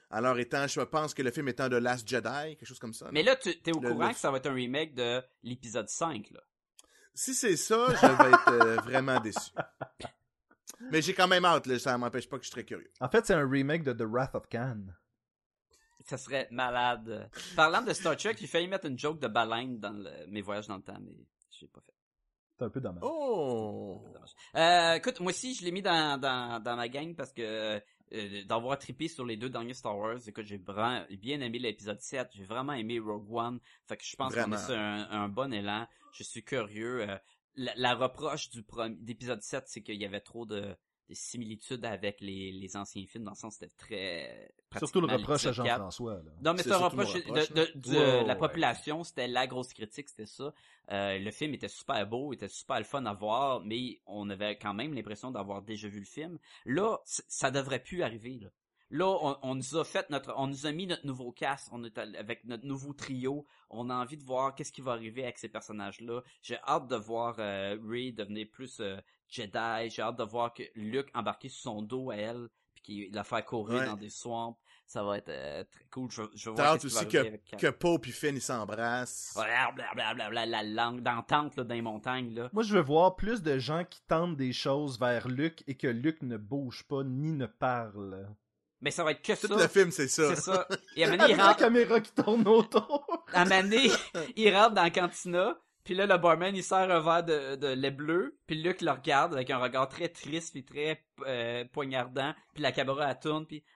Alors, étant, je pense que le film étant de Last Jedi, quelque chose comme ça. Mais là, tu t'es au Le- courant le- que ça va être un remake de l'épisode cinq, là. Si c'est ça, je vais être euh, vraiment déçu. Mais j'ai quand même hâte, là, ça m'empêche pas que je suis très curieux. En fait, c'est un remake de The Wrath of Khan. Ça serait malade. Parlant de Star Trek, j'ai failli mettre une joke de baleine dans le- mes voyages dans le temps, mais j'ai pas fait. C'est un peu dommage. Oh! Euh, écoute, moi aussi, je l'ai mis dans, dans, dans ma gang parce que euh, d'avoir trippé sur les deux derniers Star Wars, écoute, j'ai vraiment bien aimé l'épisode sept, j'ai vraiment aimé Rogue One, fait que je pense qu'on Vraiment. est sur un, un bon élan, je suis curieux. Euh, la, la reproche du premier, d'épisode sept, c'est qu'il y avait trop de, de similitudes avec les, les anciens films, dans le sens que c'était très... Surtout le pratiquement reproche à l'épisode quatre. Jean-François. Là. Non, mais C'est c'est un surtout le reproche, reproche, de, de, de- Ouais, la ouais. population, c'était la grosse critique, c'était ça. Euh, le film était super beau, était super le fun à voir, mais on avait quand même l'impression d'avoir déjà vu le film. Là, c- ça devrait plus arriver, là. Là, on, on nous a fait notre, on nous a mis notre nouveau cast, on est all- avec notre nouveau trio. On a envie de voir qu'est-ce qui va arriver avec ces personnages-là. J'ai hâte de voir euh, Rey devenir plus euh, Jedi. J'ai hâte de voir que Luke embarquer sur son dos à elle, puis qu'il la faire courir Ouais. dans des swamps. Ça va être euh, très cool. Je, je vais T'as voir hâte qu'est-ce qui va aussi que, arriver avec Cal. que Pope et Finn, ils s'embrassent. Blablabla, la langue d'entente là, dans les montagnes là. Moi, je veux voir plus de gens qui tentent des choses vers Luke et que Luke ne bouge pas ni ne parle. Mais ça va être que Tout ça. le film, c'est ça. C'est ça. Et à un moment donné, il Avec la rentre, caméra qui tourne autour. à un moment donné, il rentre dans la cantina, puis là, le barman, il sert un verre de, de lait bleu, puis Luc le regarde avec un regard très triste puis très euh, poignardant, puis la caméra, elle tourne, puis...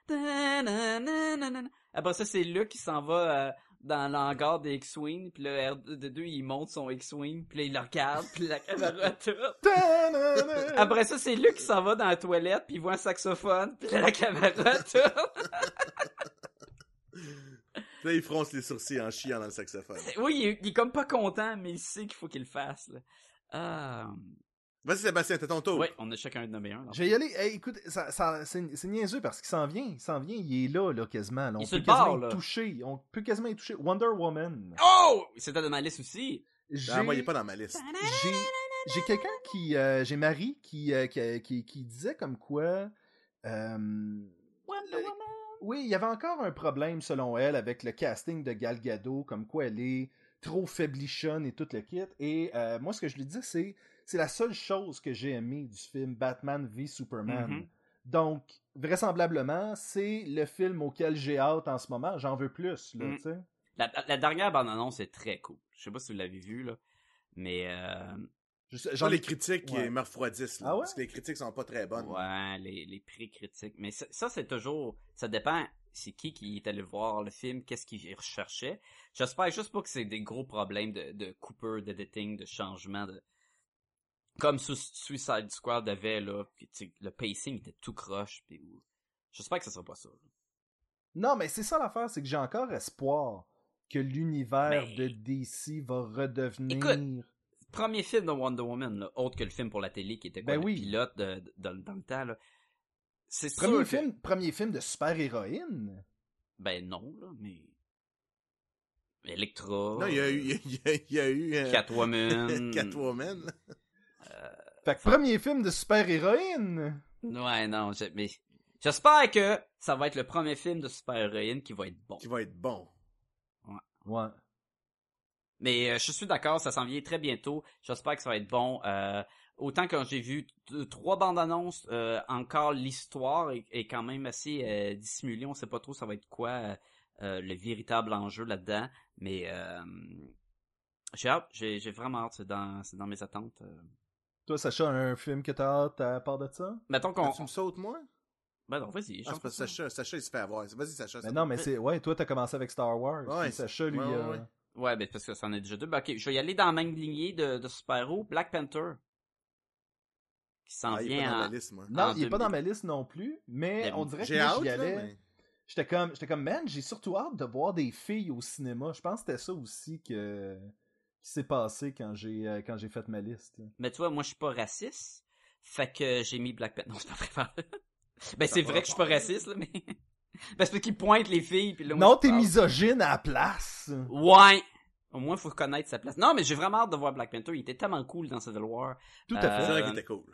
Après ça, c'est Luc qui s'en va euh, dans l'hangar des X-Wing, puis le R deux D, il monte son X-Wing, puis là, il le regarde, puis la caméra tourne. Après ça, c'est Luc qui s'en va dans la toilette, puis il voit un saxophone, puis là, la caméra tourne. Là, il fronce les sourcils en chiant dans le saxophone. Oui, il est, il est comme pas content, mais il sait qu'il faut qu'il le fasse. Là. Ah... Vas-y, Sébastien, t'as ton tour. Oui, on a chacun de number un. Je vais y aller. Hey, écoute, ça, ça, c'est, c'est niaiseux parce qu'il s'en vient. Il s'en vient. Il est là, là, quasiment. Là. On Il est peut sur le quasiment bord, y là. toucher. On peut quasiment y toucher. Wonder Woman. Oh! C'était dans ma liste aussi. J'ai, Ah, moi, il est pas dans ma liste. j'ai, j'ai quelqu'un qui... euh, j'ai Marie qui, euh, qui, qui, qui disait comme quoi... euh, Wonder le- Woman. Oui, il y avait encore un problème, selon elle, avec le casting de Gal Gadot, comme quoi elle est trop faiblichonne et tout le kit. Et euh, moi, ce que je lui dis, c'est c'est la seule chose que j'ai aimé du film Batman v Superman. Mhm. Donc, vraisemblablement, c'est le film auquel j'ai hâte en ce moment. J'en veux plus, là, Mm. tu sais. La, la dernière bande-annonce est très cool. Je sais pas si vous l'avez vu, là. Mais, euh... Je sais- Genre, j'en- les critiques Ouais. ils me refroidissent. Là, Ah ouais? Parce que les critiques sont pas très bonnes. ouais, les, les prix critiques. Mais ça, ça, c'est toujours... Ça dépend c'est qui qui est allé voir le film, qu'est-ce qu'il recherchait. J'espère juste pas que c'est des gros problèmes de, de coupure, d'editing, de changement, de... Comme Su- Suicide Squad avait, là. Puis, tu sais, le pacing était tout croche. Puis... J'espère que ça sera pas ça. là. Non, mais c'est ça l'affaire, c'est que j'ai encore espoir que l'univers Mais- de D C va redevenir... Écoute, Premier film de Wonder Woman, là, autre que le film pour la télé qui était quoi, Ben le oui. pilote de, de- dans, dans le temps, là. C'est sûr Premier que- film, premier film de super-héroïne? Ben non, là, mais... Electra... Non, il y a eu... Il y a, il y a eu euh, Catwoman... Catwoman. Fait que premier film de super-héroïne? Ouais, non, j'ai- mais... J'espère que ça va être le premier film de super-héroïne qui va être bon. Qui va être bon. Ouais. Mais euh, je suis d'accord, ça s'en vient très bientôt. J'espère que ça va être bon. Euh, autant quand j'ai vu t- trois bandes annonces, euh, encore l'histoire est, est quand même assez euh, dissimulée. On sait pas trop ça va être quoi euh, euh, le véritable enjeu là-dedans. Mais euh, j'ai hâte, j'ai, j'ai vraiment hâte. C'est dans, c'est dans mes attentes. euh. Toi, Sacha, un film que t'as hâte à part de ça? Mettons qu'on... Ah, tu me sautes, moi? Ben non, vas-y. Ah, j'en c'est parce fais que ça. Sacha, Sacha, il se fait avoir. Vas-y, Sacha. Mais ça- non, mais c'est... Ouais, toi, t'as commencé avec Star Wars. Ouais, Puis Sacha, lui... ouais, euh, ouais. Ouais, ben parce que ça en est déjà deux. Ben, ok, je vais y aller dans la même lignée de, de super-héros. Black Panther. Qui s'en Ah, il est vient pas dans en... la liste, moi. Non, En il est pas deux dans mille. ma liste non plus, mais Mais on dirait que J'ai moi, hâte, j'y là, allais... mais... J'étais comme, j'étais comme, man, j'ai surtout hâte de voir des filles au cinéma. Je pense que c'était ça aussi que... qui s'est passé quand j'ai, euh, quand j'ai fait ma liste. Mais tu vois, moi, je suis pas raciste. Fait que j'ai mis Black Panther. Non, c'est pas vrai. Ben, c'est vrai que je suis pas raciste, là, mais... Ben, c'est parce qu'ils pointent les filles, puis là... moi, Non, je t'es parle. misogyne à la place. Ouais! Au moins, il faut reconnaître sa place. Non, mais j'ai vraiment hâte de voir Black Panther. Il était tellement cool dans Civil War. Tout à Euh, C'est fait. vrai qu'il était cool.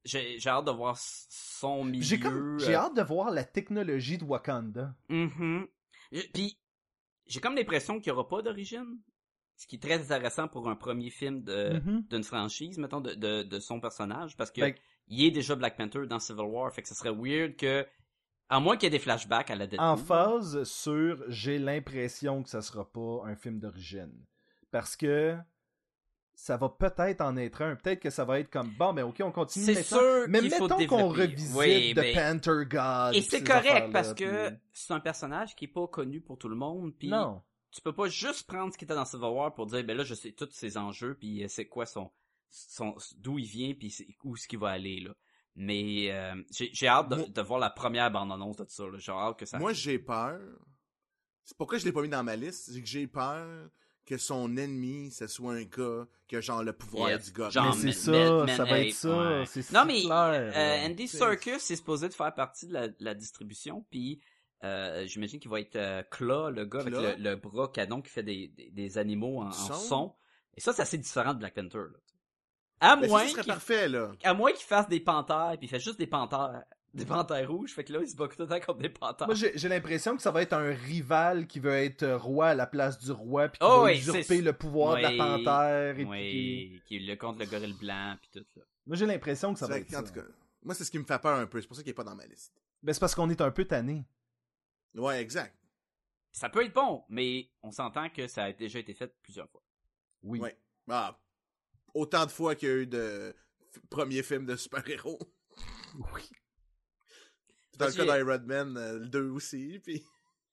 j'ai, j'ai hâte de voir s- son milieu. J'ai, comme, j'ai euh, hâte de voir la technologie de Wakanda. mhm. J'ai- Puis, j'ai comme l'impression qu'il n'y aura pas d'origine. Ce qui est très intéressant pour un premier film de, Mhm. d'une franchise, mettons, de, de, de son personnage, parce que Fait que- il est déjà Black Panther dans Civil War, fait que ce serait weird que, à moins qu'il y ait des flashbacks à la Deadpool. En phase sur j'ai l'impression que ça sera pas un film d'origine. Parce que ça va peut-être en être un. Peut-être que ça va être comme bon, mais ok, on continue C'est maintenant. sûr Mais qu'il faut mettons qu'on développer. revisite Oui, The mais- Panther God. Et pis c'est ces correct affaires-là, parce que puis- c'est un personnage qui est pas connu pour tout le monde, puis Non. tu peux pas juste prendre ce qui était dans Civil War pour dire ben là je sais tous ses enjeux puis euh, c'est quoi son son d'où il vient puis c'est où est-ce qu'il va aller là. Mais euh, j'ai j'ai hâte de, Moi- de voir la première bande-annonce de ça là. J'ai hâte que ça. Moi, j'ai peur. C'est pourquoi je l'ai pas mis dans ma liste. C'est que j'ai peur que son ennemi, ce soit un gars qui a genre le pouvoir Yeah. du gars. Genre, mais c'est Man- ça, Man- ça va Man- être ça. ouais. C'est Non si mais clair, euh, là. Andy C'est- Serkis est supposé de faire partie de la, la distribution puis euh, j'imagine qu'il va être euh, Claw, le gars Claw? avec le, le bras canon qui fait des, des, des animaux en, en Son? son. Et ça, c'est assez différent de Black Panther. Là. À Mais ça, moins ça serait qu'il parfait, là. à moins qu'il fasse des panthères, puis il fait juste des panthères, des panthères rouges, fait que là, il se bat tout le temps contre des panthères. Moi, j'ai, j'ai l'impression que ça va être un rival qui veut être roi à la place du roi, puis qui Oh va oui, usurper c'est- le pouvoir de la Oui, panthère. Et puis... oui, qui est le contre le gorille blanc, puis tout, là. Moi, j'ai l'impression que ça C'est va vrai être que, en ça. tout cas, moi, c'est ce qui me fait peur un peu. C'est pour ça qu'il est pas dans ma liste. Ben, c'est parce qu'on est un peu tanné. Ouais, exact. Ça peut être bon, mais on s'entend que ça a déjà été fait plusieurs fois. Oui. Ouais. Ah, autant de fois qu'il y a eu de f- premiers films de super-héros. Oui. Dans le Parce cas que- d'Iron Man, euh, le deux aussi, puis...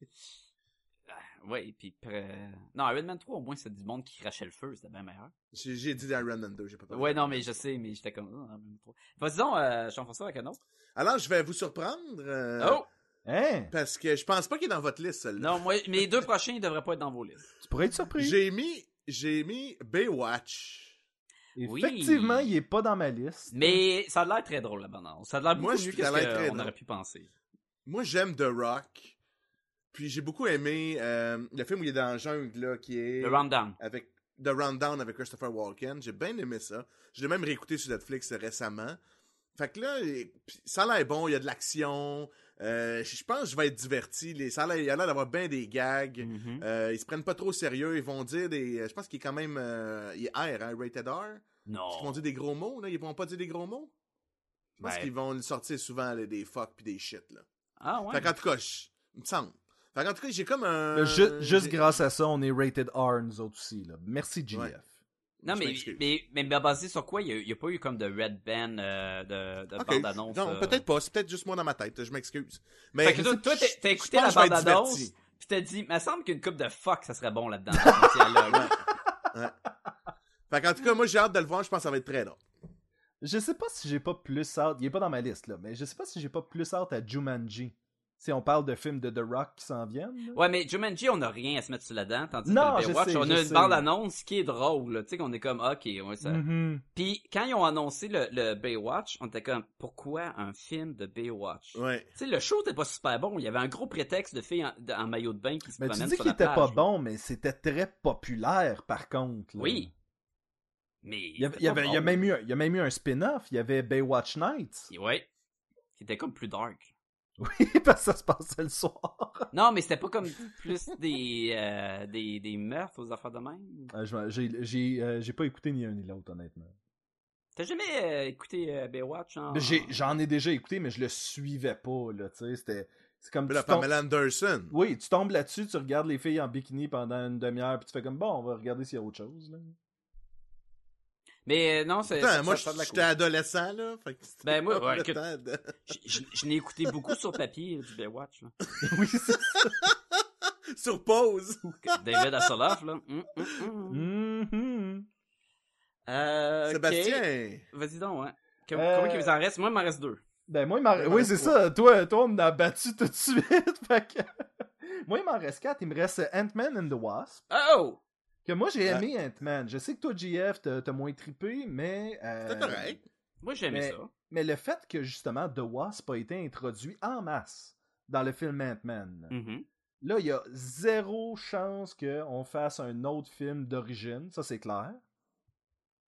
Ouais, puis euh... non, Iron Man trois, au moins, c'est du monde qui crachait le feu, c'était bien meilleur. J'ai, j'ai dit Iron Man deux, j'ai pas parlé Ouais, d'Iron non, Man mais je trois. sais, mais j'étais comme... Oh, Iron Man trois. Vas-y donc, euh, Jean-François, avec un autre. Alors, je vais vous surprendre, euh, Oh! Hein? parce que je pense pas qu'il est dans votre liste, celui-là. Non, moi, mes deux prochains, ils devraient pas être dans vos listes. Tu pourrais être surpris. J'ai mis, j'ai mis Baywatch. Oui. Effectivement, il est pas dans ma liste. Mais ça a l'air très drôle, la bande-annonce. Ça a l'air Moi, beaucoup je mieux suis que à ce l'air très qu'on drôle. aurait pu penser. Moi, j'aime The Rock. Puis j'ai beaucoup aimé euh, le film où il est dans la jungle, là, qui est... Le Rundown. avec The Rundown avec Christopher Walken. J'ai bien aimé ça. Je l'ai même réécouté sur Netflix récemment. Fait que là, et- pis ça a l'air bon, il y a de l'action. Euh, je je pense que je vais être diverti. Les, ça a l'air, il a l'air d'avoir bien des gags. Mhm. Euh, ils se prennent pas trop au sérieux. Ils vont dire des... Je pense qu'il est quand même... euh, il est R, hein, rated R. Non. Ils vont dire des gros mots, là. Ils vont pas dire des gros mots. Je pense Ouais. qu'ils vont le sortir souvent, là, des fuck pis des shit, là. Ah ouais. Fait qu'en tout cas, je- il me semble. Fait qu'en tout cas, j'ai comme un... Mais ju- juste j'ai- grâce à ça, on est rated R, nous autres aussi. Là. Merci, G F. Ouais. Non, Je mais, m'excuse. mais, mais, mais basé sur quoi? Il n'y a, pas eu comme de Red Band euh, de, de Ok. bande-annonce. Non, euh. peut-être pas. C'est peut-être juste moi dans ma tête. Je m'excuse. Mais Fait que je toi, sais- toi, t'as- je- t'as je écouté pense la que je vais être bande-annonce, diverti. pis t'as dit, il me semble qu'une coupe de fuck, ça serait bon là-dedans. dans ce dialogue. Fait qu'en tout cas, moi, j'ai hâte de le voir. Je pense que ça va être très drôle. Je sais pas si j'ai pas plus hâte. Il est pas dans ma liste, là. Mais je sais pas si j'ai pas plus hâte à Jumanji. Si on parle de films de The Rock qui s'en viennent. là. Ouais, mais Jumanji, on n'a rien à se mettre sur la dent, tandis Non, que je le Baywatch, sais, on je a une sais. bande-annonce qui est drôle, là. Tu sais, qu'on est comme, ok, ouais, ça... Mhm. Puis quand ils ont annoncé le, le Baywatch, on était comme, pourquoi un film de Baywatch? Ouais. Tu sais, le show était pas super bon. Il y avait un gros prétexte de filles en, de- en maillot de bain qui se Mais tu promènent dis sur qu'il la était plage. pas bon, mais c'était très populaire, par contre. là. Oui. Mais... Il y, avait, c'était il, y avait- pas il y a bon. même eu, un- il y a même eu un spin-off. Il y avait Baywatch Nights. Ouais. C'était comme plus dark. Oui, parce que ça se passait le soir. Non, mais c'était pas comme plus des, euh, des, des meurtres aux affaires de même. Euh, je m'en- j'ai, j'ai, euh, j'ai pas écouté ni un ni l'autre, honnêtement. T'as jamais euh, écouté euh, Baywatch en... Mais j'ai- j'en ai déjà écouté, mais je le suivais pas, là, tu sais, c'était... C'est comme Mais tu la tombes- Pamela Anderson. Oui, tu tombes là-dessus, tu regardes les filles en bikini pendant une demi-heure, puis tu fais comme, bon, on va regarder s'il y a autre chose, là. Mais euh, non, c'est... Putain, ça- moi, ça- ça a de la j'étais cool. adolescent, là. Fait que c'était Ben, moi, pas ouais, le écoute- temps de- Je, je, je n'ai écouté beaucoup sur papier, du Baywatch, là. Oui, c'est ça. Sur pause. David Hasselhoff, là. Hum, hum, hum. Mhm. Euh, ok. Sébastien. Vas-y donc, ouais. Com- Euh, Combien qu'il vous en reste? Moi, il m'en reste deux. Ben, moi, il m'en... Moi, il m'en Oui, reste c'est trois. ça. Toi, toi, on m'a battu tout de suite, fait que... Moi, il m'en reste quatre. Il me reste Ant-Man and the Wasp. Oh! Que moi, j'ai Ah. aimé Ant-Man. Je sais que toi, J F, t'as, t'as moins trippé, mais... euh, C'est correct. Moi, j'ai aimé mais, ça. mais le fait que, justement, The Wasp a été introduit en masse dans le film Ant-Man, Mhm. là, il y a zéro chance qu'on fasse un autre film d'origine. Ça, c'est clair.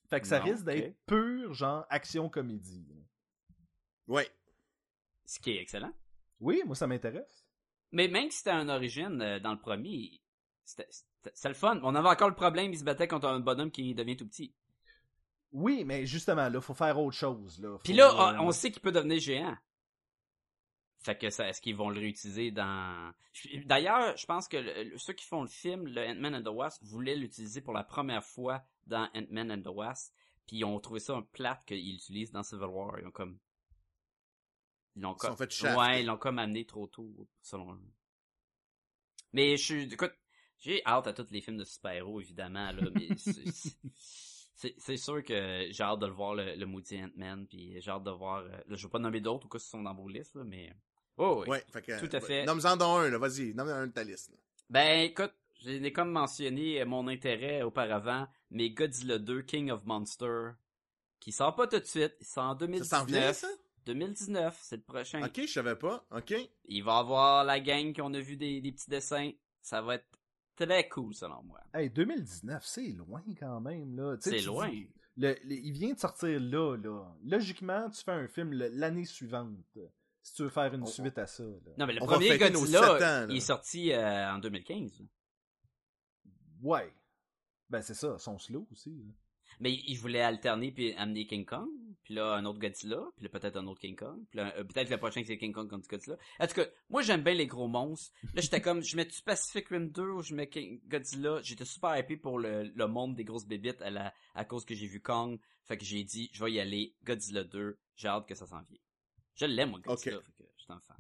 Fait que ça Non, risque ok. d'être pur, genre, action-comédie. Ouais. Ce qui est excellent. Oui, moi, ça m'intéresse. Mais même si c'était un origine euh, dans le premier, c'était, c'était, c'était le fun. On avait encore le problème, il se battait contre un bonhomme qui devient tout petit. Oui, mais justement, là, faut faire autre chose, là. Puis Faut, là, euh, on sait qu'il peut devenir géant. Fait que ça, est-ce qu'ils vont le réutiliser dans... D'ailleurs, je pense que le- ceux qui font le film, le Ant-Man and the Wasp, voulaient l'utiliser pour la première fois dans Ant-Man and the Wasp, puis ils ont trouvé ça un plate qu'ils l'utilisent dans Civil War. Ils ont comme... Ils l'ont Ils sont comme... fait shafter. Ouais, ils l'ont comme amené trop tôt, selon eux. Mais je suis... Écoute, j'ai hâte à tous les films de super-héros, évidemment, là, mais c'est, c'est, c'est sûr que j'ai hâte de le voir, le, le Moody Ant-Man, puis j'ai hâte de voir... euh, Là, je vais pas nommer d'autres, ou quoi, ce sont dans vos listes, là, mais... Oh, oui. Ouais, fait que, Tout à fait. Nomme-en donc un, là, vas-y, nomme un de ta liste. Là. Ben, écoute, j'ai comme mentionné mon intérêt auparavant, mais Godzilla deux, King of Monsters, qui sort pas tout de suite, il sort en deux mille dix-neuf. Ça s'en vient, ça? deux mille dix-neuf, c'est le prochain. Ok, je savais pas. Ok. Il va avoir la gang qu'on a vu des, des petits dessins. Ça va être très cool, selon moi. Hey, deux mille dix-neuf, c'est loin quand même, là. Tu sais, C'est tu loin. dis, le- le- il vient de sortir là, là. Logiquement, tu fais un film le- l'année suivante, si tu veux faire une On- suite à ça, là. Non, mais le On va premier fêter nos Godzilla, sept ans, là. il est sorti euh, en deux mille quinze. Ouais. Ben, c'est ça, son slow aussi, là. Mais il voulait alterner puis amener King Kong, puis là un autre Godzilla, puis là peut-être un autre King Kong, puis là, euh, peut-être le prochain c'est King Kong contre Godzilla. En tout cas, moi j'aime bien les gros monstres. Là j'étais comme, je mets-tu Pacific Rim deux ou je mets King Godzilla. J'étais super hypé pour le, le monde des grosses bébites à, la, à cause que j'ai vu Kong. Fait que j'ai dit, je vais y aller, Godzilla deux, j'ai hâte que ça s'en vienne. Je l'aime moi Godzilla, Ok. fait que je suis un fan.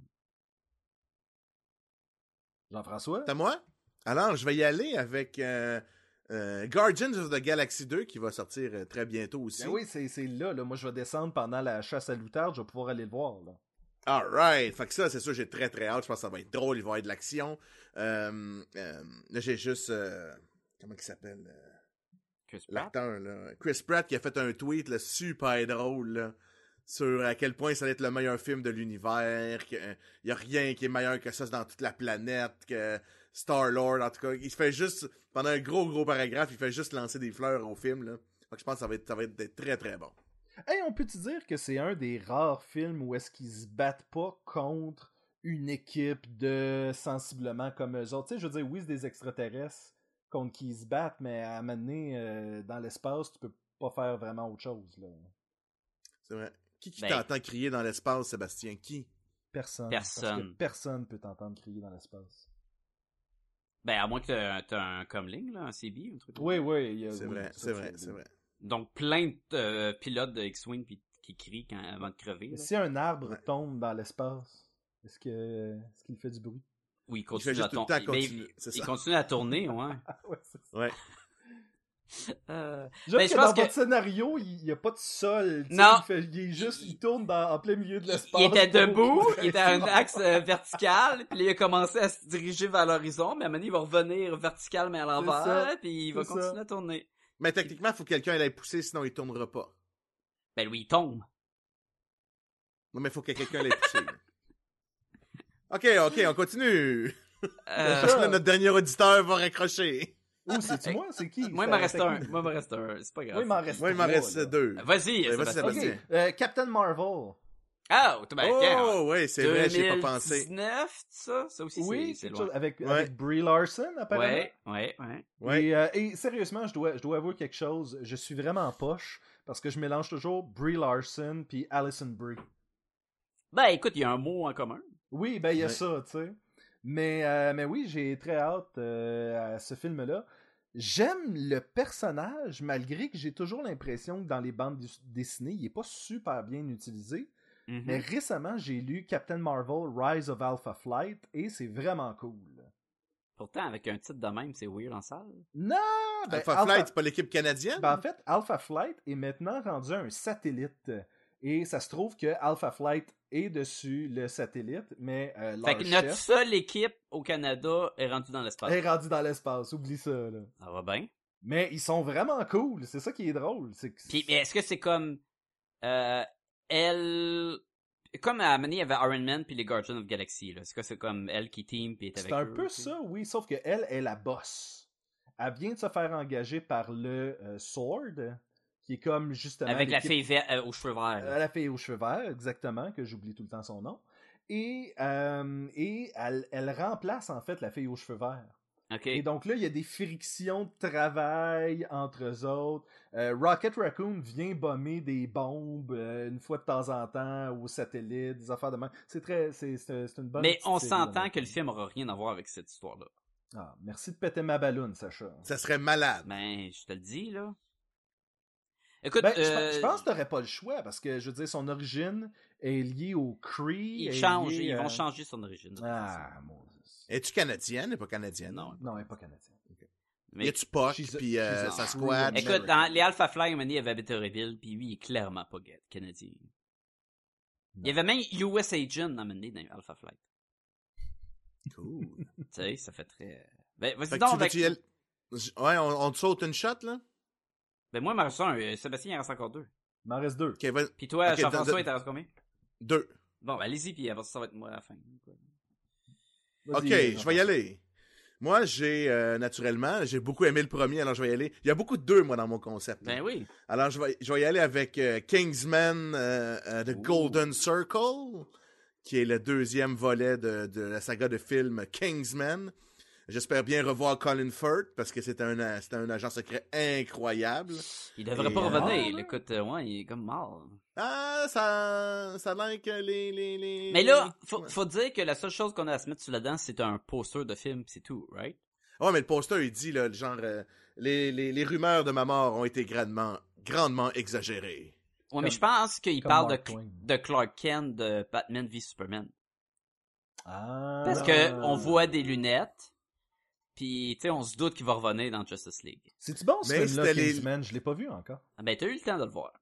Jean-François? C'est à moi? Alors, je vais y aller avec euh, euh, Guardians of the Galaxy deux qui va sortir euh, très bientôt aussi. Ben oui, c'est c'est là, là. Moi, je vais descendre pendant la chasse à l'outarde, je vais pouvoir aller le voir, là. Alright, fait que ça, c'est sûr, j'ai très très hâte. Je pense que ça va être drôle, il va y avoir de l'action. Euh, euh, là, j'ai juste. euh, comment il s'appelle euh, Chris Pratt. l'acteur, là? Chris Pratt qui a fait un tweet là, super drôle là, sur à quel point ça va être le meilleur film de l'univers. qu'il n'y a rien qui est meilleur que ça dans toute la planète. Que Star-Lord, en tout cas, il fait juste. Pendant un gros gros paragraphe, il fait juste lancer des fleurs au film. Là. Fait que je pense que ça va être, ça va être très très bon. Hey, on peut-tu dire que c'est un des rares films où est-ce qu'ils se battent pas contre une équipe de sensiblement comme eux autres? Tu sais, je veux dire, oui, c'est des extraterrestres contre qui ils se battent, mais à m'amener euh, dans l'espace, tu peux pas faire vraiment autre chose, là. C'est vrai. Qui, qui Ben- t'entend crier dans l'espace, Sébastien? Qui? Personne. Parce Personne. que personne peut t'entendre crier dans l'espace. Ben à moins que t'as, t'as un comlink, là, un C B, un truc. Oui, oui. il y a- C'est oui, vrai, ça, c'est vrai, c'est vrai. Donc plein de euh, pilotes de X-Wing pis, qui crient quand, avant de crever. Mais Là. si un arbre Ouais. tombe dans l'espace, est-ce que est-ce qu'il fait du bruit? Oui, il fait continue juste à tout le tourner. temps continuer, c'est il ça. continue à tourner, ouais. Ah ouais, c'est ça. Ouais. Euh, Genre Ben, que je dans pense que- votre scénario, il n'y a pas de sol. tu sais, Non. Il, fait- il est juste, il tourne dans, en plein milieu de l'espace. il était pour- debout, il était à un axe euh, vertical, puis là, il a commencé à se diriger vers l'horizon, mais à un moment donné, il va revenir vertical mais à ça, l'envers, puis il va c'est continuer ça. à tourner. Mais techniquement, il faut que quelqu'un l'ait poussé, sinon il tournera pas. Ben lui, il tombe. Non, mais il faut que quelqu'un l'ait poussé. là. Ok, ok, on continue. Euh, Parce que là, notre dernier auditeur va raccrocher. Ou c'est-tu moi? C'est qui? moi, il m'en reste un. Moi, il m'en reste un. C'est pas grave. Oui, il m'en reste Moi, il m'en trois, reste là. deux. Vas-y, Ouais, vas-y, Sébastien. Sébastien. Ok, euh, Captain Marvel. Ah, ben, tiens, Oh, ouais, c'est vrai, j'y ai pas pensé. deux mille dix-neuf, ça? Ça aussi, Oui, c'est, c'est quelque loin. chose avec, Ouais. avec Brie Larson, apparemment. Ouais, ouais, ouais. Ouais. Et, euh, et sérieusement, je dois, je dois avouer quelque chose. Je suis vraiment en poche parce que je mélange toujours Brie Larson puis Alison Brie. Ben, écoute, il y a un mot en commun. Oui, ben il y a Ouais. ça, tu sais. Mais, euh, mais oui, j'ai très hâte euh, à ce film-là. J'aime le personnage, malgré que j'ai toujours l'impression que dans les bandes dis- dessinées, il est pas super bien utilisé. Mhm. Mais récemment, j'ai lu Captain Marvel Rise of Alpha Flight et c'est vraiment cool. Pourtant, avec un titre de même, c'est weird en salle. Non! Ben, Alpha Flight, c'est pas l'équipe canadienne? Ben, en fait, Alpha Flight est maintenant rendu un satellite. Et ça se trouve que Alpha Flight est dessus le satellite, mais euh, leur Fait que notre chef seule équipe au Canada est rendue dans l'espace. est rendu dans l'espace. Oublie ça, là. Ça va bien. Mais ils sont vraiment cool. C'est ça qui est drôle. C'est que... Puis, mais est-ce que c'est comme... Euh, elle... Comme à Mani, il y avait Iron Man puis les Guardians of Galaxy, là. C'est quoi, c'est comme elle qui team puis est avec C'est un eux, peu tu sais? ça, oui. Sauf qu'elle est la boss. Elle vient de se faire engager par le euh, Sword, qui est comme justement... Avec la l'équipe- fille vert, euh, aux cheveux verts. Euh, là. la fille aux cheveux verts, exactement, que j'oublie tout le temps son nom. Et, euh, et elle, elle remplace en fait la fille aux cheveux verts. OK. Et donc là, il y a des frictions de travail entre eux autres. Euh, Rocket Raccoon vient bomber des bombes euh, une fois de temps en temps au satellite, des affaires de même. C'est très, c'est, c'est, c'est une bonne. Mais petite on série, s'entend honnêtement. que le film aura rien à voir avec cette histoire-là. Ah, merci de péter ma balloune, Sacha. Ça serait malade. Ben, je te le dis, là. Écoute, Ben, je, euh, pe- je pense que t'aurais pas le choix parce que je veux dire, son origine est liée au Cree. ils est changent, liée, ils euh, vont changer son origine. Ah, Moses. Es-tu canadienne? Elle n'est pas canadienne. Non. Non, elle est pas canadienne. Mais Y a-tu Puck, She's a- puis euh, she's a Sasquatch? Cree écoute, dans les Alpha Flight, un moment donné, il y avait Betterville, puis lui, il est clairement pas ga- canadien. Il y avait même U S Agent dans, un moment donné, dans les Alpha Flight. Cool. Tu sais, ça fait très... Ben, vas-y Fait que donc tu avec... veux-tu y aller- Ouais, on, on te saute une shot, là? Ben moi, il m'en reste un. euh, Sébastien, il en reste encore deux. Il m'en reste deux. Ok, vas- Puis toi, Ok, Jean-François, dans- il t'en reste combien? deux. Bon, ben allez-y, puis après ça, ça va être moi à la fin. Vas-y, Ok, euh, je vais y aller. Moi, j'ai, euh, naturellement, j'ai beaucoup aimé le premier, alors je vais y aller. Il y a beaucoup de deux, moi, dans mon concept. Ben oui. Alors, je vais, je vais y aller avec euh, Kingsman euh, euh, The Ouh. Golden Circle, qui est le deuxième volet de, de la saga de film Kingsman. J'espère bien revoir Colin Firth, parce que c'est un, euh, c'est un agent secret incroyable. Il devrait Et, pas euh, revenir. Écoute, euh, ouais, il est comme mort. Ah, ça, ça a l'air que les, les, les... Mais là, faut, faut dire que la seule chose qu'on a à se mettre sur la dent, c'est un poster de film, pis c'est tout, right? Ouais, mais le poster, il dit, là, le genre, euh, les, les, les rumeurs de ma mort ont été grandement, grandement exagérées. Ouais, mais Comme- je pense qu'il comme parle de, Mark Twain. de Clark Kent de Batman v Superman. Ah. Parce que on voit des lunettes, pis tu sais, on se doute qu'il va revenir dans Justice League. C'est-tu bon ce Mais film-là, c'était les- Kingsman? Je l'ai pas vu encore. Ah ben, t'as eu le temps de le voir.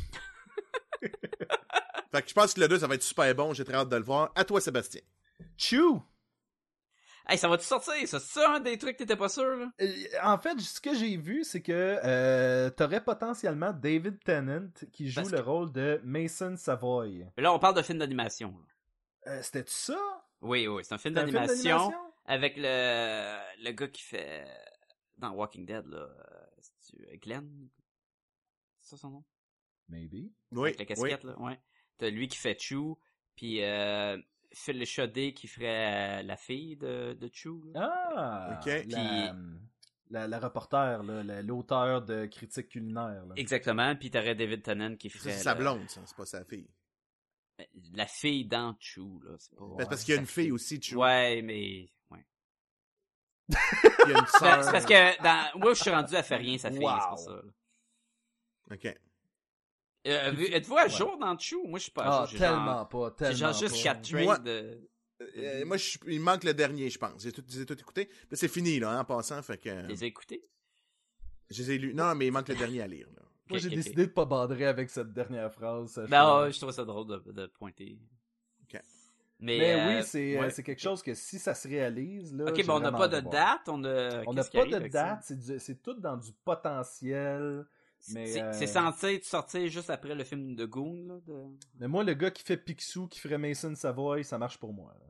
Fait que je pense que le deux, ça va être super bon. J'ai très hâte de le voir. À toi, Sébastien. Chew! Hey, ça va-tu sortir? Ça, c'est ça un des trucs que t'étais pas sûr, là? Euh, En fait, ce que j'ai vu, c'est que euh, t'aurais potentiellement David Tennant qui joue Parce le que- rôle de Mason Savoy. Mais là, on parle de film d'animation. là. Euh, C'était-tu ça? Oui, oui, c'est un film C'était un film d'animation d'animation? avec le, le gars qui fait dans Walking Dead, là. euh, C'est-tu Glenn? C'est ça son nom? Maybe. Oui, Avec la casquette, là, ouais. T'as lui qui fait Chew, puis euh, Phil Chaudé qui ferait euh, la fille de, de Chew. là. Ah! Ok. La, Puis- la, la reporter, là, la- l'auteur de critiques culinaires. Là. Exactement, puis t'aurais David Tennant qui Ça, ferait c'est sa le- blonde, ça. C'est pas sa fille. la fille dans Chew, là. C'est pas... Ben, parce qu'il y a une fille aussi, tu Ouais, mais... Ouais. Il y a une C'est sœur. c'est parce que dans... moi, je suis rendu à faire rien, sa fille, Wow. c'est pour ça. là. Ok. Euh, vous- Êtes-vous à jour dans Chew? Moi, je suis pas à Ah, jour. J'ai tellement genre... pas, J'ai tellement genre juste pas. quatre trades Moi- de... Euh, moi, je, il manque le dernier, je pense. J'ai tout, j'ai tout écouté. Là, c'est fini, là, hein, en passant. Fait que. Tu les as écoutés? Je les ai lus. Non, mais il manque le dernier à lire, là. Moi, Ok, j'ai ok, décidé de pas bander avec cette dernière phrase. Sacha. Ben, ouais, je trouve ça drôle de, de pointer. Ok. Mais, Mais euh, oui, c'est, euh, ouais. c'est quelque chose que si ça se réalise, là. Ok, j'ai ben on n'a vraiment pas hâte de voir. date, on a... On n'a qu'est-ce qui pas arrive de avec ça? date, c'est, du- c'est tout dans du potentiel. Mais, C'est euh, c'est censé sortir juste après le film de Goon, là, de... Mais moi, le gars qui fait Picsou, qui ferait Mason Savoy, ça marche pour moi. là.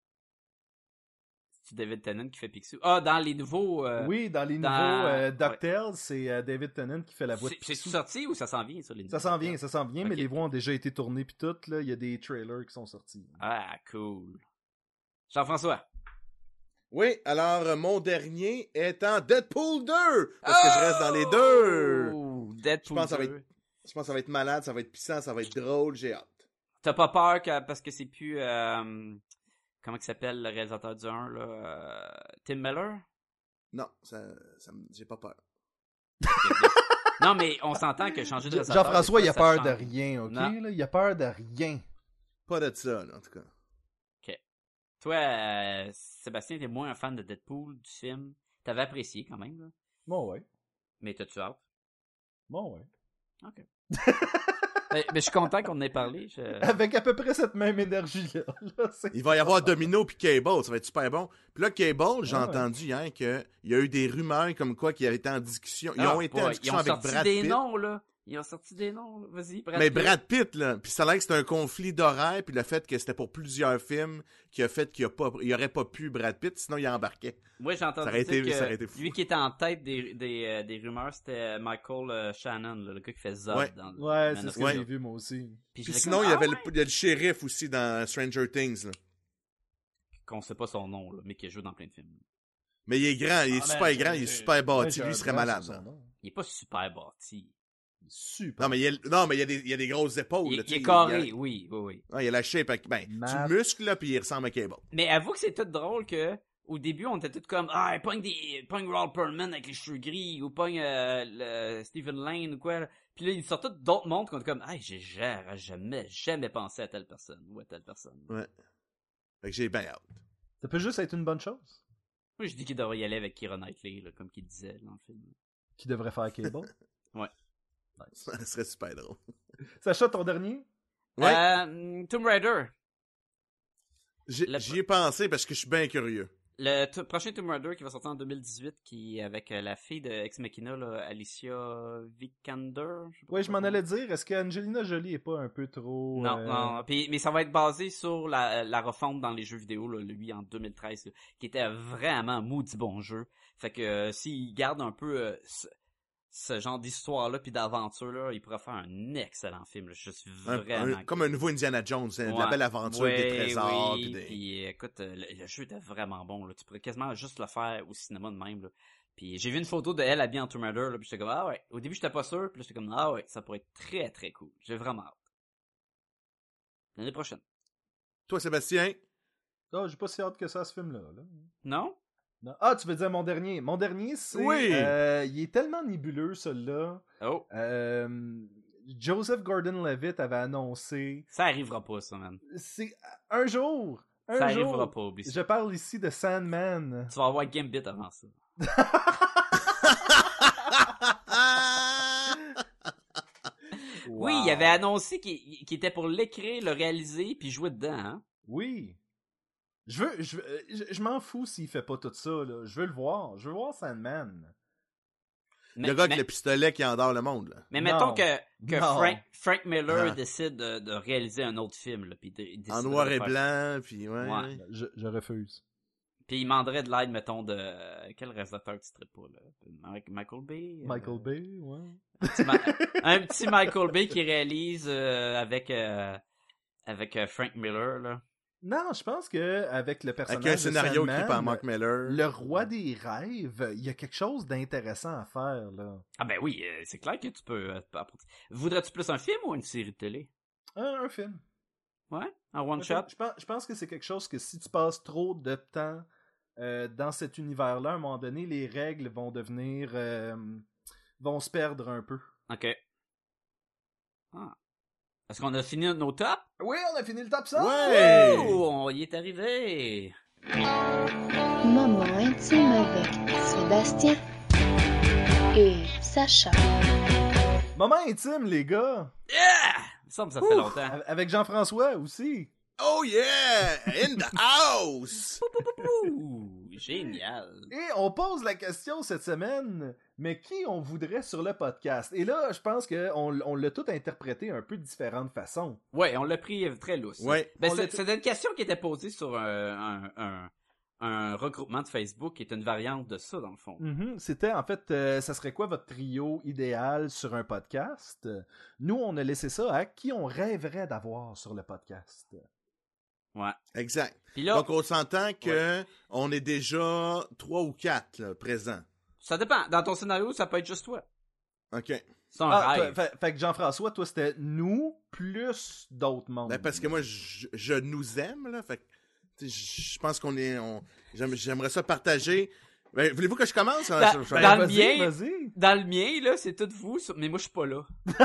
C'est David Tennant qui fait Picsou. Ah, dans les nouveaux... euh, Oui, dans les dans- nouveaux euh, ouais. DuckTales, c'est euh, David Tennant qui fait la voix de C'est c'est Picsou. sorti ou ça s'en vient, ça, les Ça nouveaux s'en vient, ça s'en vient, mais Ok. les voix ont déjà été tournées puis tout, là, il y a des trailers qui sont sortis. Ah, cool. Jean-François. Oui, alors, euh, mon dernier est en Deadpool deux. Parce que je reste dans les deux. Oh, Je Deadpool pense que ça va deux. être, je pense que ça va être malade, ça va être puissant, ça va être drôle, j'ai hâte. T'as pas peur que, parce que c'est plus... euh, comment il s'appelle le réalisateur du un, là? euh, Tim Miller? Non, ça, ça me- j'ai pas peur. Non, mais on s'entend que changer de réalisateur... Jean-François, il a des fois, peur ça de change. rien, ok? Non. Là, il a peur de rien. Pas de ça, là, en tout cas. Toi, euh, Sébastien, t'es moins un fan de Deadpool, du film. T'avais apprécié quand même, là. Bon, ouais. Mais t'as-tu hâte? Bon, ouais. Ok. mais, mais je suis content qu'on en ait parlé. je- Avec à peu près cette même énergie-là. là, c'est- Il va y avoir Domino puis Cable, ça va être super bon. Puis là, Cable, j'ai Ah ouais. entendu hier qu'il y a eu des rumeurs comme quoi qu'ils avaient été en discussion. Ils Ah, ont été ouais, en ils discussion ont avec sorti Brad des Pitt. noms, là. Ils ont sorti des noms, là. Vas-y, Brad Mais Pitt. Brad Pitt, là, puis ça a l'air que c'était un conflit d'horaire, puis le fait que c'était pour plusieurs films qui a fait qu'il n'y aurait pas pu Brad Pitt, sinon il embarquait. Moi, j'ai entendu Ça aurait dire été- que ça aurait été fou. lui qui était en tête des, des, euh, des rumeurs, c'était Michael euh, Shannon, là, le gars qui fait Zod Ouais. dans Ouais, Man c'est of ce que Ouais. j'ai vu moi aussi. Puis, Puis j'étais sinon, comme, il y ah avait ouais? le, il y a le shérif aussi dans Stranger Things, là. Qu'on sait pas son nom, là, mais qui joue dans plein de films. Mais il est grand, il est Ah, super ben, grand, il est j'ai- super ouais, bâti, j'ai lui, un il serait blanc malade. sur là. son nom. Il est pas super bâti. Super. Non, mais il y a, non, mais il y a des, il y a des grosses épaules. Il, là, il tu sais, est carré, Il y a, oui, oui, oui. ouais, il y a la shape, avec- ben, Matt. du muscle, là, puis il ressemble à Cable. Mais avoue que c'est tout drôle que, au début, on était tous comme, ah, pogne des, pogne Ronald Perlman avec les cheveux gris, ou pogne, euh, le Stephen Lane, ou quoi, là. Puis là, ils sortent tous d'autres mondes qu'on est comme, ah, j'ai jamais, jamais, jamais pensé à telle personne, ou à telle personne. Ouais. Fait que j'ai bien hâte. Ça peut juste être une bonne chose. Moi, je dis qu'il devrait y aller avec Keira Knightley, là, comme qu'il disait dans le film. Qui devrait faire Cable. Ça serait super drôle. Sacha, ton dernier? Ouais. Euh, Tomb Raider. J'ai- le- J'y ai pensé parce que je suis bien curieux. Le t- prochain Tomb Raider qui va sortir en deux mille dix-huit, qui avec euh, la fille de Ex Machina, là, Alicia Vikander. sais pas Oui, je comment m'en son nom. allais dire, est-ce qu'Angelina Jolie est pas un peu trop... Non, euh, non. Puis, mais ça va être basé sur la, la refonte dans les jeux vidéo, là, lui en deux mille treize, là, qui était vraiment un maudit bon jeu. Fait que euh, s'il garde un peu euh, ce, ce genre d'histoire-là puis d'aventure-là, il pourrait faire un excellent film. Là. Je suis Un- vraiment... un- comme un nouveau Indiana Jones, hein, de la Ouais. belle aventure, Ouais, des trésors. oui, Puis des... puis, écoute, euh, le, le jeu était vraiment bon. Là. Tu pourrais quasiment juste le faire au cinéma de même. Là. Puis j'ai vu une photo de elle habillée en Tomb Raider, là, puis j'étais comme, ah ouais. Au début, j'étais pas sûr, puis là, j'étais comme, ah ouais, ça pourrait être très très cool. J'ai vraiment hâte. L'année prochaine. Toi, Sébastien? Ah, j'ai pas si hâte que ça, ce film-là. là. Non? Non. Ah, tu veux dire mon dernier? Mon dernier, c'est... Oui! euh, il est tellement nébuleux, celui-là. Oh, Euh, Joseph Gordon-Levitt avait annoncé... ça arrivera pas, ça, man. C'est un jour! Un Ça jour! arrivera pas, oublie ça. Je parle ici de Sandman. Tu vas avoir Gambit avant ça. Oui, il avait annoncé qu'il qu'il était pour l'écrire, le réaliser, puis jouer dedans, hein. Oui. Je veux, je, veux- je, je m'en fous s'il fait pas tout ça, là. Je veux le voir. Je veux voir Sandman. Mais, Le gars avec mais, le pistolet qui endort le monde, là. mais Non. mettons que, que Non. Frank, Frank Miller Ah. décide de, de réaliser un autre film, là, puis de- il En déciderait noir de et faire- blanc, puis ouais. Ouais. Je, je refuse. Puis il demanderait de l'aide, mettons, de... Quel réalisateur tu serais pas, là? Ma- Michael Bay? euh, Michael Bay, ouais. un petit Ma- un petit Michael Bay qui réalise euh, avec euh, avec euh, Frank Miller, là. Non, je pense que avec le personnage Avec un de scénario Sandman, écrit par Mark Miller. le roi des rêves, il y a quelque chose d'intéressant à faire, là. Ah ben oui, euh, c'est clair que tu peux... euh, apporter- Voudrais-tu plus un film ou une série de télé? Un, un film. Ouais? Un one Un shot? film. Je pense, je pense que c'est quelque chose que si tu passes trop de temps euh, dans cet univers-là, à un moment donné, les règles vont devenir... euh, vont se perdre un peu. Ok. Ah. Est-ce qu'on a fini nos tops? Oui, on a fini le top cent! Ouais! Oh, on y est arrivé! Moment intime avec Sébastien et Sacha. Moment intime, les gars! Yeah! Il me semble que ça fait longtemps. Av- Avec Jean-François aussi. Oh yeah! In the house! Ouh, génial. Et on pose la question cette semaine, mais qui on voudrait sur le podcast? Et là, je pense qu'on on l'a tout interprété un peu de différentes façons. Ouais, on l'a pris euh, très lousse. Ouais. Ben, On c'est- l'a- c'était une question qui était posée sur un, un, un, un regroupement de Facebook qui est une variante de ça, dans le fond. Mhm. C'était en fait, euh, ça serait quoi votre trio idéal sur un podcast? Nous, on a laissé ça à qui on rêverait d'avoir sur le podcast. Ouais. Exact. Puis là, Donc, on s'entend que on est déjà trois ou quatre, là, présents. ça dépend. Dans ton scénario, ça peut être juste toi. OK. C'est un Ah, rêve. toi- fait, fait que Jean-François, toi, c'était nous plus d'autres mondes. Ben, parce que moi, je, je nous aime, là. Fait que, tu sais, je pense qu'on est... On, j'aime- j'aimerais ça partager. Ben, voulez-vous que je commence? Ben, Je- je- ben, je- dans le vas-y, mien- vas-y. Dans le mien, là, c'est tout vous, ça- mais moi, je suis pas là.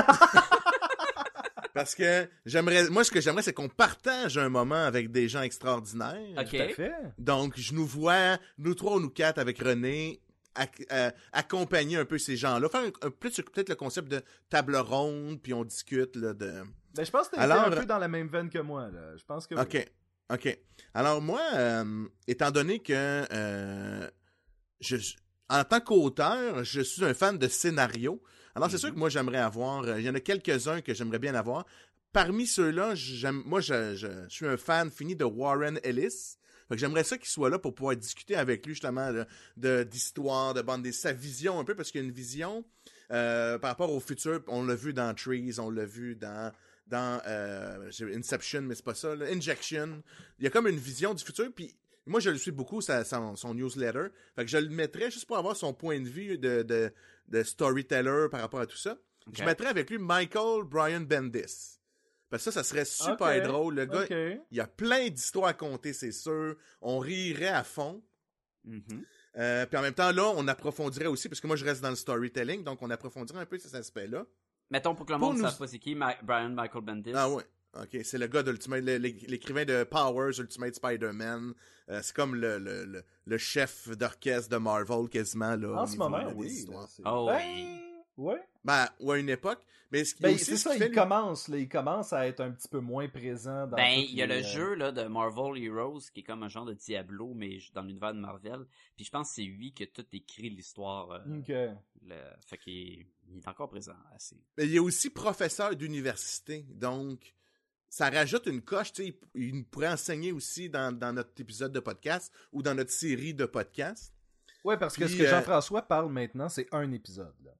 Parce que j'aimerais... Moi, ce que j'aimerais, c'est qu'on partage un moment avec des gens extraordinaires. Ok. Tout à fait. Donc, je nous vois, nous trois ou nous quatre, avec René, ac- euh, accompagner un peu ces gens-là. Faire un, un- plus peut-être le concept de table ronde, puis on discute là, de... Ben, je pense que t'es Alors- un peu dans la même veine que moi, là. Je pense que oui. OK. OK. Alors, moi, euh, étant donné que euh, je, en tant qu'auteur, je suis un fan de scénario, Alors, c'est sûr que moi, j'aimerais avoir... euh, Il y en a quelques-uns que j'aimerais bien avoir. Parmi ceux-là, j'aime, moi, je, je, je suis un fan fini de Warren Ellis. Fait que j'aimerais ça qu'il soit là pour pouvoir discuter avec lui, justement, de, de- d'histoire, de bande dessinée, sa vision un peu, parce qu'il y a une vision euh, par rapport au futur. On l'a vu dans Trees, on l'a vu dans... dans euh, j'ai- Inception, mais c'est pas ça, là, Injection. Il y a comme une vision du futur, puis moi, je le suis beaucoup, sa- son, son newsletter. Fait que je le mettrais juste pour avoir son point de vue de, de, de storyteller par rapport à tout ça. Ok. Je mettrais avec lui Michael Brian Bendis. Parce que ça, ça serait super Ok, drôle. Le gars, ok. il y a plein d'histoires à compter, c'est sûr. On rirait à fond. Mhm. Euh, puis en même temps, là, on approfondirait aussi, parce que moi, je reste dans le storytelling, donc on approfondirait un peu cet aspect-là. Mettons pour que le Pour monde ne nous- sache pas c'est qui, Ma- Brian Michael Bendis. Ah ouais. Ok, c'est le gars d'Ultimate, le- l'é- l'écrivain de Powers, Ultimate Spider-Man. Euh, c'est comme le, le, le, le chef d'orchestre de Marvel, quasiment, là. En au ce niveau, moment, là, des oui. histoires. là, c'est- Oh, ben, oui. ouais. Ben, ou à une époque. Mais ce qui Ben, aussi, c'est ce ça, qui fait il le- commence, là, il commence à être un petit peu moins présent dans Ben, toutes il y a les, le euh, jeu là, de Marvel Heroes, qui est comme un genre de Diablo, mais dans l'univers de Marvel. Puis je pense que c'est lui qui a tout écrit l'histoire. euh, Ok. le... Fait qu'il il est encore présent assez. Mais il est aussi professeur d'université, donc ça rajoute une coche, tu sais, il, il pourrait enseigner aussi dans, dans notre épisode de podcast ou dans notre série de podcasts. Ouais, parce que Puis, ce que euh, Jean-François parle maintenant, c'est un épisode, là.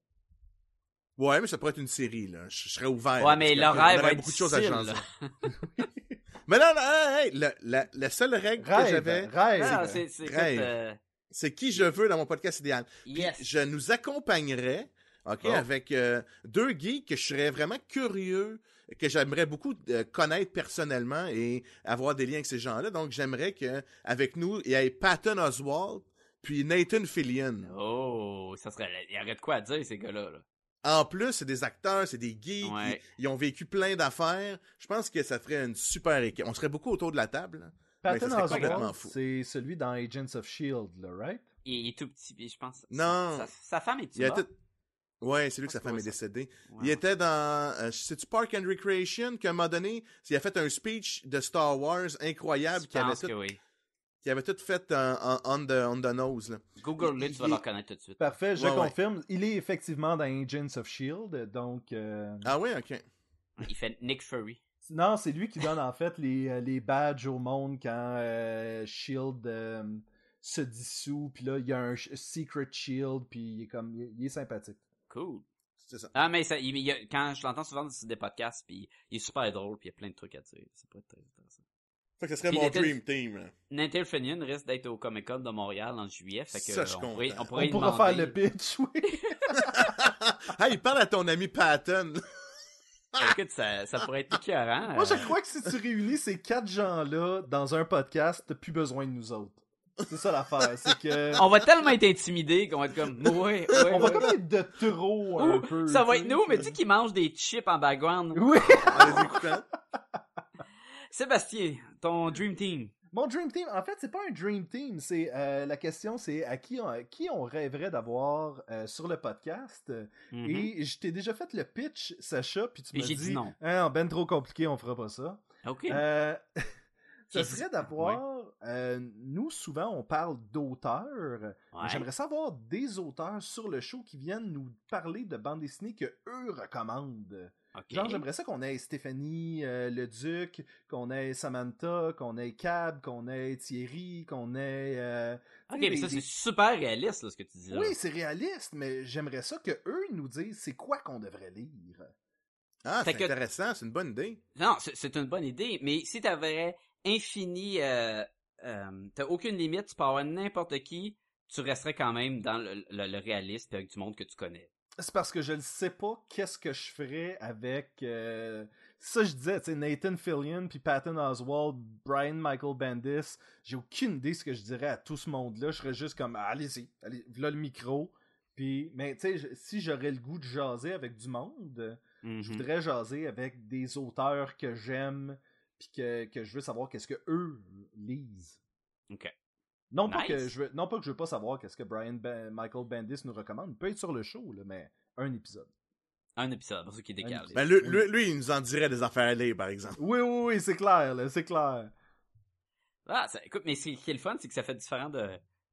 Ouais, mais ça pourrait être une série, là. Je, je serais ouvert. Ouais, mais parce que, l'horaire on aurait va être beaucoup de choses à difficile, changer. là. Mais non, non, hey, hey, la, la, la seule règle que Rêve, j'avais, rêve. Ah, c'est, c'est, écoute, Rêve. euh, c'est qui je veux dans mon podcast idéal. Puis yes. je nous accompagnerais, OK, Oh. avec euh, deux geeks que je serais vraiment curieux, que j'aimerais beaucoup euh, connaître personnellement et avoir des liens avec ces gens-là. Donc, j'aimerais que avec nous, il y ait Patton Oswalt puis Nathan Fillion. Oh, ça serait, il y aurait de quoi à dire, ces gars-là, là. En plus, c'est des acteurs, c'est des geeks, Ouais. ils, ils ont vécu plein d'affaires. Je pense que ça ferait une super équipe. On serait beaucoup autour de la table. hein. Mais Patton ça serait complètement Oswalt, fou. c'est celui dans Agents of Shield, là, right? Il, il est tout petit, puis je pense. Non. Sa, sa femme est-tu Il morte? était... Ouais, c'est lui que sa Ah, femme est ça. décédée. Ouais. Il était dans... Euh, c'est-tu Park and Recreation qu'à un moment donné, il a fait un speech de Star Wars incroyable Je qui avait, pense tout, que oui. qui avait tout fait en, en, on, the, on the nose. Là. Google Il- le, tu vas il- le reconnaître tout de suite. Parfait, je Ouais, ouais. confirme. Il est effectivement dans Agents of Shield, donc... euh, Ah ouais, ok. Il fait Nick Fury. Non, c'est lui qui donne en fait les, euh, les badges au monde quand euh, Shield euh, se dissout, puis là, il y a un sh- Secret Shield, puis il est comme... Il est, il est sympathique. Cool. C'est ça. Ah, mais ça, il, il y a- quand je l'entends souvent sur des podcasts, puis il est super drôle, puis il y a plein de trucs à dire. Ça pourrait être très intéressant. Fait que ça serait Puis mon Nathan- dream team. là. Nathan Fillion risque d'être au Comic-Con de Montréal en juillet, fait que Ça, je suis on, pourrait, content. on pourrait On lui pourra demander... faire le pitch, oui. Hey, parle à ton ami Patton. Écoute, ça, ça pourrait être écœurant. Moi, je euh, crois que si tu réunis ces quatre gens-là dans un podcast, t'as plus besoin de nous autres. C'est ça l'affaire, c'est que... On va tellement être intimidés qu'on va être comme... Ouais, ouais, On va ouais. comme être de trop un Ouh, peu. ça va tu être sais. nous, mais dis qu'ils mangent des chips en background. Oui! En les écoutant. Sébastien, ton Dream Team. Mon Dream Team, en fait, c'est pas un Dream Team. C'est euh, la question, c'est à qui on, qui on rêverait d'avoir euh, sur le podcast. Mhm. Et je t'ai déjà fait le pitch, Sacha, puis tu Et m'as j'ai dit, dit non. Ah, ben trop compliqué, on fera pas ça. Ok. Euh, J'ai ça dit- serait d'avoir... euh, nous, souvent, on parle d'auteurs. Ouais. J'aimerais savoir des auteurs sur le show qui viennent nous parler de bandes dessinées que eux recommandent. Ok. Genre, j'aimerais ça qu'on ait Stéphanie euh, Leduc, qu'on ait Samantha, qu'on ait Cab, qu'on ait Thierry, qu'on ait... euh, tu Ok, sais, mais des- ça, des- c'est super réaliste, là, ce que tu dis là. Oui, c'est réaliste, mais j'aimerais ça que eux nous disent c'est quoi qu'on devrait lire. Ah, Fait c'est que- intéressant, c'est une bonne idée. Non, c'est, c'est une bonne idée, mais si t'avais infini... Euh, euh, t'as aucune limite, tu peux avoir n'importe qui, tu resterais quand même dans le, le, le réaliste avec du monde que tu connais. C'est parce que je ne sais pas qu'est-ce que je ferais avec... euh, Ça, je disais, tu sais, Nathan Fillion, puis Patton Oswalt, Brian Michael Bendis. J'ai aucune idée ce que je dirais à tout ce monde-là. Je serais juste comme, ah, allez-y, allez, voilà le micro. Puis, mais tu sais, je- si j'aurais le goût de jaser avec du monde, Mhm. je voudrais jaser avec des auteurs que j'aime, puis que, que je veux savoir qu'est-ce que eux lisent. Ok. Non pas Nice. que je veux, non pas que je veux pas savoir qu'est-ce que Brian Ben- Michael Bendis nous recommande. Il peut être sur le show, là, mais un épisode. Un épisode, pour ceux qui décalent. Ben, lui, lui, lui, il nous en dirait des affaires à lire, par exemple. Oui, oui, oui, c'est clair, là, c'est clair. Ah, ça, écoute, mais ce qui est le fun, c'est que ça fait différent de,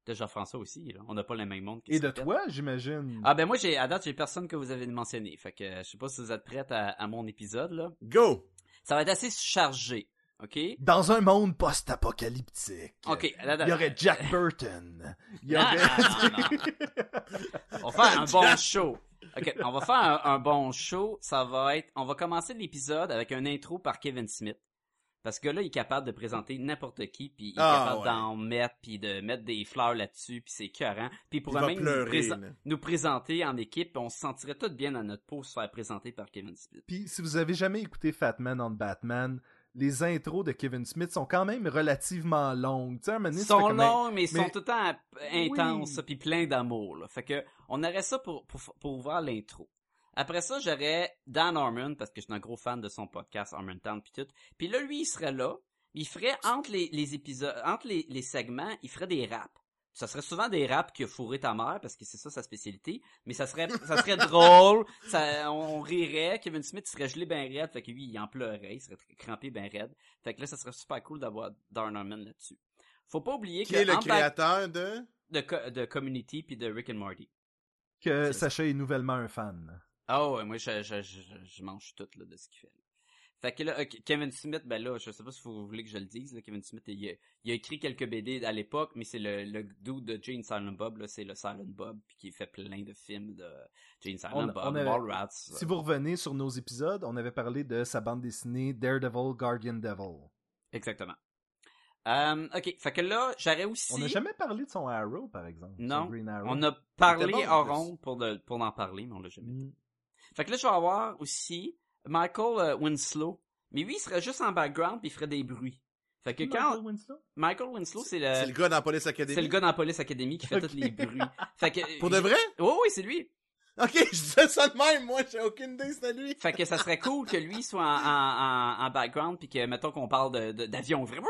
De Jean-François aussi, là. On n'a pas le même monde. Qui Et se de répète. toi, j'imagine. Ah ben moi, j'ai à date, j'ai personne que vous avez mentionné. Fait que je sais pas si vous êtes prêts à, à mon épisode, là. Go! Ça va être assez chargé, OK? Dans un monde post-apocalyptique. OK. Là, là, Il y aurait Jack Burton. Il y Non, aurait... non, non, non. On va faire un bon show. OK, on va faire un, un bon show. Ça va être... On va commencer l'épisode avec un intro par Kevin Smith. Parce que là, il est capable de présenter n'importe qui, puis il est Ah, capable ouais. d'en mettre, puis de mettre des fleurs là-dessus, puis c'est écœurant. Puis il pourrait va même pleurer, nous, présen- là. nous présenter en équipe, puis on se sentirait tous bien dans notre peau se faire présenter par Kevin Smith. Puis si vous avez jamais écouté Fat Man on Batman, les intros de Kevin Smith sont quand même relativement longues. Tu sais, à un moment donné, Ils ça fait sont comme longs, mais ils sont mais- tout le temps intenses, Oui. puis pleins d'amour. Là. Fait que on aurait ça pour, pour, pour ouvrir l'intro. Après ça, j'aurais Dan Harmon, parce que je suis un gros fan de son podcast Harmontown puis tout. Puis là, lui, il serait là. Il ferait, entre les, les épisodes, entre les, les segments, il ferait des raps. Ça serait souvent des raps qui a fourré ta mère, parce que c'est ça sa spécialité. Mais ça serait, ça serait drôle. Ça, on rirait. Kevin Smith, il serait gelé ben raide. Fait que lui, il en pleurait. Il serait crampé ben raide. Fait que là, ça serait super cool d'avoir Dan Harmon là-dessus. Faut pas oublier Qui que est le entre la- créateur de... de, co- de Community puis de Rick and Morty. que C'est ça. Sacha est nouvellement un fan. Ah ouais, moi je, je, je, je mange tout là, de ce qu'il fait. Là. Fait que là, euh, Kevin Smith, ben là, je sais pas si vous voulez que je le dise, là, Kevin Smith, il a, il a écrit quelques B D à l'époque, mais c'est le, le dude de Jane Silent Bob, là, c'est le Silent Bob, puis qui fait plein de films de Jane Silent On- Bob, on avait- Mallrats. Si vous revenez sur nos épisodes, on avait parlé de sa bande dessinée Daredevil, Guardian Devil. Exactement. Euh, ok, fait que là, j'aurais aussi... On n'a jamais parlé de son Arrow, par exemple. Non, son Green Arrow. on a parlé C'était bon, en en plus. ronde pour, de, pour en parler, mais on l'a jamais. Mm. Fait que là, je vais avoir aussi Michael euh, Winslow. Mais lui, il serait juste en background puis il ferait des bruits. Fait que quand... Michael Winslow? Michael Winslow, c'est C'est le... le gars dans Police Academy? C'est le gars dans Police Academy qui fait Ok. tous les bruits. Fait que... Pour de vrai? Oui, oui, c'est lui. Ok, je disais ça de même, moi, j'ai aucune idée, c'était lui. Fait que ça serait cool que lui soit en, en, en, en background puis que, mettons qu'on parle de, de, d'avion. Puis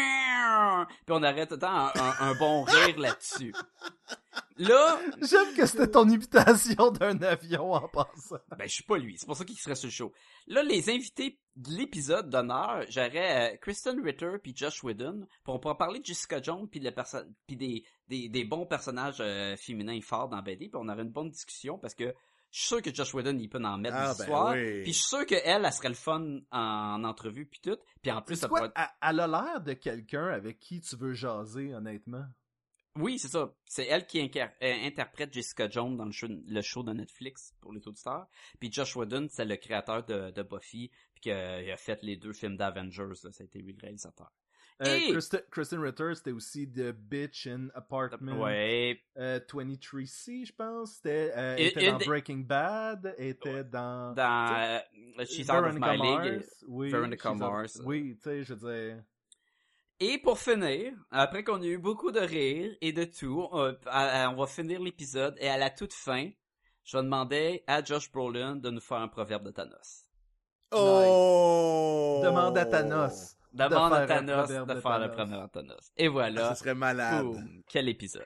on aurait tout le temps un, un, un bon rire là-dessus. Là, J'aime que c'était ton imitation d'un avion en passant. ben, je suis pas lui. C'est pour ça qu'il serait sur le show. Là, les invités de l'épisode d'honneur, j'aurais euh, Kristen Ritter puis Josh Whedon pour, pour parler de Jessica Jones puis, le perso- puis des, des, des bons personnages euh, féminins forts dans B D. Puis on aurait une bonne discussion parce que je suis sûr que Josh Whedon, il peut en mettre Ah, des ben histoires. oui. Puis je suis sûr qu'elle, elle, elle serait le fun en, en entrevue puis tout. Puis en plus, C'est ça quoi? pourrait être... Elle elle a l'air de quelqu'un avec qui tu veux jaser, honnêtement. Oui, c'est ça. C'est elle qui incar- euh, interprète Jessica Jones dans le show, le show de Netflix pour les auditeurs. Puis Josh Whedon, c'est le créateur de, de Buffy, puis qui a, il a fait les deux films d'Avengers. Là. Ça a été lui le réalisateur. Euh, Et- Kristen, Kristen Ritter, c'était aussi The Bitch in Apartment Ouais. euh, vingt-trois C, je pense. C'était, euh, Et- était et dans des- Breaking Bad, était dans... Dans euh, She's Out of Veronica My League. Mars, oui, Veronica She's Out- Mars. Oui, tu sais, je veux dire... Et pour finir, après qu'on ait eu beaucoup de rire et de tout, on, à- à- on va finir l'épisode et à la toute fin, je vais demander à Josh Brolin de nous faire un proverbe de Thanos. Oh! Demande à Thanos. Demande de à faire un Thanos proverbe de de faire le Thanos. proverbe de Thanos. Et voilà. Ça serait malade. Boum. Quel épisode.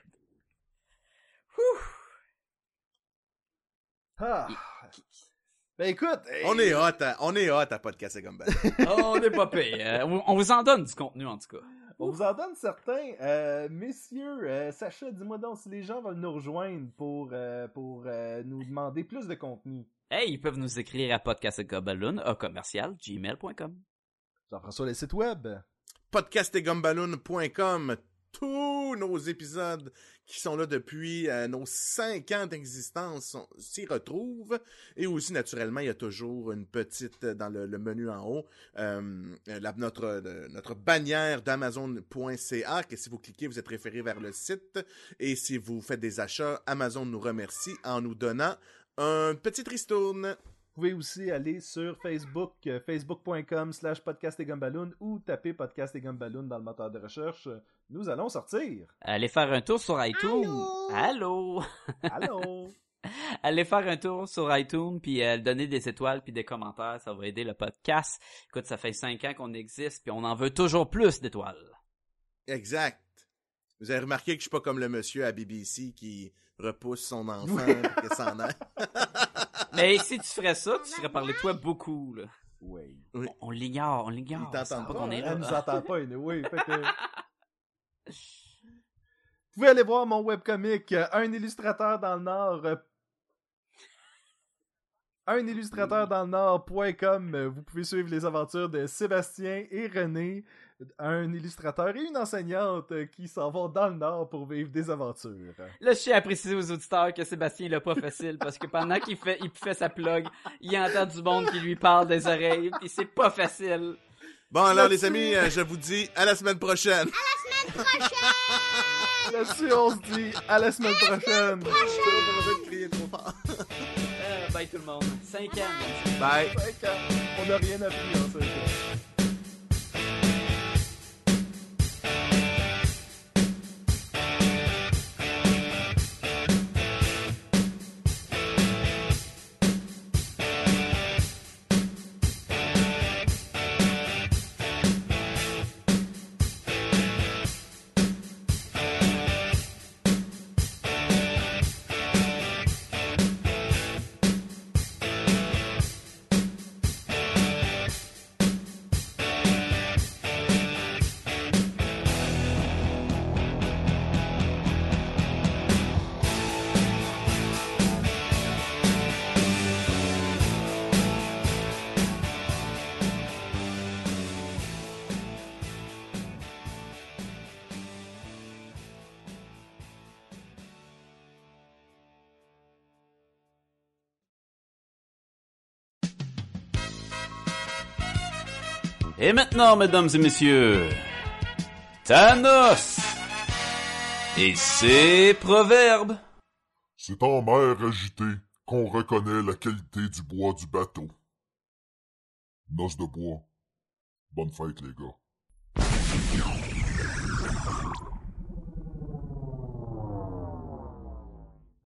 Ah. Ben écoute... On est hot, à, on est hot à Podcast et Gumballoon. Oh, on n'est pas payé. Euh, on, on vous en donne du contenu, en tout cas. On vous en donne certains. Euh, messieurs, euh, Sacha, dis-moi donc si les gens veulent nous rejoindre pour, euh, pour euh, nous demander plus de contenu. Hey, ils peuvent nous écrire à podcastgumballoon à commercial gmail point com. Jean-François, les sites web. podcast et gumballoon point com. Tous nos épisodes qui sont là depuis euh, nos cinq ans d'existence sont- s'y retrouvent. Et aussi, naturellement, il y a toujours une petite, euh, dans le, le menu en haut, euh, la- notre, euh, notre bannière d'amazon point c a, que si vous cliquez, vous êtes référé vers le site. Et si vous faites des achats, Amazon nous remercie en nous donnant un petit ristourne. Vous pouvez aussi aller sur Facebook, euh, facebook point com slash podcast et gumballoon ou taper podcast et gumballoon dans le moteur de recherche. Nous allons sortir. Allez faire un tour sur iTunes. Allô? Allô? Allez faire un tour sur iTunes, puis euh, donner des étoiles, puis des commentaires. Ça va aider le podcast. Écoute, ça fait cinq ans qu'on existe, puis on en veut toujours plus d'étoiles. Exact. Vous avez remarqué que je suis pas comme le monsieur à B B C qui repousse son enfant pour qu'elle s'en aille. Mais si tu ferais ça, tu ferais parler de toi beaucoup, là. Oui. Oui. On, on l'ignore, on l'ignore. Il t'entend On sait pas, qu'on est Elle là. nous entend pas, anyway. Fait que... pouvez aller voir mon webcomic, euh, Un illustrateur dans le Nord. Euh, un illustrateur dans le Nord.com. Euh, vous pouvez suivre les aventures de Sébastien et René, un illustrateur et une enseignante euh, qui s'en vont dans le Nord pour vivre des aventures. Là, je tiens à préciser aux auditeurs que Sébastien l'a pas facile parce que pendant qu'il fait, il fait sa plug, il entend du monde qui lui parle des oreilles pis c'est pas facile. Bon, alors, Là-dessus- les amis, euh, je vous dis à la semaine prochaine. Là-dessus, on se dit à la semaine prochaine. J'ai pas besoin de crier trop fort. Euh, bye tout le monde. Cinq ans. Bye. Cinq ans. On n'a rien appris en cinq ans. Et maintenant, mesdames et messieurs, Thanos et ses proverbes. C'est en mer agitée qu'on reconnaît la qualité du bois du bateau. Noce de bois. Bonne fête, les gars.